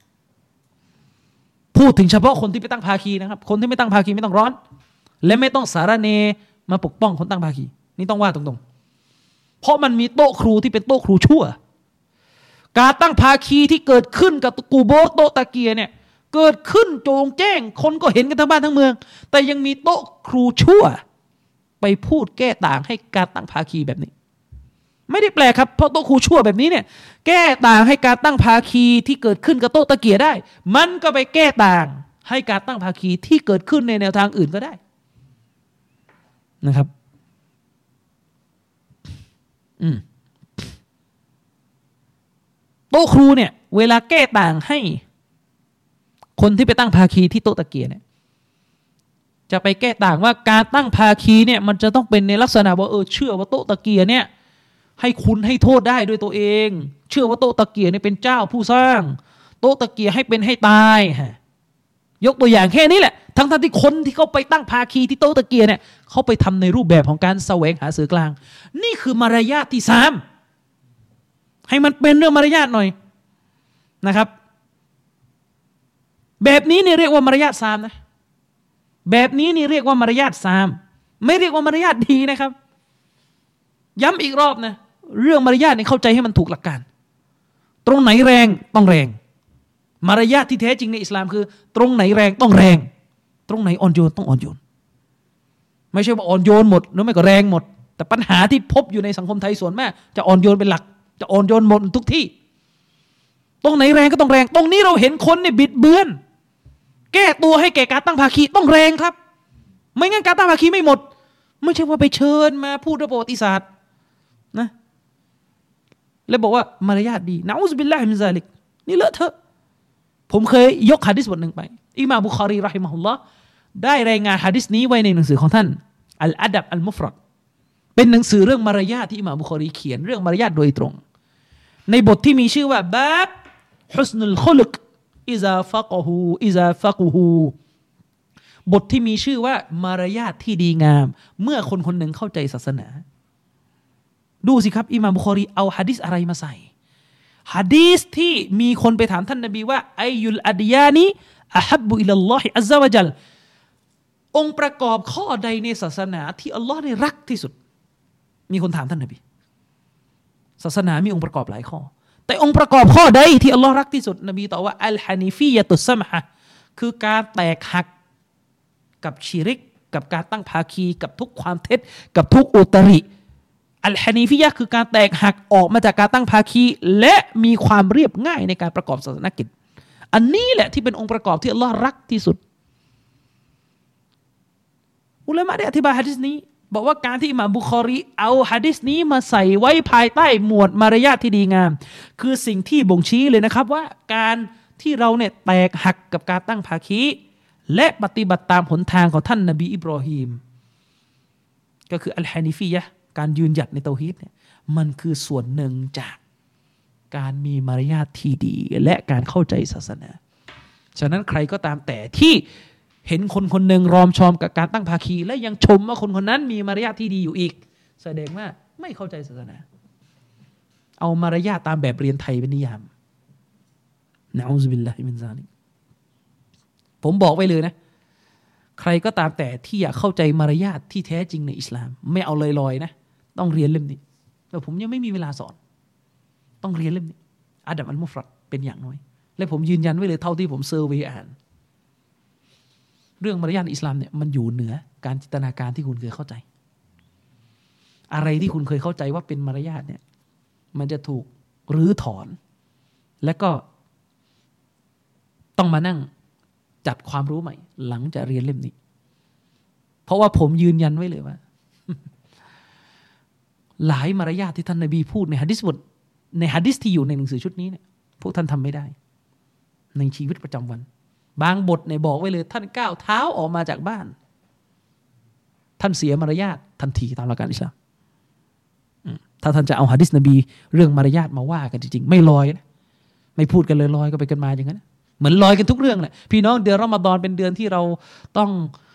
พูดถึงเฉพาะคนที่ไปตั้งภาคีนะครับคนที่ไม่ตั้งภาคีไม่ต้องร้อนและไม่ต้องสารเนมาปกป้องคนตั้งภาคีนี่ต้องว่าตรงๆเพราะมันมีโต๊ะครูที่เป็นโต๊ะครูชั่วการตั้งภาคีที่เกิดขึ้นกับกูโบโตตะเกียเนี่ยเกิดขึ้นโจงแจ้งคนก็เห็นกันทั้งบ้านทั้งเมืองแต่ยังมีโต๊ะครูชั่วไปพูดแก้ต่างให้การตั้งภาคีแบบนี้ไม่ได้แปลกครับเพราะโต๊ะครูชั่วแบบนี้เนี่ยแก้ต่างให้การตั้งภาคีที่เกิดขึ้นกับโต๊ะตะเกียได้มันก็ไปแก้ต่างให้การตั้งภาคีที่เกิดขึ้นในแนวทางอื่นก็ได้นะครับโต๊ะครูเนี่ยเวลาแก้ต่างให้คนที่ไปตั้งภาคีที่โต๊ะตะเกียเนี่ยจะไปแก้ต่างว่าการตั้งภาคีเนี่ยมันจะต้องเป็นในลักษณะว่าเชื่อว่าโต๊ะตะเกียเนี่ยให้คุณให้โทษได้ด้วยตัวเองเชื่อว่าโต๊ะตะเกียเนี่ยเป็นเจ้าผู้สร้างโต๊ะตะเกียให้เป็นให้ตายยกตัวอย่างแค่นี้แหละทั้งที่คนที่เขาไปตั้งภาคีที่โต๊ะตะเกียเนี่ยเขาไปทำในรูปแบบของการแสวงหาสื่อกลางนี่คือมารยาทที่3ให้มันเป็นเรื่องมารยาทหน่อยนะครับแบบนี้นี่เรียกว่ามารยาท3นะแบบนี้นี่เรียกว่ามารยาท3ไม่เรียกว่ามารยาทดีนะครับย้ำอีกรอบนะเรื่องมารยาทนี่เข้าใจให้มันถูกหลักการตรงไหนแรงต้องแรงมารยาทที่แท้จริงในอิสลามคือตรงไหนแรงต้องแรงตรงไหนอ่อนโยนต้องอ่อนโยนไม่ใช่ว่าอ่อนโยนหมดหรือไม่ก็แรงหมดแต่ปัญหาที่พบอยู่ในสังคมไทยส่วนมากจะอ่อนโยนเป็นหลักจะอ่อนโยนหมดทุกที่ตรงไหนแรงก็ต้องแรงตรงนี้เราเห็นคนเนี่ยบิดเบือนแก้ตัวให้แก่การตั้งภาคีต้องแรงครับไม่งั้นการตั้งภาคีไม่หมดไม่ใช่ว่าไปเชิญมาพูดประวัติศาสตร์นะแล้วบอกว่ามารยาทดีนะอูซบิลลาฮิมินซาลิกนี่เลอะเทอะผมเคยยกหะดีษบทหนึ่งไปอิหม่ามบุคอรีเราะฮิมะฮุลลอฮ์ได้รายงานหะดีษนี้ไว้ในหนังสือของท่านอัลอะดับอัลมุฟรัดเป็นหนังสือเรื่องมารยาทที่อิหม่ามบุคอรีเขียนเรื่องมารยาทโดยตรงในบทที่มีชื่อว่าบาบฮุสนุลคุลกอิซาฟะกะฮูบทที่มีชื่อว่ามารยาทที่ดีงามเมื่อคนคนหนึ่งเข้าใจศาสนาดูสิครับอิหม่ามบุคอรีเอาหะดีษอะไรมาใส่หะดีษที่มีคนไปถามท่านนบีว่าอัยยุลอัดยานีอะฮับบุอิลลอฮิอัซซะวะจัลองค์ประกอบข้อใดในศาสนาที่อัลลอฮ์ได้รักที่สุดมีคนถามท่านนบีศาสนามีองค์ประกอบหลายข้อแต่องค์ประกอบข้อใดที่อัลลอฮ์รักที่สุดนบีตอบว่าอัลฮานิฟียะตุสซัมฮะคือการแตกหักกับชิริกกับการตั้งภาคีกับทุกความเท็จกับทุกอุตริอัลฮานีฟียะห์คือการแตกหักออกมาจากการตั้งภาคีและมีความเรียบง่ายในการประกอบศาสนกิจอันนี้แหละที่เป็นองค์ประกอบที่อัลลอฮ์รักที่สุดอุลามะได้อธิบายหะดีษนี้บอกว่าการที่อิหม่ามบุคอรีเอาหะดีษนี้มาใส่ไว้ภายใต้หมวดมารยาทที่ดีงามคือสิ่งที่บ่งชี้เลยนะครับว่าการที่เราเนี่ยแตกหักกับการตั้งภาคีและปฏิบัติตามหนทางของท่านนบีอิบรอฮีมก็คืออัลฮานิฟียะห์การยืนหยัดในเตาฮีดเนี่ยมันคือส่วนหนึ่งจากการมีมารยาทที่ดีและการเข้าใจศาสนาฉะนั้นใครก็ตามแต่ที่เห็นคนคนหนึ่งรอมชอมกับการตั้งภาคีและยังชมว่าคนคนนั้นมีมารยาทที่ดีอยู่อีกแสดงว่าไม่เข้าใจศาสนาเอามารยาทตามแบบเรียนไทยเป็นนิยามนะอูซุบิลลาฮิมินซาลิกผมบอกไว้เลยนะใครก็ตามแต่ที่อยากเข้าใจมารยาทที่แท้จริงในอิสลามไม่เอาลอยๆนะต้องเรียนเล่มนี้แต่ผมยังไม่มีเวลาสอนต้องเรียนเล่มนี้อะดับอัลมุฟรัดเป็นอย่างน้อยและผมยืนยันไว้เลยเท่าที่ผมเซอร์เวย์อ่านเรื่องมารยาทอิสลามเนี่ยมันอยู่เหนือการจินตนาการที่คุณเคยเข้าใจอะไรที่คุณเคยเข้าใจว่าเป็นมารยาทเนี่ยมันจะถูกรื้อถอนและก็ต้องมานั่งจัดความรู้ใหม่หลังจากเรียนเล่มนี้เพราะว่าผมยืนยันไว้เลยว่า หลายมารยาทที่ท่านนบีพูดในหะดีษบทในหะดีษที่อยู่ในหนังสือชุดนี้เนี่ยพวกท่านทำไม่ได้ในชีวิตประจำวันบางบทเนี่ยบอกไว้เลยท่านก้าวเท้าออกมาจากบ้านท่านเสียมารยาททันทีตามหลักการอิสลามถ้าท่านจะเอาหะดีษนบีเรื่องมารยาทมาว่ากันจริงๆไม่ลอยนะไม่พูดกันเลยลอยก็ไปกันมาอย่างนั้นเหมือนลอยกันทุกเรื่องแหละพี่น้องเดือนรอมฎอนเป็นเดือนที่เราต้อง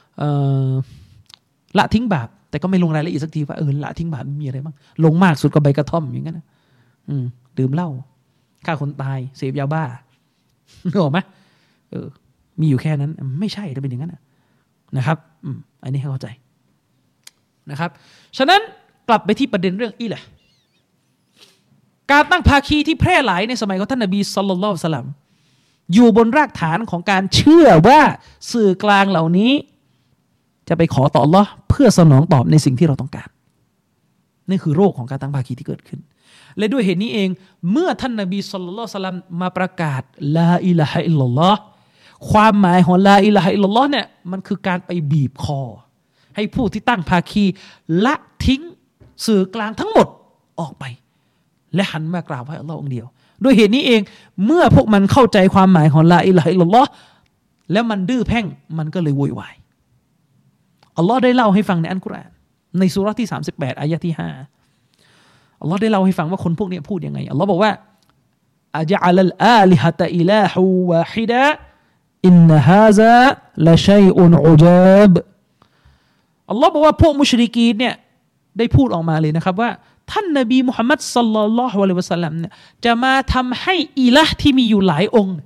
ละทิ้งบาปแต่ก็ไม่ลงรายละเอียดสักทีว่าละทิ้งบาปมีอะไรบ้างลงมากสุดก็ใบกระท่อมอย่างนั้นนะดื่มเหล้าฆ่าคนตายเสพยาบ้านึกออกไหมมีอยู่แค่นั้นไม่ใช่ถ้าเป็นอย่างนั้นนะครับอันนี้ให้เข้าใจนะครับฉะนั้นกลับไปที่ประเด็นเรื่องอีแหละการตั้งภาคีที่แพร่หลายในสมัยของท่านนบีศ็อลลัลลอฮุอะลัยฮิวะซัลลัมอยู่บนรากฐานของการเชื่อว่าสื่อกลางเหล่านี้จะไปขอต่ออัลเลาะห์เพื่อสนองตอบในสิ่งที่เราต้องการนี่คือโรคของการตั้งภาคีที่เกิดขึ้นและด้วยเหตุนี้เองเมื่อท่านนบีศ็อลลัลลอฮุอะลัยฮิวะซัลลัมมาประกาศลาอิลาฮะอิลลัลลอฮ์ความหมายของลาอิลาฮะอิลลัลลอฮ์เนี่ยมันคือการไปบีบคอให้ผู้ที่ตั้งภาคีละทิ้งสื่อกลางทั้งหมดออกไปและหันมากราบไหว้อัลเลาะห์องค์เดียวด้วยเหตุนี้เองเมื่อพวกมันเข้าใจความหมายของลาอิลาฮะอิลลัลลอฮ์แล้วมันดื้อแพ่งมันก็เลยโวยวายอัลลอฮ์ได้เล่าให้ฟังในอัลกุรอานในซูเราะห์ที่38อายะห์ที่5อัลลอฮ์ได้เล่าให้ฟังว่าคนพวกนี้พูดยังไงอัลลอฮ์บอกว่าอะญะอะลัลอาลิฮะตะอิลาฮุวาฮิดะอินนะฮาซาละชัยอุนอุญาบอัลลอฮ์บอกว่าพวกมุชริกีนเนี่ยได้พูดออกมาเลยนะครับว่าท่านนบีมุฮัมมัดศ็อลลัลลอฮุอะลัยฮิวะซัลลัมเนี่ยจะมาทำให้อิละห์ที่มีอยู่หลายองค์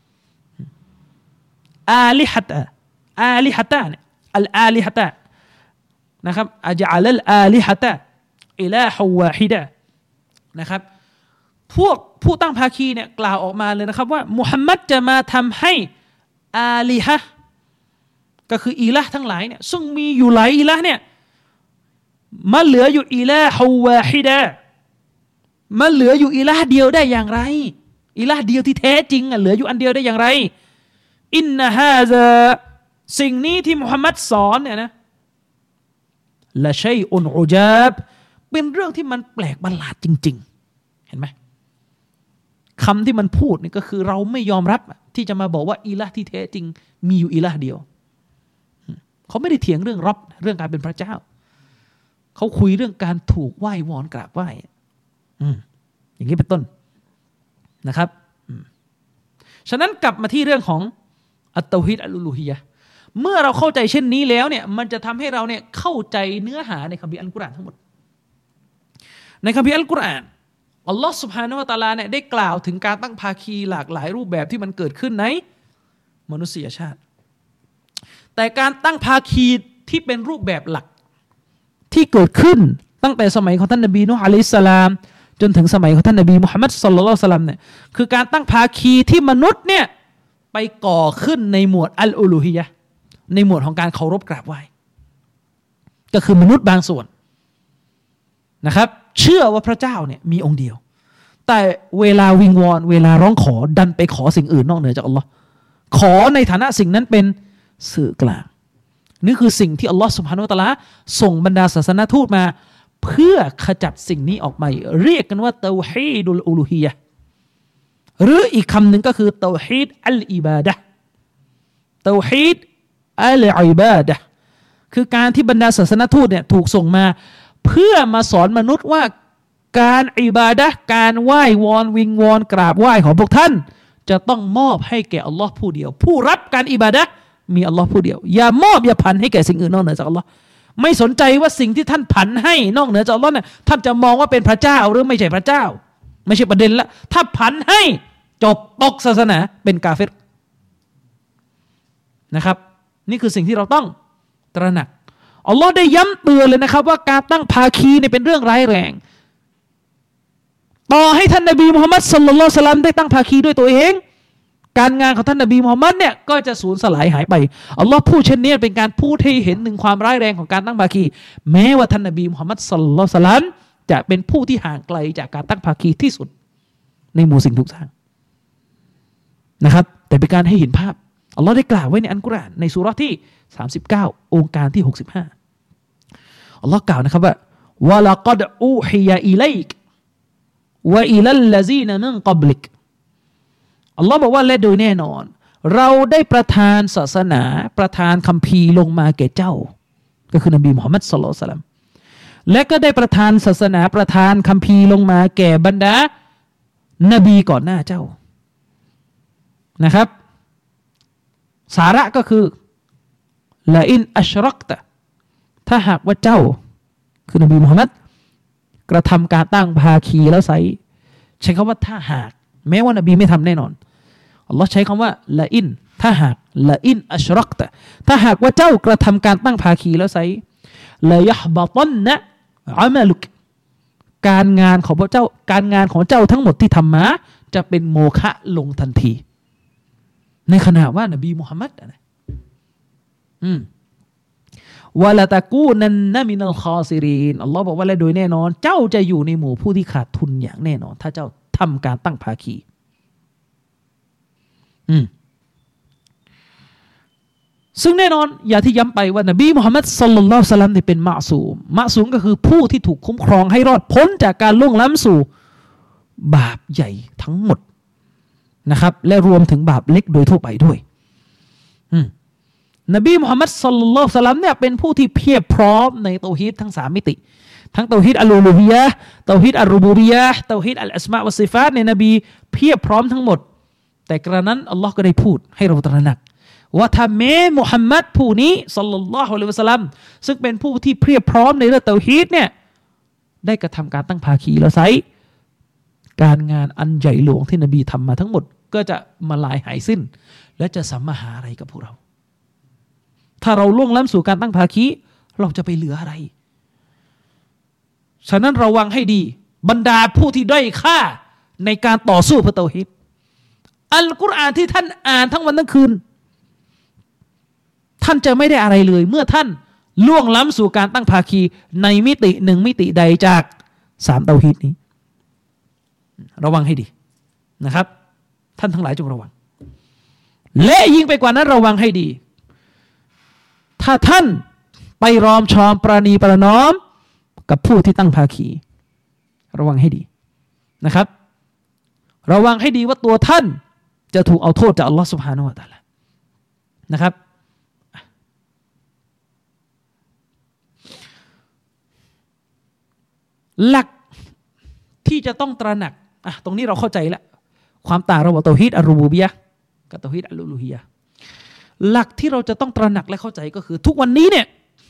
อาลิฮะตะเนี่ยอัลอาลิฮะตะนะครับอะญะอะลัลอาลิฮะตะอิลาฮุวาฮิดะนะครับพวกผู้ตั้งภาคีเนี่ยกล่าวออกมาเลยนะครับว่ามุฮัมมัดจะมาทำให้อาลิฮะก็คืออิละห์ทั้งหลายเนี่ยซึ่งมีอยู่หลายอิละห์เนี่ยมันเหลืออยู่อิลาฮุวาฮิดะมันเหลืออยู่อิละห์เดียวได้อย่างไรอิละห์เดียวที่แท้จริงเหลืออยู่อันเดียวได้อย่างไรอินนะฮาซาสิ่งนี้ที่มุฮัมมัดสอนเนี่ยนะละชัยอุนอุญาบเป็นเรื่องที่มันแปลกประหลาดจริงๆเห็นไหมคำที่มันพูดนี่ก็คือเราไม่ยอมรับที่จะมาบอกว่าอิละห์ที่แท้จริงมีอยู่อิละห์เดียวเขาไม่ได้เถียงเรื่องรับเรื่องการเป็นพระเจ้าเขาคุยเรื่องการถูกไหว้วอนกราบไหว้อย่างนี้เป็นต้นนะครับฉะนั้นกลับมาที่เรื่องของอัตเตาฮีดอัลอูลูฮียะห์เมื่อเราเข้าใจเช่นนี้แล้วเนี่ยมันจะทำให้เราเนี่ยเข้าใจเนื้อหาในคัมภีร์อัลกุรอานทั้งหมดในคัมภีร์อัลกุรอานอัลลอฮฺซุบฮานะฮูวะตะอาลาเนี่ยได้กล่าวถึงการตั้งภาคีหลากหลายรูปแบบที่มันเกิดขึ้นในมนุษยชาติแต่การตั้งภาคีที่เป็นรูปแบบหลักที่เกิดขึ้นตั้งแต่สมัยของท่านนบีนูห์อะลัยฮิสสลามจนถึงสมัยของท่านนบีมุฮัมมัดศ็อลลัลลอฮุอะลัยฮิวะซัลลัมเนี่ยคือการตั้งภาคีที่มนุษย์เนี่ยไปก่อขึ้นในหมวดอัลอูลูฮียะห์ในหมวดของการเคารพกราบไหว้ก็คือมนุษย์บางส่วนนะครับเชื่อว่าพระเจ้าเนี่ยมีองค์เดียวแต่เวลาวิงวอนเวลาร้องขอดันไปขอสิ่งอื่นนอกเหนือจากอัลลอฮ์ขอในฐานะสิ่งนั้นเป็นสื่อกลางนี่คือสิ่งที่อัลลอฮ์ซุบฮานะฮูวะตะอาลาส่งบรรดาศาสนทูตมาเพื่อขจัดสิ่งนี้ออกไปเรียกกันว่าเตาฮีดุลอูลูฮียะห์หรืออีกคำหนึ่งก็คือเตาฮีดอัลอิบาดะห์เตาฮีดอัลอิบาดะห์คือการที่บรรดาศาสนทูตเนี่ยถูกส่งมาเพื่อมาสอนมนุษย์ว่าการอิบาดะห์การไหว้วอนวิงวอนกราบไหว้ของพวกท่านจะต้องมอบให้แก่อัลลอฮ์ผู้เดียวผู้รับการอิบาดะห์มีอัลลอฮ์ผู้เดียวอย่ามอบอย่าผันให้แก่สิ่งอื่นนอกเหนือจากอัลลอฮ์ไม่สนใจว่าสิ่งที่ท่านผันให้นอกเหนือจากอัลลอฮ์เนี่ยท่านจะมองว่าเป็นพระเจ้าหรือไม่ใช่พระเจ้าไม่ใช่ประเด็นละถ้าผันให้จบตกศาสนาเป็นกาเฟรนะครับนี่คือสิ่งที่เราต้องตระหนักอัลลอฮ์ได้ย้ำเตือนเลยนะครับว่าการตั้งภาคีเนี่ยเป็นเรื่องร้ายแรงต่อให้ท่านนบีมุฮัมมัดศ็อลลัลลอฮุอะลัยฮิวะซัลลัมได้ตั้งภาคีด้วยตัวเองการงานของท่านนบีมุฮัมมัดเนี่ยก็จะสูญสลายหายไปอัลลอฮ์พูดเช่นนี้เป็นการพูดให้เห็นถึงความร้ายแรงของการตั้งภาคีแม้ว่าท่านนบีมุฮัมมัดศ็อลลัลลอฮุอะลัยฮิวะซัลลัมจะเป็นผู้ที่ห่างไกลจากการตั้งภาคีที่สุดในหมู่สิ่งทุกอย่างนะครับแต่เป็นการให้เห็นภาพอัลลอฮ์ได้กล่าวไว้ในอัลกุรอานในซูเราะห์ที่39องค์การที่65อัลลอฮ์กล่าวนะครับว่าวะละกัดอูฮิยะอิลัยกวะอิลัลลซีนะมินกับลิกอัลลอฮ์บอกว่าและโดยแน่นอนเราได้ประทานศาสนาประทานคัมภีร์ลงมาแก่เจ้าก็คือนบีมุฮัมมัดศ็อลลัลลอฮุอะลัยฮิวะซัลลัมและก็ได้ประทานศาสนาประทานคัมภีร์ลงมาแก่บรรดานบีก่อนหน้าเจ้านะครับสาระก็คือละอินอัชรักตะถ้าหากว่าเจ้าคือนบีมุฮัมมัดกระทำการตั้งภาคีแล้วใช้คำว่าถ้าหากแม้ว่านบีไม่ทำแน่นอนอัลลอฮ์ใช้คำว่าละอินถ้าหากละอินอัชรักตะถ้าหากว่าเจ้ากระทำการตั้งภาคีแล้วละยะฮ์บะตันนะอะมะลุกการงานของพระเจ้าการงานของเจ้าทั้งหมดที่ทำมาจะเป็นโมฆะลงทันทีในขณะว่านบีมุฮัมมัดนะวะละตะกูนันนะมินัลคอซิรีนอัลลอฮ์บอกว่าและโดยแน่นอนเจ้าจะอยู่ในหมู่ผู้ที่ขาดทุนอย่างแน่นอนถ้าเจ้าทำการตั้งภาคีซึ่งแน่นอนอย่าที่ย้ำไปว่านบีมุฮัมมัดศ็อลลัลลอฮุอะลัยฮิวะซัลลัมนี่เป็นมะซูมก็คือผู้ที่ถูกคุ้มครองให้รอดพ้นจากการล่วงล้ำสู่บาปใหญ่ทั้งหมดนะครับและรวมถึงบาปเล็กโดยทั่วไปด้วยนบีมุฮัมมัดศ็อลลัลลอฮุอะลัยฮิวะซัลลัมเนี่ยเป็นผู้ที่เพียบพร้อมในเตาฮีดทั้ง3มิติทั้งเตาฮีดอัลอูลูฮียะห์เตาฮีดอัลรุบูบิยะห์เตาฮีดอัลอัสมาวัสซิฟาตในนบีเพียบพร้อมทั้งหมดแต่กระนั้นอัลลอฮ์ก็ได้พูดให้เราตระหนักว่าถ้าแม้มุฮัมมัดผู้นี้ศ็อลลัลลอฮุอะลัยฮิวะซัลลัมซึ่งเป็นผู้ที่เพียบพร้อมในเรื่องเตาฮีดเนี่ยได้กระทำการตั้งภาคีแล้วไซการงานอันใหญ่หลวงที่นบีทำมาทั้งหมดก็จะมาลายหายสิ้นและจะสัมมาหาอะไรกับพวกเราถ้าเราล่วงล้ำสู่การตั้งภาคีเราจะไปเหลืออะไรฉะนั้นระวังให้ดีบรรดาผู้ที่ด้อยค่าในการต่อสู้เพื่อเตาฮีดอัลกุรอานที่ท่านอ่านทั้งวันทั้งคืนท่านจะไม่ได้อะไรเลยเมื่อท่านล่วงล้ำสู่การตั้งภาคีในมิติหนึ่งมิติใดจาก3เตาฮีดนี้ระวังให้ดีนะครับท่านทั้งหลายจงระวังและยิ่งไปกว่านั้นระวังให้ดีถ้าท่านไปรอมชอมประนีประนอมกับผู้ที่ตั้งภาคีระวังให้ดีนะครับระวังให้ดีว่าตัวท่านจะถูกเอาโทษจากอัลลอฮฺซุบฮานะฮูวะตะอาลานะครับหลักที่จะต้องตระหนักตรงนี้เราเข้าใจแล้วความต่างระหว่างเตาฮีดอัลรูบูบิยะห์กับเตาฮีดอัลอูลูฮียะห์หลักที่เราจะต้องตระหนักและเข้าใจก็คือทุกวันนี้เนี่ย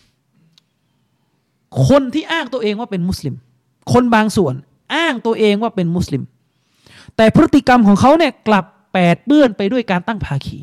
คนที่อ้างตัวเองว่าเป็นมุสลิมคนบางส่วนอ้างตัวเองว่าเป็นมุสลิมแต่พฤติกรรมของเขาเนี่ยกลับแปดเปื้อนไปด้วยการตั้งภาคี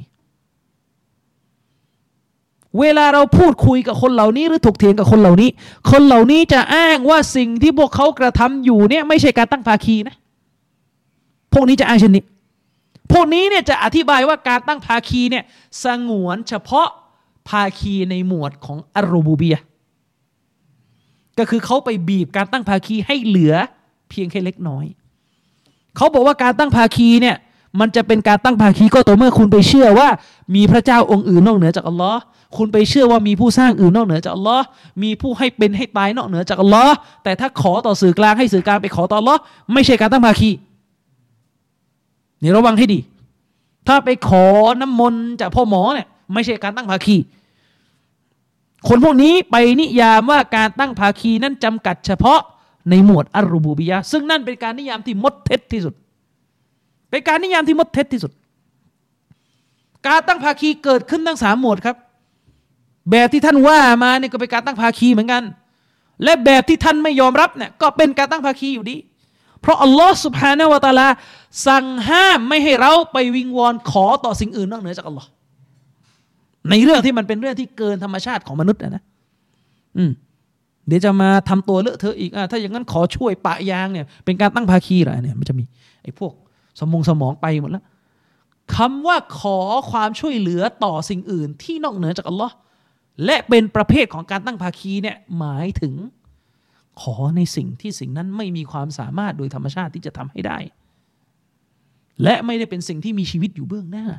เวลาเราพูดคุยกับคนเหล่านี้หรือถกเถียงกับคนเหล่านี้คนเหล่านี้จะอ้างว่าสิ่งที่พวกเขากระทำอยู่เนี่ยไม่ใช่การตั้งภาคีนะพวกนี้จะอ้างเช่นนี้พวกนี้เนี่ยจะอธิบายว่าการตั้งภาคีเนี่ยสงวนเฉพาะภาคีในหมวดของอัลรูบูบียะห์ก็คือเขาไปบีบการตั้งภาคีให้เหลือเพียงแค่เล็กน้อยเขาบอกว่าการตั้งภาคีเนี่ยมันจะเป็นการตั้งภาคีก็ต่อเมื่อคุณไปเชื่อว่ามีพระเจ้าองค์อื่นนอกเหนือจากอัลลอฮ์คุณไปเชื่อว่ามีผู้สร้างอื่นนอกเหนือจากอัลลอฮ์มีผู้ให้เป็นให้ตายนอกเหนือจากอัลลอฮ์แต่ถ้าขอต่อสื่อกลางให้สื่อกลางไปขอต่ออัลลอฮ์ไม่ใช่การตั้งภาคีนี่ระวังให้ดีถ้าไปขอน้ำมนต์จากพ่อหมอเนี่ยไม่ใช่การตั้งภาคีคนพวกนี้ไปนิยามว่าการตั้งภาคีนั้นจำกัดเฉพาะในหมวดอัลรูบูบิยะห์ซึ่งนั่นเป็นการนิยามที่มดเท็จที่สุดเป็นการนิยามที่มดเท็จที่สุดการตั้งภาคีเกิดขึ้นทั้ง3หมวดครับแบบที่ท่านว่ามาเนี่ยก็เป็นการตั้งภาคีเหมือนกันและแบบที่ท่านไม่ยอมรับเนี่ยก็เป็นการตั้งภาคีอยู่ดีเพราะอัลลอฮ์ซุบฮานะฮูวะตะอาลาสั่งห้ามไม่ให้เราไปวิงวอนขอต่อสิ่งอื่นนอกเหนือจากอัลลอฮ์ในเรื่องที่มันเป็นเรื่องที่เกินธรรมชาติของมนุษย์นะเดี๋ยวจะมาทำตัวเลอะเทอะอีกถ้าอย่างนั้นขอช่วยปะยางเนี่ยเป็นการตั้งภาคีเหรอเนี่ยมันจะมีไอ้พวกสมองไปหมดแล้วคำว่าขอความช่วยเหลือต่อสิ่งอื่นที่นอกเหนือจากอัลลอฮ์และเป็นประเภทของการตั้งภาคีเนี่ยหมายถึงขอในสิ่งที่สิ่งนั้นไม่มีความสามารถโดยธรรมชาติที่จะทำให้ได้และไม่ได้เป็นสิ่งที่มีชีวิตอยู่เบื้องหน้า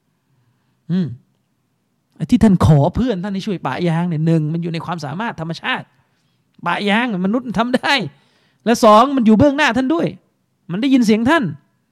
ที่ท่านขอเพื่อนท่านให้ช่วยปะยางเนี่ย1มันอยู่ในความสามารถธรรมชาติปะยางมนุษย์ทำได้และ2มันอยู่เบื้องหน้าท่านด้วยมันได้ยินเสียงท่าน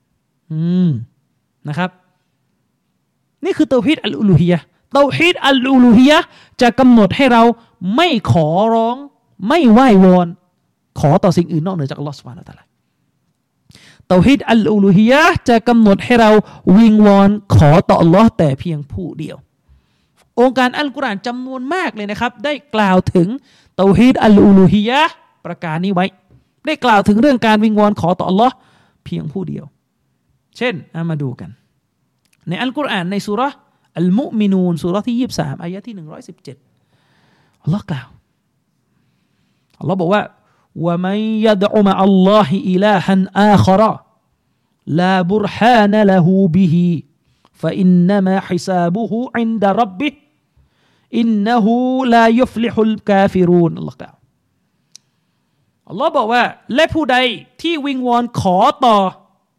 นะครับนี่คือเตาฮีดอัลอูลูฮียะห์เตาฮีดอัลอูลูฮียะห์จะกำหนดให้เราไม่ขอร้องไม่ไหว้วอนขอต่อสิ่งอื่นนอกเหนือจากอัลลอฮฺซุบฮานะฮูวะตะอาลาเตาฮีดอัลอูลูฮียะห์จะกำหนดให้เราวิงวอนขอต่ออัลลอฮ์แต่เพียงผู้เดียวองค์การอัลกุรอานจำนวนมากเลยนะครับได้กล่าวถึงเตาฮีดอัลอูลูฮียะห์ประการนี้ไว้ได้กล่าวถึงเรื่องการวิงวอนขอต่ออัลลอฮ์เพียงผู้เดียวเช่นมาดูกันในอัลกุรอานในซูเราะห์อัลมุอ์มินูนซูเราะห์ที่23อายะห์ที่117อัลลอฮ์กล่าวอัลลอฮ์บอกว่าวะมันยัดอุมะอัลลอฮิอิลาฮันอาคอรอลาบุรฮานละฮูบิฮิ فإنما حسابه عند ربه إنه لا يفلح الكافرون อัลลอฮ์กล่าวอัลลอฮ์บอกว่าและผู้ใดที่วิงวอนขอต่อ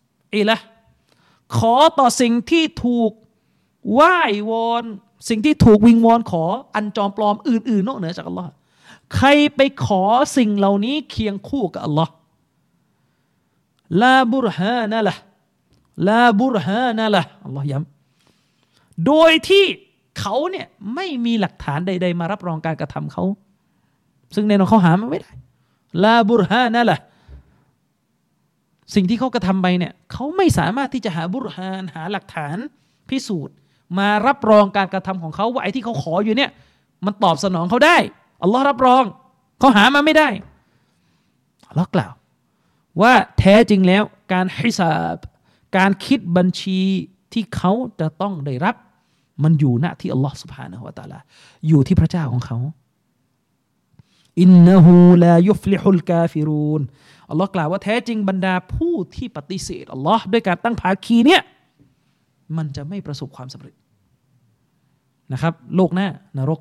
ขอต่อสิ่งที่ถูกไหว้วอนสิ่งที่ถูกวิงวอนขออันจอมปลอมอื่นๆนอกเหนือจากอัลลอฮ์ใครไปขอสิ่งเหล่านี้เคียงคู่กับอัลลอฮ์ลาบุรฮานะละลาบุรฮานะละอัลลอฮ์ย้ำโดยที่เขาเนี่ยไม่มีหลักฐานใดๆมารับรองการกระทำเขาซึ่งแน่นอนเขาหาไม่ได้ลาบุรฮานะละสิ่งที่เขากระทำไปเนี่ยเขาไม่สามารถที่จะหาบุรฮานหาหลักฐานพิสูจน์มารับรองการกระทำของเขาว่าไอ้ที่เขาขออยู่เนี่ยมันตอบสนองเขาได้อัลลอฮ์รับรองเขาหามาไม่ได้อัลลอฮ์กล่าวว่าแท้จริงแล้วการฮิซาบการคิดบัญชีที่เขาจะต้องได้รับมันอยู่ณที่อัลลอฮ์ سبحانه และ تعالى อยู่ที่พระเจ้าของเขาอินนะฮูลายุฟลิฮุลกาฟิรูนอัลลอฮ์กล่าวว่าแท้จริงบรรดาผู้ที่ปฏิเสธอัลลอฮ์ด้วยการตั้งภาคีเนี่ยมันจะไม่ประสบความสำเร็จนะครับโลกหน้านรก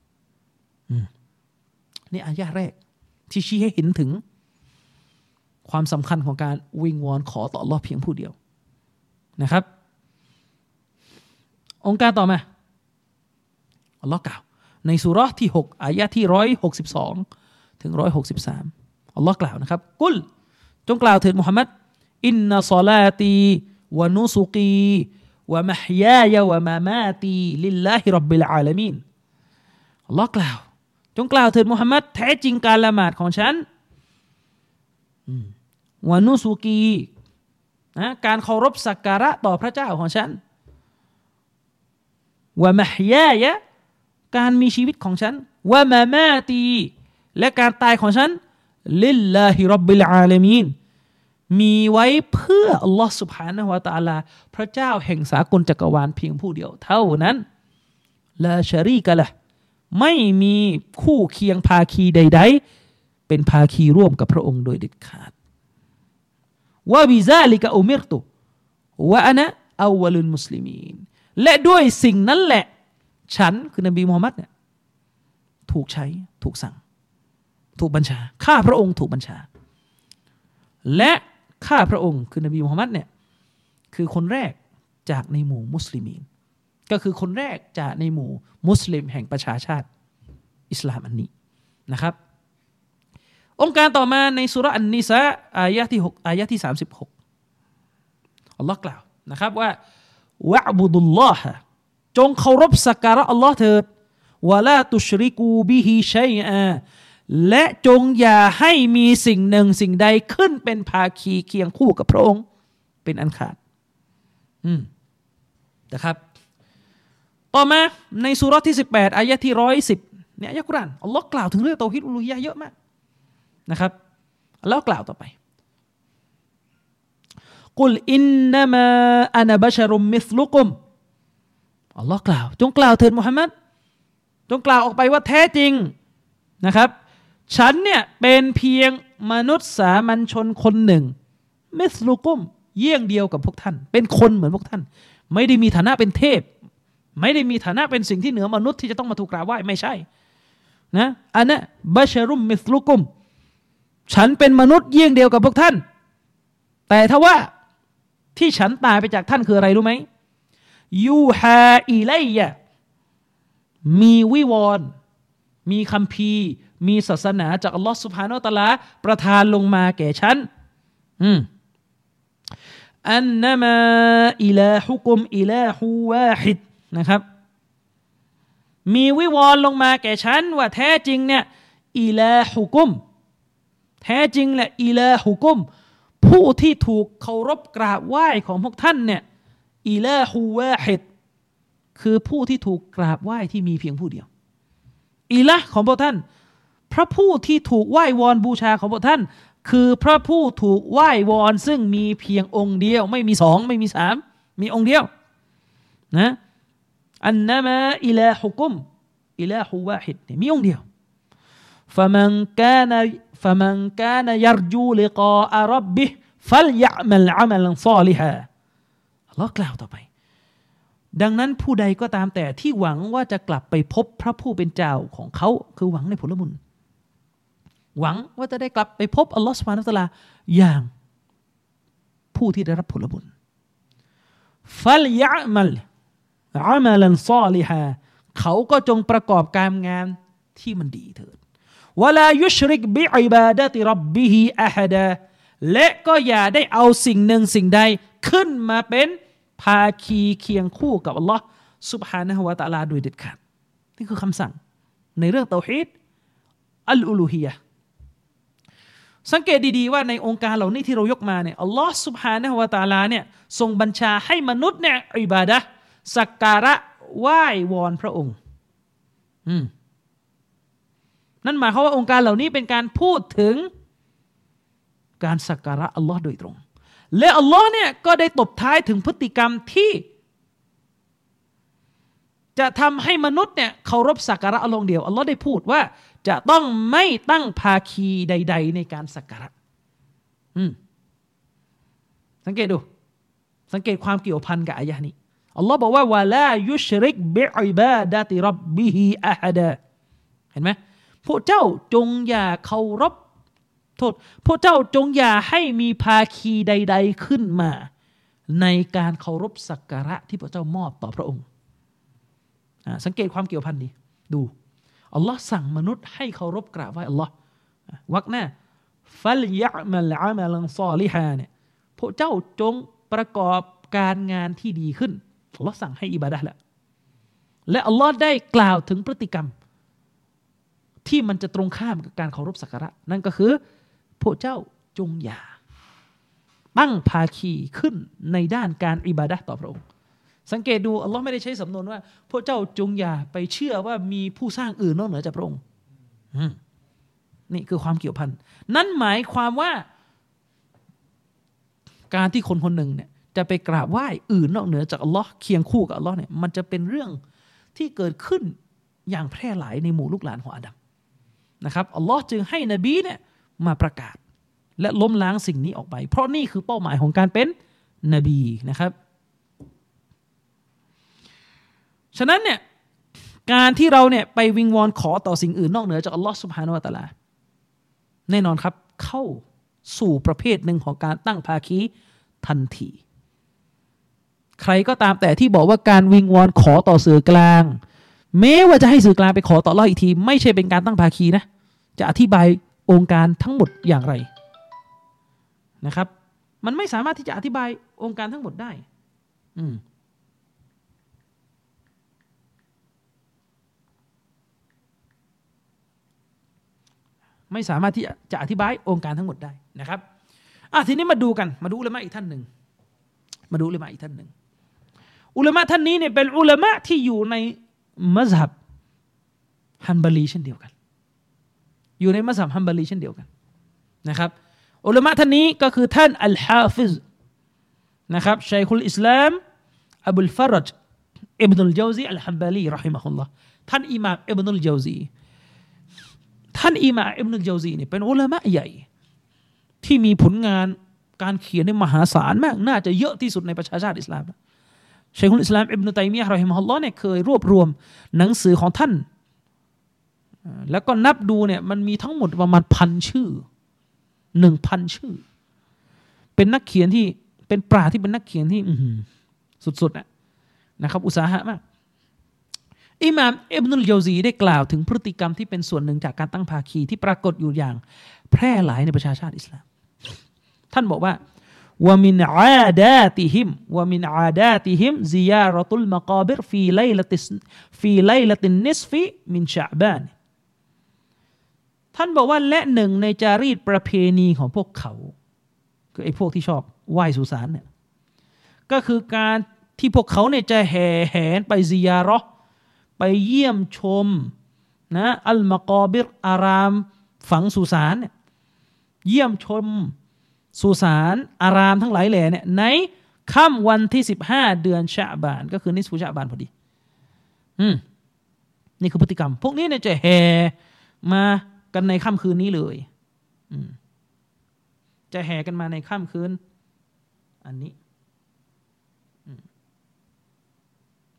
นี่อายะห์แรกที่ชี้ให้เห็นถึงความสำคัญของการวิงวอนขอต่ออัลลอฮ์เพียงผู้เดียวนะครับองค์การต่อมาอัลลอฮ์กล่าวในซูเราะห์ที่6อายะห์ที่162ถึง163อัลลอฮ์กล่าวนะครับกุลจงกล่าวเถิดมุฮัมมัดอินนัศอลาตีวะนุซุกีวะมะฮยายะวะมะมาตีลิลลาฮิร็อบบิลอาลามีนอัลลอฮ์กล่าวจงกล่าวเถิดมุฮัมมัดแท้จริงการละหมาดของฉันวะนุซุกีการเคารพสักการะต่อพระเจ้าของฉันวะมะฮยายะการมีชีวิตของฉันวะมะมาตีและการตายของฉันลิลลาฮิร็อบบิลอาลามีนมีไว้เพื่ออัลลอฮ์ سبحانه และ تعالى พระเจ้าแห่งสากลจักรวาลเพียงผู้เดียวเท่านั้นลาชะรีกะละห์ไม่มีคู่เคียงภาคีใดๆเป็นภาคีร่วมกับพระองค์โดยเด็ดขาดวะบิซาลิกะอุมิรตุวะอะนะอัววะลุลมุสลิมีนและด้วยสิ่งนั้นแหละฉันคือนบีมุฮัมมัดเนี่ยถูกใช้ถูกสั่งถูกบัญชาข้าพระองค์ถูกบัญชาและข้าพระองค์คือนบีมุฮัมมัดเนี่ยคือคนแรกจากในหมู่มุสลิมีนก็คือคนแรกจากในหมู่มุสลิมแห่งประชาชาติอิสลามอันนี้นะครับองค์การต่อมาในซูเราะห์อันนิสาอายะที่6อายะที่36อัลลอฮ์กล่าวนะครับว่าวะอ์บุดุลลอฮะจงเคารพสักการะอัลลอฮ์เถิดวะลาตุชริกูบิฮิชัยอาและจงอย่าให้มีสิ่งหนึ่งสิ่งใดขึ้นเป็นภาคีเคียงคู่กับพระองค์เป็นอันขาดนะครับต่อมาในซูเราะห์ที่18อายะที่110เนี่ยอายะกุรอานอัลเลาะห์กล่าวถึงเรื่องเตาฮีดอุลูฮียะห์เยอะมากนะครับอัลเลาะห์กล่าวต่อไปกุลอินนะมาอะนะบะชะรุมมิสลุกุมอัลเลาะห์กล่าวจงกล่าวเถิดมุฮัมมัดจงกล่าวออกไปว่าแท้จริงนะครับฉันเนี่ยเป็นเพียงมนุษย์สามัญชนคนหนึ่งมิสลุกุมเยี่ยงเดียวกับพวกท่านเป็นคนเหมือนพวกท่านไม่ได้มีฐานะเป็นเทพไม่ได้มีฐานะเป็นสิ่งที่เหนือมนุษย์ที่จะต้องมาถูกกราบไหว้ไม่ใช่นะอันนะบะชะรุมมิสลุกุมฉันเป็นมนุษย์เยี่ยงเดียวกับพวกท่านแต่ถ้าว่าที่ฉันตายไปจากท่านคืออะไรรู้ไหมยูฮาอิไลยะมีวิวรณ์มีคัมภีร์มีศาสนาจากอัลลอฮฺซุบฮานะฮูวะตะอาลาประทานลงมาแก่ฉันอันนะมาอิลาฮุกุมอิลาฮูวาฮิดนะครับมีวิวรณ์ลงมาแก่ฉันว่าแท้จริงเนี่ยอิลาฮุกุมแท้จริงแหละอิลาฮุกุมผู้ที่ถูกเคารพกราบไหว้ของพวกท่านเนี่ยอิลาฮูวาฮิดคือผู้ที่ถูกกราบไหว้ที่มีเพียงผู้เดียวอิละของพวกท่านพระผู้ที่ถูกไหว้วอนบูชาของพวกท่านคือพระผู้ถูกไหว้วอนซึ่งมีเพียงองค์เดียวไม่มีสองไม่มีสามมีองค์เดียวนะอันนะมาอิลาฮุกุมอิลาฮูวาฮิดมีองค์เดียวفمن كان يرجو لقاء ربه فليعمل عملا صالحا อัลเลาะห์กล่าวต่อไปดังนั้นผู้ใดก็ตามแต่ที่หวังว่าจะกลับไปพบพระผู้เป็นเจ้าของเขาคือหวังในผลบุญหวังว่าจะได้กลับไปพบอัลลอฮฺซุบฮานะฮูวะตะอาลาอย่างผู้ที่ได้รับผลบุญฟัลยะมัลอามัลันซอลิฮาเขาก็จงประกอบการงานที่มันดีเถิดวะลายุชริกบิอิบาดะติร็อบบิฮิอะฮะดาและก็อย่าได้เอาสิ่งหนึ่งสิ่งใดขึ้นมาเป็นภาคีเคียงคู่กับอัลลอฮ์ซุบฮานะฮูวะตะอาลาโดยเด็ดขาดนี่คือคำสั่งในเรื่องเตาฮีดอัลอูลูฮียะห์สังเกตดีๆว่าในองค์การเหล่านี้ที่เรายกมาเนี่ยอัลลอฮ์ซุบฮานะฮูวะตะอาลาเนี่ยทรงบัญชาให้มนุษย์เนี่ยอิบาดะห์สักการะไหว้วอนพระองค์นั่นหมายความว่าองค์การเหล่านี้เป็นการพูดถึงการสักการะอัลลอฮ์โดยตรงและอัลลอฮ์เนี่ยก็ได้ตบท้ายถึงพฤติกรรมที่จะทำให้มนุษย์เนี่ยเคารพสักการะอัลลอฮ์เดียวอัลลอฮ์ได้พูดว่าจะต้องไม่ตั้งภาคีใดๆในการสักการะสังเกตดูสังเกตความเกี่ยวพันกับอายะห์นี้อัลลอฮ์บอกว่าวะลายุชริกบิอิบาดะติร็อบบิฮิอะฮะดาเห็นไหมพวกเจ้าจงอย่าเคารพพวกเจ้าจงอย่าให้มีภาคีใดๆขึ้นมาในการเคารพสักการะที่พวกเจ้ามอบต่อพระองค์สังเกตความเกี่ยวพันดีดูอัลลอฮ์สั่งมนุษย์ให้เคารพกราบไหว้อัลลอฮ์วรรคหน้าฟัลยะมัลอามัลันซอลิฮาเนี่ยพวกเจ้าจงประกอบการงานที่ดีขึ้นอัลลอฮ์สั่งให้อิบาดะห์แล้วและอัลลอฮ์ได้กล่าวถึงพฤติกรรมที่มันจะตรงข้ามกับการเคารพสักการะนั่นก็คือพวกเจ้าจงอย่าตั้งภาคีขึ้นในด้านการอิบาดะห์ต่อพระองค์สังเกตดูอัลลอฮ์ไม่ได้ใช้สำนวนว่าพวกเจ้าจงอย่าไปเชื่อว่ามีผู้สร้างอื่นนอกเหนือจากพระองค์นี่คือความเกี่ยวพันนั่นหมายความว่าการที่คนคนหนึ่งเนี่ยจะไปกราบไหว้อื่นนอกเหนือจากอัลลอฮ์เคียงคู่กับอัลลอฮ์เนี่ยมันจะเป็นเรื่องที่เกิดขึ้นอย่างแพร่หลายในหมู่ลูกหลานของอาดัมนะครับอัลลอฮ์จึงให้นบีเนี่ยมาประกาศและล้มล้างสิ่งนี้ออกไปเพราะนี่คือเป้าหมายของการเป็นนบีนะครับฉะนั้นเนี่ยการที่เราเนี่ยไปวิงวอนขอต่อสิ่งอื่นนอกเหนือจากอัลลอฮ์ซุบฮานะฮูวะตะอาลาแน่นอนครับเข้าสู่ประเภทหนึ่งของการตั้งภาคีทันทีใครก็ตามแต่ที่บอกว่าการวิงวอนขอต่อสื่อกลางแม้ว่าจะให้สื่อกลางไปขอต่ออัลเลาะห์อีกทีไม่ใช่เป็นการตั้งภาคีนะจะอธิบายองค์การทั้งหมดอย่างไรนะครับมันไม่สามารถที่จะอธิบายองค์การทั้งหมดได้ไม่สามารถที่จะอธิบายองค์การทั้งหมดได้นะครับทีนี้มาดูกันมาดูอุลามะอีกท่านหนึ่งอุลามะท่านนี้เนี่ยเป็นอุลามะที่อยู่ในมัซฮับฮัมบาลีเช่นเดียวกันอยู่ในมัซฮับฮัมบาลีเช่นเดียวกันนะครับอุลามะท่านนี้ก็คือท่านอัลฮาฟิซนะครับชัยคุลอิสลามอับุลฟารจอิบนุลญาวซีอัลฮัมบาลีเราะฮิมะฮุลลอฮ์ท่านอิหม่ามอิบนุลญาวซีเนี่ยเป็นอุลามะใหญ่ที่มีผลงานการเขียนในมหาศาลมากน่าจะเยอะที่สุดในประชาชาติอิสลามชัยคุลอิสลามอิบนุตัยมียะห์เราะฮิมะฮุลลอฮ์เนี่ยเคยรวบรวมหนังสือของท่านแล้วก็นับดูเนี่ยมันมีทั้งหมดประมาณ1,000 ชื่อ 1,000 ชื่อเป็นนักเขียนที่เป็นปราชญ์ที่เป็นนักเขียนที่สุดๆนะครับอุตสาหะมากอิหม่ามอิบนุลญาวซีได้กล่าวถึงพฤติกรรมที่เป็นส่วนหนึ่งจากการตั้งภาคีที่ปรากฏอยู่อย่างแพร่หลายในประชาชาติอิสลามท่านบอกว่าวะมินอาดาติฮิมซิยารตุลมะกาบิรฟีไลละตินนิสฟิมินชะบานท่านบอกว่าและหนึ่งในจารีตประเพณีของพวกเขาคือไอ้พวกที่ชอบไหว้สุสานเนี่ยก็คือการที่พวกเขาเนี่ยจะแห่แหนไปซิยารอไปเยี่ยมชมนะอัลมะกอบิรอารามฝังสุสานเนี่ยเยี่ยมชมสุสานอารามทั้งหลายแหล่เนี่ยในค่ำวันที่15เดือนชะบานก็คือนิสฟุชะบานพอดีนี่คือพฤติกรรมพวกนี้เนี่ยจะแห่มากันในค่ำคืนนี้เลยจะแห่กันมาในค่ำคืนอันนี้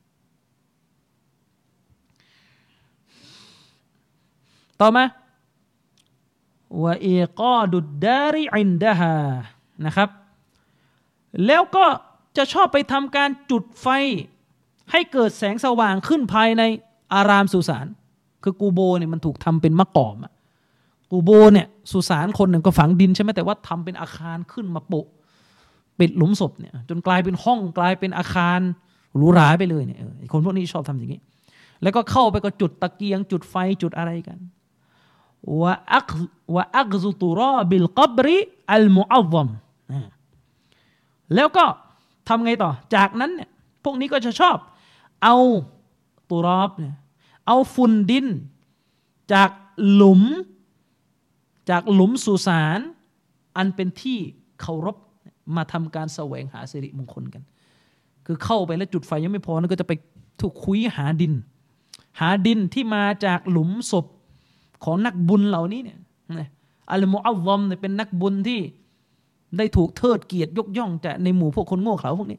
ต่อมาวะอีกาดุดดาริอินดะฮานะครับแล้วก็จะชอบไปทำการจุดไฟให้เกิดแสงสว่างขึ้นภายในอารามสุสานคือกูโบเนี่ยมันถูกทำเป็นมะกอมกูโบเนี่ยสุสานคนหนึ่งก็ฝังดินใช่ไหมแต่ว่าทำเป็นอาคารขึ้นมาโปะปิดหลุมศพเนี่ยจนกลายเป็นห้องกลายเป็นอาคารหรูหราไปเลยเนี่ยคนพวกนี้ชอบทำอย่างนี้แล้วก็เข้าไปก็จุดตะเกียงจุดไฟจุดอะไรกันวะอักซุตุราบิลกับริอัลมุอัซซัมแล้วก็ทำไงต่อจากนั้นเนี่ยพวกนี้ก็จะชอบเอาตุรอบเนี่ยเอาฝุ่นดินจากหลุมสุสานอันเป็นที่เคารพมาทำการแสวงหาสิริมงคลกันคือเข้าไปแล้วจุดไฟยังไม่พอนั่นก็จะไปถูกคุยหาดินที่มาจากหลุมศพของนักบุญเหล่านี้เนี่ยอัลมุอัซซัมเนี่ยเป็นนักบุญที่ได้ถูกเทิดเกียรติยกย่องจากในหมู่พวกคนโง่เขลาพวกนี้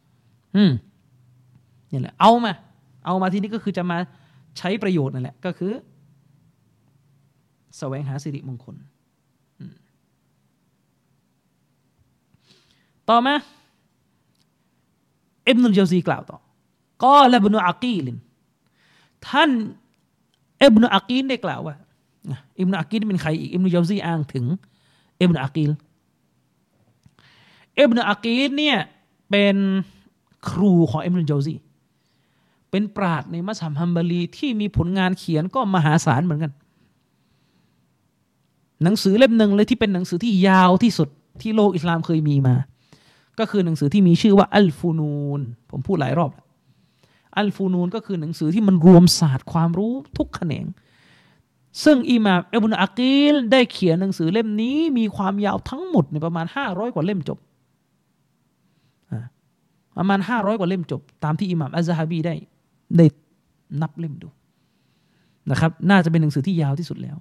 นี่แหละเอามาที่นี่ก็คือจะมาใช้ประโยชน์นั่นแหละก็คือแสวงหาสิริมงคลต่อมาอิบนุลญาวซีกล่าวต่อกอละอิบนุอะกีลท่านอิบนุอะกีลได้กล่าวว่าอิบนุอะกีลเป็นใครอีกอิบนุลญาวซีอ้างถึงอิบนุอะกีลเนี่ยเป็นครูของอิบนุลญาวซีเป็นปราชญ์ในมัซฮับฮัมบาลีที่มีผลงานเขียนก็มหาศาลเหมือนกันหนังสือเล่มหนึ่งเลยที่เป็นหนังสือที่ยาวที่สุดที่โลกอิสลามเคยมีมาก็คือหนังสือที่มีชื่อว่าอัลฟูนูนผมพูดหลายรอบอัลฟูนูนก็คือหนังสือที่มันรวมศาสตร์ความรู้ทุกแขนงซึ่งอิหม่ามอิบนุอะกีลได้เขียนหนังสือเล่มนี้มีความยาวทั้งหมดในประมาณ500กว่าเล่มจบประมาณ500กว่าเล่มจบตามที่อิหม่ามอัซซะฮะบีได้นับเล่มดูนะครับน่าจะเป็นหนังสือที่ยาวที่สุดแล้ว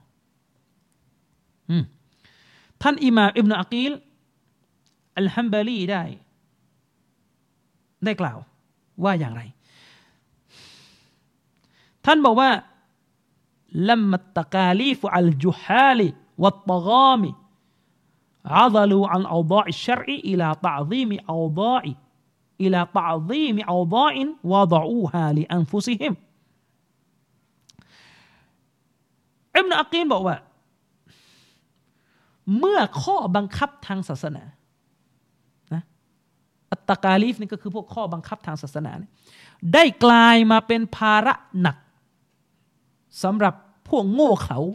ท่านอิหม่ามอิบนุอะกีลอัลฮัมบาลีได้กล่าวว่าอย่างไรท่านบอกว่าลัมมัตตะกาลีฟอัลจุฮาลิวัตตะฆามิอะฎลูอันเอาฎาอิชชัรอิอิลาตะฎีมิเอาฎาอิอิลาตะฎีมิเอาฎาอินวะฎอูฮาลิอันฟุซิฮิมอิบนุอะกีลบอกว่าเมื่อข้อบังคับทางศาสนาอัตตะกาลีฟนี่ก็คือพวกข้อบังคับทางศาสนาได้กลายมาเป็นภาระหนักสำหรับพวกโง่เขลา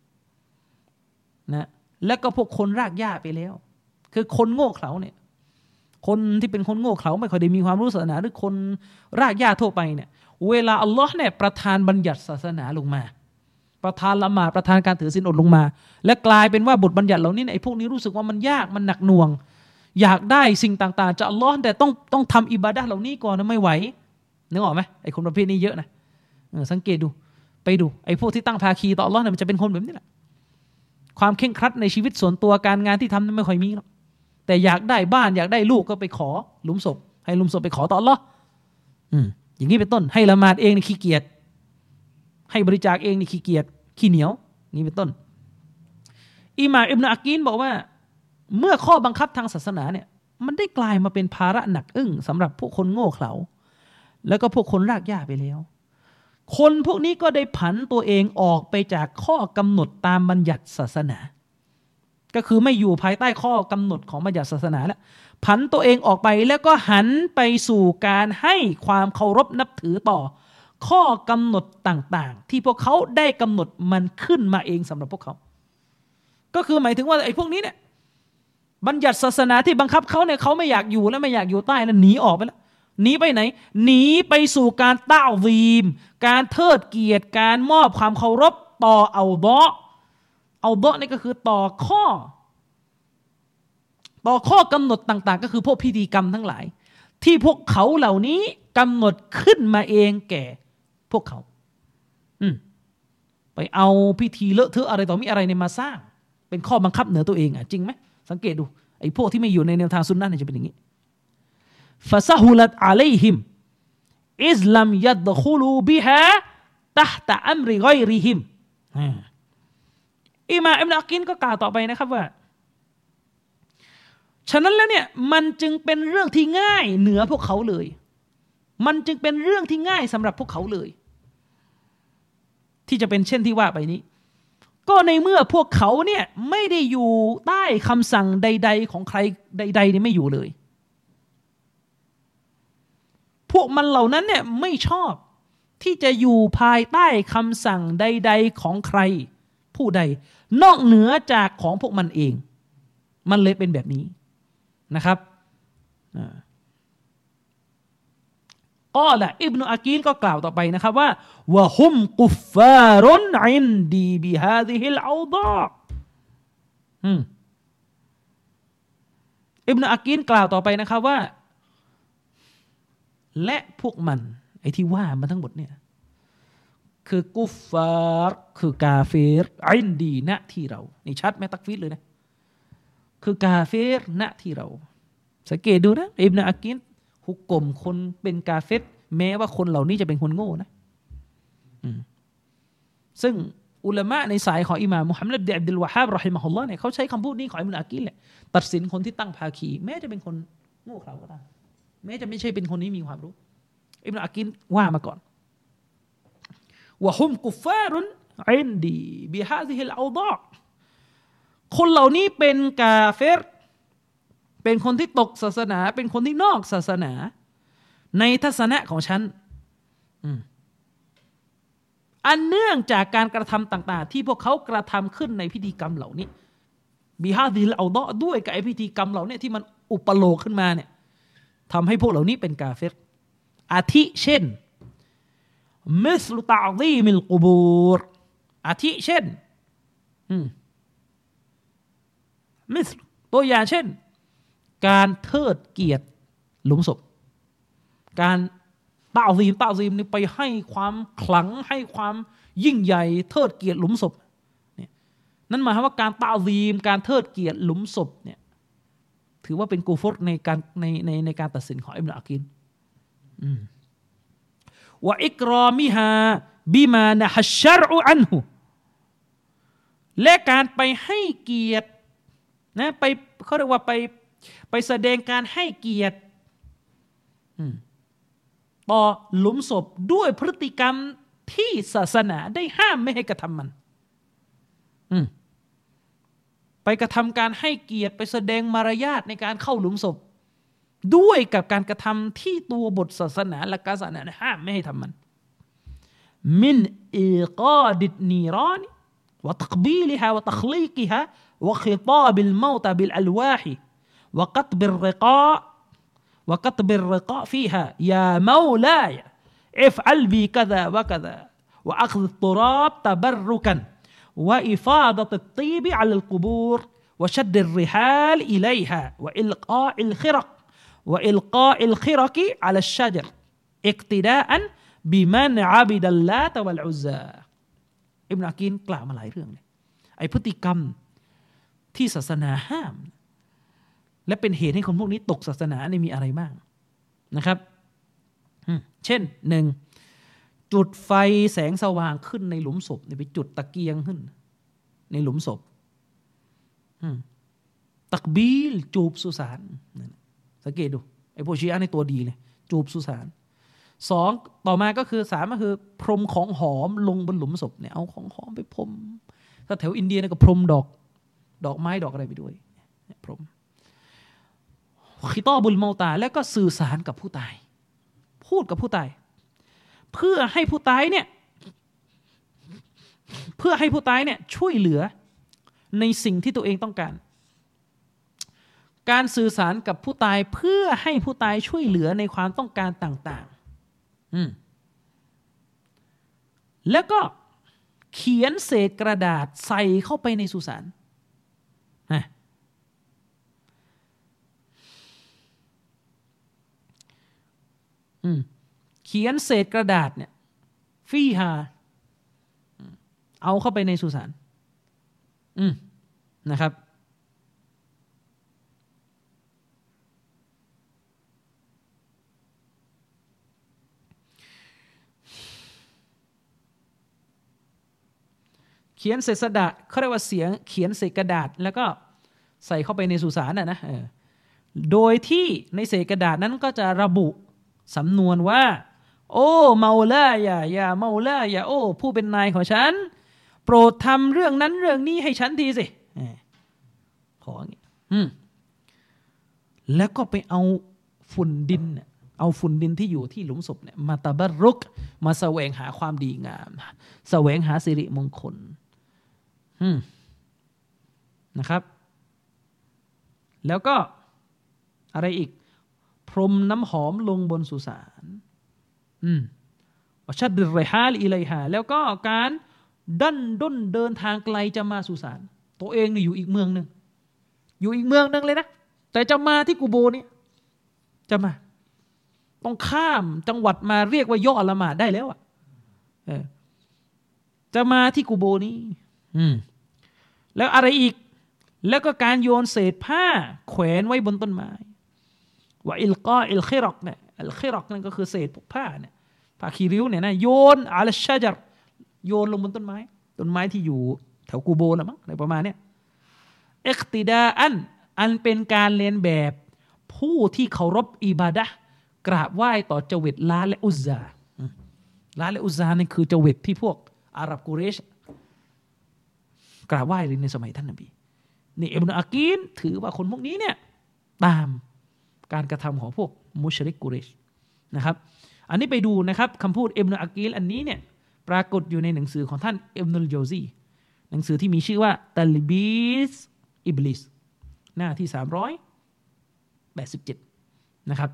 นะและก็พวกคนรากหญ้าไปแล้วคือคนโง่เขลาเนี่ยคนที่เป็นคนโง่เขลาไม่ค่อยได้มีความรู้ศาสนาหรือคนรากหญ้าทั่วไปเนี่ยเวลาอัลลอฮ์เนี่ยประทานบัญญัติศาสนาลงมาประทานละหมาดประทานการถือศีลอดลงมาและกลายเป็นว่าบทบัญญัติเหล่านี้ไอ้พวกนี้รู้สึกว่ามันยากมันหนักหน่วงอยากได้สิ่งต่างๆจากอัลลอฮ์แต่ต้องทำอิบาดะห์เหล่านี้ก่อนนะไม่ไหวนึกออกไหมไอ้คนประเภทนี้เยอะนะสังเกตดูไปดูไอ้พวกที่ตั้งภาคีต่ออัลลอฮ์เนี่ยมันจะเป็นคนแบบนี้แหละความเคร่งครัดในชีวิตส่วนตัวการงานที่ทำนั้นไม่ค่อยมีหรอกแต่อยากได้บ้านอยากได้ลูกก็ไปขอหลุมศพให้หลุมศพไปขอต่ออัลลอฮ์อย่างนี้เป็นต้นให้ละหมาดเองนี่ขี้เกียจให้บริจาคเองนี่ขี้เกียจขี้เหนียวนี่เป็นต้นอิหม่ามอิบนุอะกีลบอกว่าเมื่อข้อบังคับทางศาสนาเนี่ยมันได้กลายมาเป็นภาระหนักอึ้งสำหรับพวกคนโง่เขลาแล้วก็พวกคนรากหญ้าไปแล้วคนพวกนี้ก็ได้ผันตัวเองออกไปจากข้อกำหนดตามบัญญัติศาสนาก็คือไม่อยู่ภายใต้ข้อกำหนดของบัญญัติศาสนาแล้วผันตัวเองออกไปแล้วก็หันไปสู่การให้ความเคารพนับถือต่อข้อกำหนดต่างๆที่พวกเขาได้กำหนดมันขึ้นมาเองสำหรับพวกเขาก็คือหมายถึงว่าไอ้พวกนี้เนี่ยบัญญัติศาสนาที่บังคับเขาเนี่ยเขาไม่อยากอยู่แล้วไม่อยากอยู่ใต้แล้วหนีออกไปแล้วหนีไปไหนหนีไปสู่การตะซีมการเทิดเกียรติการมอบความเคารพต่อเอาฎอนี่ก็คือต่อข้อกำหนดต่างๆก็คือพวกพิธีกรรมทั้งหลายที่พวกเขาเหล่านี้กำหนดขึ้นมาเองแก่พวกเขาไปเอาพิธีเลอะเทอะอะไรต่อมีอะไรเนี่ยมาสร้างเป็นข้อบังคับเหนือตัวเองจริงไหมสังเกตดูไอ้พวกที่ไม่อยู่ในแนวทางซุนนะห์เนี่ยจะเป็นอย่างนี้ฟะซะฮุลัตอะลัยฮิมอิสลัมยัดคุลูบิฮาตะฮ์ตะอัมริฆอยริฮิมอิหม่ามอิบนุอักีลก็กล่าวต่อไปนะครับว่าฉะนั้นแล้วเนี่ยมันจึงเป็นเรื่องที่ง่ายเหนือพวกเขาเลยมันจึงเป็นเรื่องที่ง่ายสำหรับพวกเขาเลยที่จะเป็นเช่นที่ว่าไปนี้ก็ในเมื่อพวกเขาเนี่ยไม่ได้อยู่ใต้คำสั่งใดๆของใครใดๆนี่ไม่อยู่เลยพวกมันเหล่านั้นเนี่ยไม่ชอบที่จะอยู่ภายใต้คำสั่งใดๆของใครผู้ใดนอกเหนือจากของพวกมันเองมันเลยเป็นแบบนี้นะครับก็แหละอิบนุอากีลก็กล่าวต่อไปนะครับว่าวะฮุมกุฟฟารุนอินดีบิฮาซิฮิลเอาฎออิบนุอากีลกล่าวต่อไปนะครับว่าและพวกมันไอ้ที่ว่ามาทั้งหมดเนี่ยคือกุฟฟาร์คือกาเฟรอินดีณที่เรานี่ชัดไหมตักฟีรเลยนะคือกาเฟรณที่เราสังเกตดูนะอิบนุอากีลฮุกกลมคนเป็นกาเฟรแม้ว่าคนเหล่านี้จะเป็นคนโง่นะซึ่งอุลามะในสายของอิหม่ามมุฮัมมัดบินอับดุลวะฮาบเราะฮิมะฮุลลอฮ์เนี่ยเขาใช้คำพูดนี้ของอิบนุอากีลแหละตัดสินคนที่ตั้งภาคีแม้จะเป็นคนโง่เขลาก็ตามแม้จะไม่ใช่เป็นคนที่มีความรู้อิบนุอากีลว่ามาก่อนวะฮุมกุฟฟารุนอินดีบิฮาซิฮิลเอาฎอคนเหล่านี้เป็นกาเฟรเป็นคนที่ตกศาสนาเป็นคนที่นอกศาสนาในทัศนะของฉันอันเนื่องจากการกระทำต่างๆที่พวกเขากระทำขึ้นในพิธีกรรมเหล่านี้บิฮาซิฮิลเอาฎอด้วยกับไอ้พิธีกรรมเหล่านี้ที่มันอุปโลกขึ้นมาเนี่ยทำให้พวกเหล่านี้เป็นกาเฟรอาทิเช่นมิสลุตะซีมิลกุบูรอาทิเช่นมิสตัวอย่างเช่นการเทิดเกียรติหลุมศพการตะซีมนี่ไปให้ความขลังให้ความยิ่งใหญ่เทิดเกียรติหลุมศพเนี่ยนั่นหมายความว่าการตะซีมการเทิดเกียรติหลุมศพเนี่ยถือว่าเป็นกูฟรในการตัดสินของอิบนุอากีลวะอิกรอมิฮาบิมานะฮัชชรอุอันฮุและการไปให้เกียรตินะไปเขาเรียกว่าไปแสดงการให้เกียรติต่อหลุมศพด้วยพฤติกรรมที่ศาสนาได้ห้ามไม่ให้กระทำมันไปกระทำการให้เกียรติไปแสดงมารยาทในการเข้าหลุมศพด้วยกับการกระทำที่ตัวบทศาสนาและการศาสนาห้ามไม่ให้ทำมันมินอิกาดิดนีรานวะตักบีลิฮะวะตัคลีกิฮะวะขิตาบิลเมาตะบิลอัลวาฮิวะกัตบิรริกาوكتب الرقاء فيها يا مولاي افعل بي كذا وكذا وأخذ التراب تبركا وإفاضة الطيب على القبور وشد الرحال إليها وإلقاء الخرق على الشجر اقتداء بمن عبد اللات والعزى อิบนุอากีลกล่าวมาหลายเรื่องเลยไอ้พฤติกรรมที่ศาสนาห้ามและเป็นเหตุให้คนพวกนี้ตกศาสนาเนี่ยมีอะไรบ้างนะครับเช่นหนึ่งจุดไฟแสงสว่างขึ้นในหลุมศพไปจุดตะเกียงขึ้นในหลุมศพตักบีลจูบสุสานสังเกตดูไอ้พวกชีอะห์ในตัวดีเลยจูบสุสานสองต่อมาก็คือสามก็คือพรมของหอมลงบนหลุมศพเนี่ยเอาของหอมไปพรมถ้าแถวอินเดียเนี่ยก็พรมดอกไม้ดอกอะไรไปด้วยพรมขิตอบุลเมาตาแล้วก็สื่อสารกับผู้ตายพูดกับผู้ตายเพื่อให้ผู้ตายเนี่ยช่วยเหลือในสิ่งที่ตัวเองต้องการการสื่อสารกับผู้ตายเพื่อให้ผู้ตายช่วยเหลือในความต้องการต่างๆแล้วก็เขียนเศษกระดาษใส่เข้าไปในสุสานเขียนเศษกระดาษเนี่ยฟีฮาเอาเข้าไปในสุสานนะครับเขียนเศษกระดาษเขาเรียกว่าเสียงเขียนเศษกระดาษแล้วก็ใส่เข้าไปในสุสานนะโดยที่ในเศษกระดาษนั้นก็จะระบุสำนวนว่าโอ้เมาลายะอย่าเมาลายะโอ้ผู้เป็นนายของฉันโปรดทำเรื่องนั้นเรื่องนี้ให้ฉันทีสิขออย่างนี้แล้วก็ไปเอาฝุ่นดินที่อยู่ที่หลุมศพเนี่ยมาตะบรุกมาแสวงหาความดีงามแสวงหาสิริมงคลนะครับแล้วก็อะไรอีกพรมน้ำหอมลงบนสุสานวชัดดิรฮาลอิไลฮาแล้วก็การดันด้นเดินทางไกลจะมาสุสานตัวเองนี่อยู่อีกเมืองนึงเลยนะแต่จะมาที่กูโบนี่จะมาต้องข้ามจังหวัดมาเรียกว่าย่อละหมาดได้แล้วจะมาที่กูโบนี้แล้วอะไรอีกแล้วก็การโยนเศษผ้าแขวนไว้บนต้นไม้ว่าอิลกออิลคิรอกเนี่ยอิลคิรอกนั่นก็คือเศษพวกผ้าเนี่ยผ้าคีริ้วเนี่ยนะโยนอัลชะจัรโยนลงบนต้นไม้ที่อยู่แถวกูโบนะมั้งอะไรประมาณเนี้ยอิกติดาอันเป็นการเลียนแบบผู้ที่เคารพอิบาดะห์กราบไหว้ต่อเจวิตลาและอุซซานี่คือเจวิตที่พวกอาหรับกุเรชกราบไหว้ในสมัยท่านนบีนี่อิบนุอากีนถือว่าคนพวกนี้เนี่ยตามการกระทำของพวกมุชริกกุเรชนะครับอันนี้ไปดูนะครับคำพูดอิบนุอากีนอันนี้เนี่ยปรากฏอยู่ในหนังสือของท่านอิบนุลญาวซีหนังสือที่มีชื่อว่าตัลบีสอิบลิสหน้าที่387นะครับ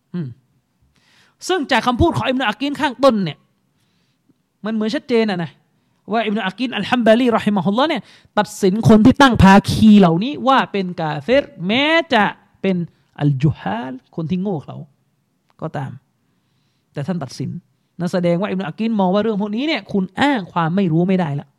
ซึ่งจากคำพูดของอิบนุอากีนข้างต้นเนี่ยมันเหมือนชัดเจนนะว่าอิบนุอากีนอัลฮัมบาลีเราะฮิมะฮุลลอฮ์เนี่ยตัดสินคนที่ตั้งภาคีเหล่านี้ว่าเป็นกาเฟรแม้จะเป็นอัลจุฮาลคนที่โง่เขลาก็ตามแต่ท่านตัดสินนั่นแสดงว่าอิบนุอากีนมองว่าเรื่องพวกนี้เนี่ยคุณอ้างความไม่รู้ไม่ได้ละ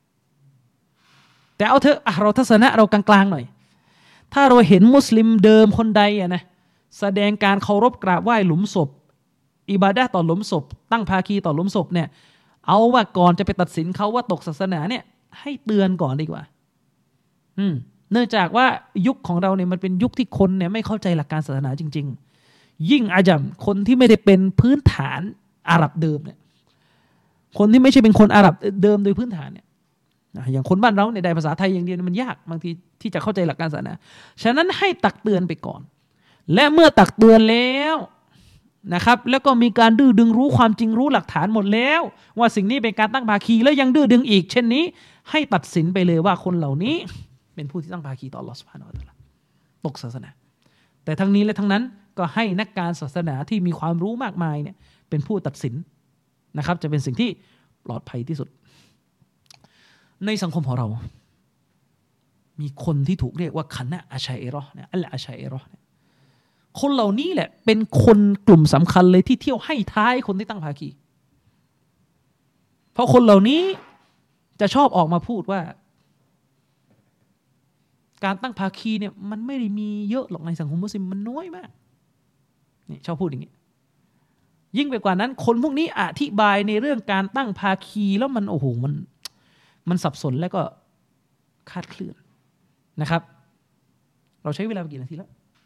แต่เอาเถอะเราทัศนะเรากลางๆหน่อยถ้าเราเห็นมุสลิมเดิมคนใดนะแสดงการเคารพกราบไหว้หลุมศพอิบาดะห์ต่อหลุมศพตั้งภาคีต่อหลุมศพเนี่ยเอาว่าก่อนจะไปตัดสินเขาว่าตกศาสนาเนี่ยให้เตือนก่อนดีกว่าเนื่องจากว่ายุคของเราเนี่ยมันเป็นยุคที่คนเนี่ยไม่เข้าใจหลักการศาสนาจริงๆยิ่งอาจัมคนที่ไม่ได้เป็นพื้นฐานอาหรับเดิมเนี่ยคนที่ไม่ใช่เป็นคนอาหรับเดิมโดยพื้นฐานเนี่ยอย่างคนบ้านเราเนี่ยได้ภาษาไทยอย่างเดียวมันยากบางทีที่จะเข้าใจหลักการศาสนาฉะนั้นให้ตักเตือนไปก่อนและเมื่อตักเตือนแล้วนะครับแล้วก็มีการดื้อดึงรู้ความจริงรู้หลักฐานหมดแล้วว่าสิ่งนี้เป็นการตั้งภาคีแล้วยังดื้อดึงอีกเช่นนี้ให้ตัดสินไปเลยว่าคนเหล่านี้เป็นผู้ที่ตั้งภาคีต่ออัลเลาะห์ซุบฮานะฮูวะตะอาลาตกศาสนาแต่ทั้งนี้และทั้งนั้นก็ให้นักการศาสนาที่มีความรู้มากมายเนี่ยเป็นผู้ตัดสินนะครับจะเป็นสิ่งที่ปลอดภัยที่สุดในสังคมของเรามีคนที่ถูกเรียกว่าคณะอัชอะอิเราะห์เนี่ยอัลอาชอะอิเราะห์คนเหล่านี้แหละเป็นคนกลุ่มสำคัญเลยที่เที่ยวให้ท้ายคนที่ตั้งภาคีเพราะคนเหล่านี้จะชอบออกมาพูดว่าการตั้งภาคีเนี่ยมันไม่ได้มีเยอะหรอกในสังคมมุสลิมมันน้อยมากนี่ชอบพูดอย่างนี้ยิ่งไปกว่านั้นคนพวกนี้อธิบายในเรื่องการตั้งภาคีแล้วมันโอ้โหมันสับสนแล้วก็คลาดเคลื่อนนะครับเราใช้เวลาไปกี่นาทีแล้ว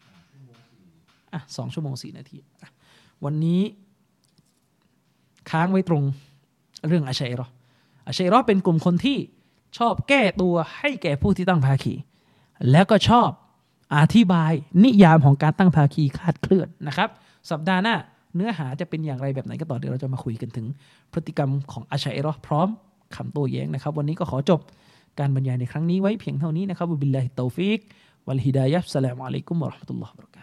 2 ชั่วโมง 4 นาทีวันนี้ค้างไว้ตรงเรื่องอัชอะอิเราะห์เป็นกลุ่มคนที่ชอบแก้ตัวให้แก่ผู้ที่ตั้งภาคีแล้วก็ชอบอธิบายนิยามของการตั้งภาคีคลาดเคลื่อนนะครับสัปดาห์หน้าเนื้อหาจะเป็นอย่างไรแบบไหนก็ต่อเดี๋ยวเราจะมาคุยกันถึงพฤติกรรมของอัชอะอิเราะห์พร้อมคำโต้แย้งนะครับวันนี้ก็ขอจบการบรรยายในครั้งนี้ไว้เพียงเท่านี้นะครับบิลลาฮิตตอฟิกวัลฮิดายะฮ์อัสสลามุอะลัยกุมวะเราะห์มะตุลลอฮิวะบะเราะกาตุฮ์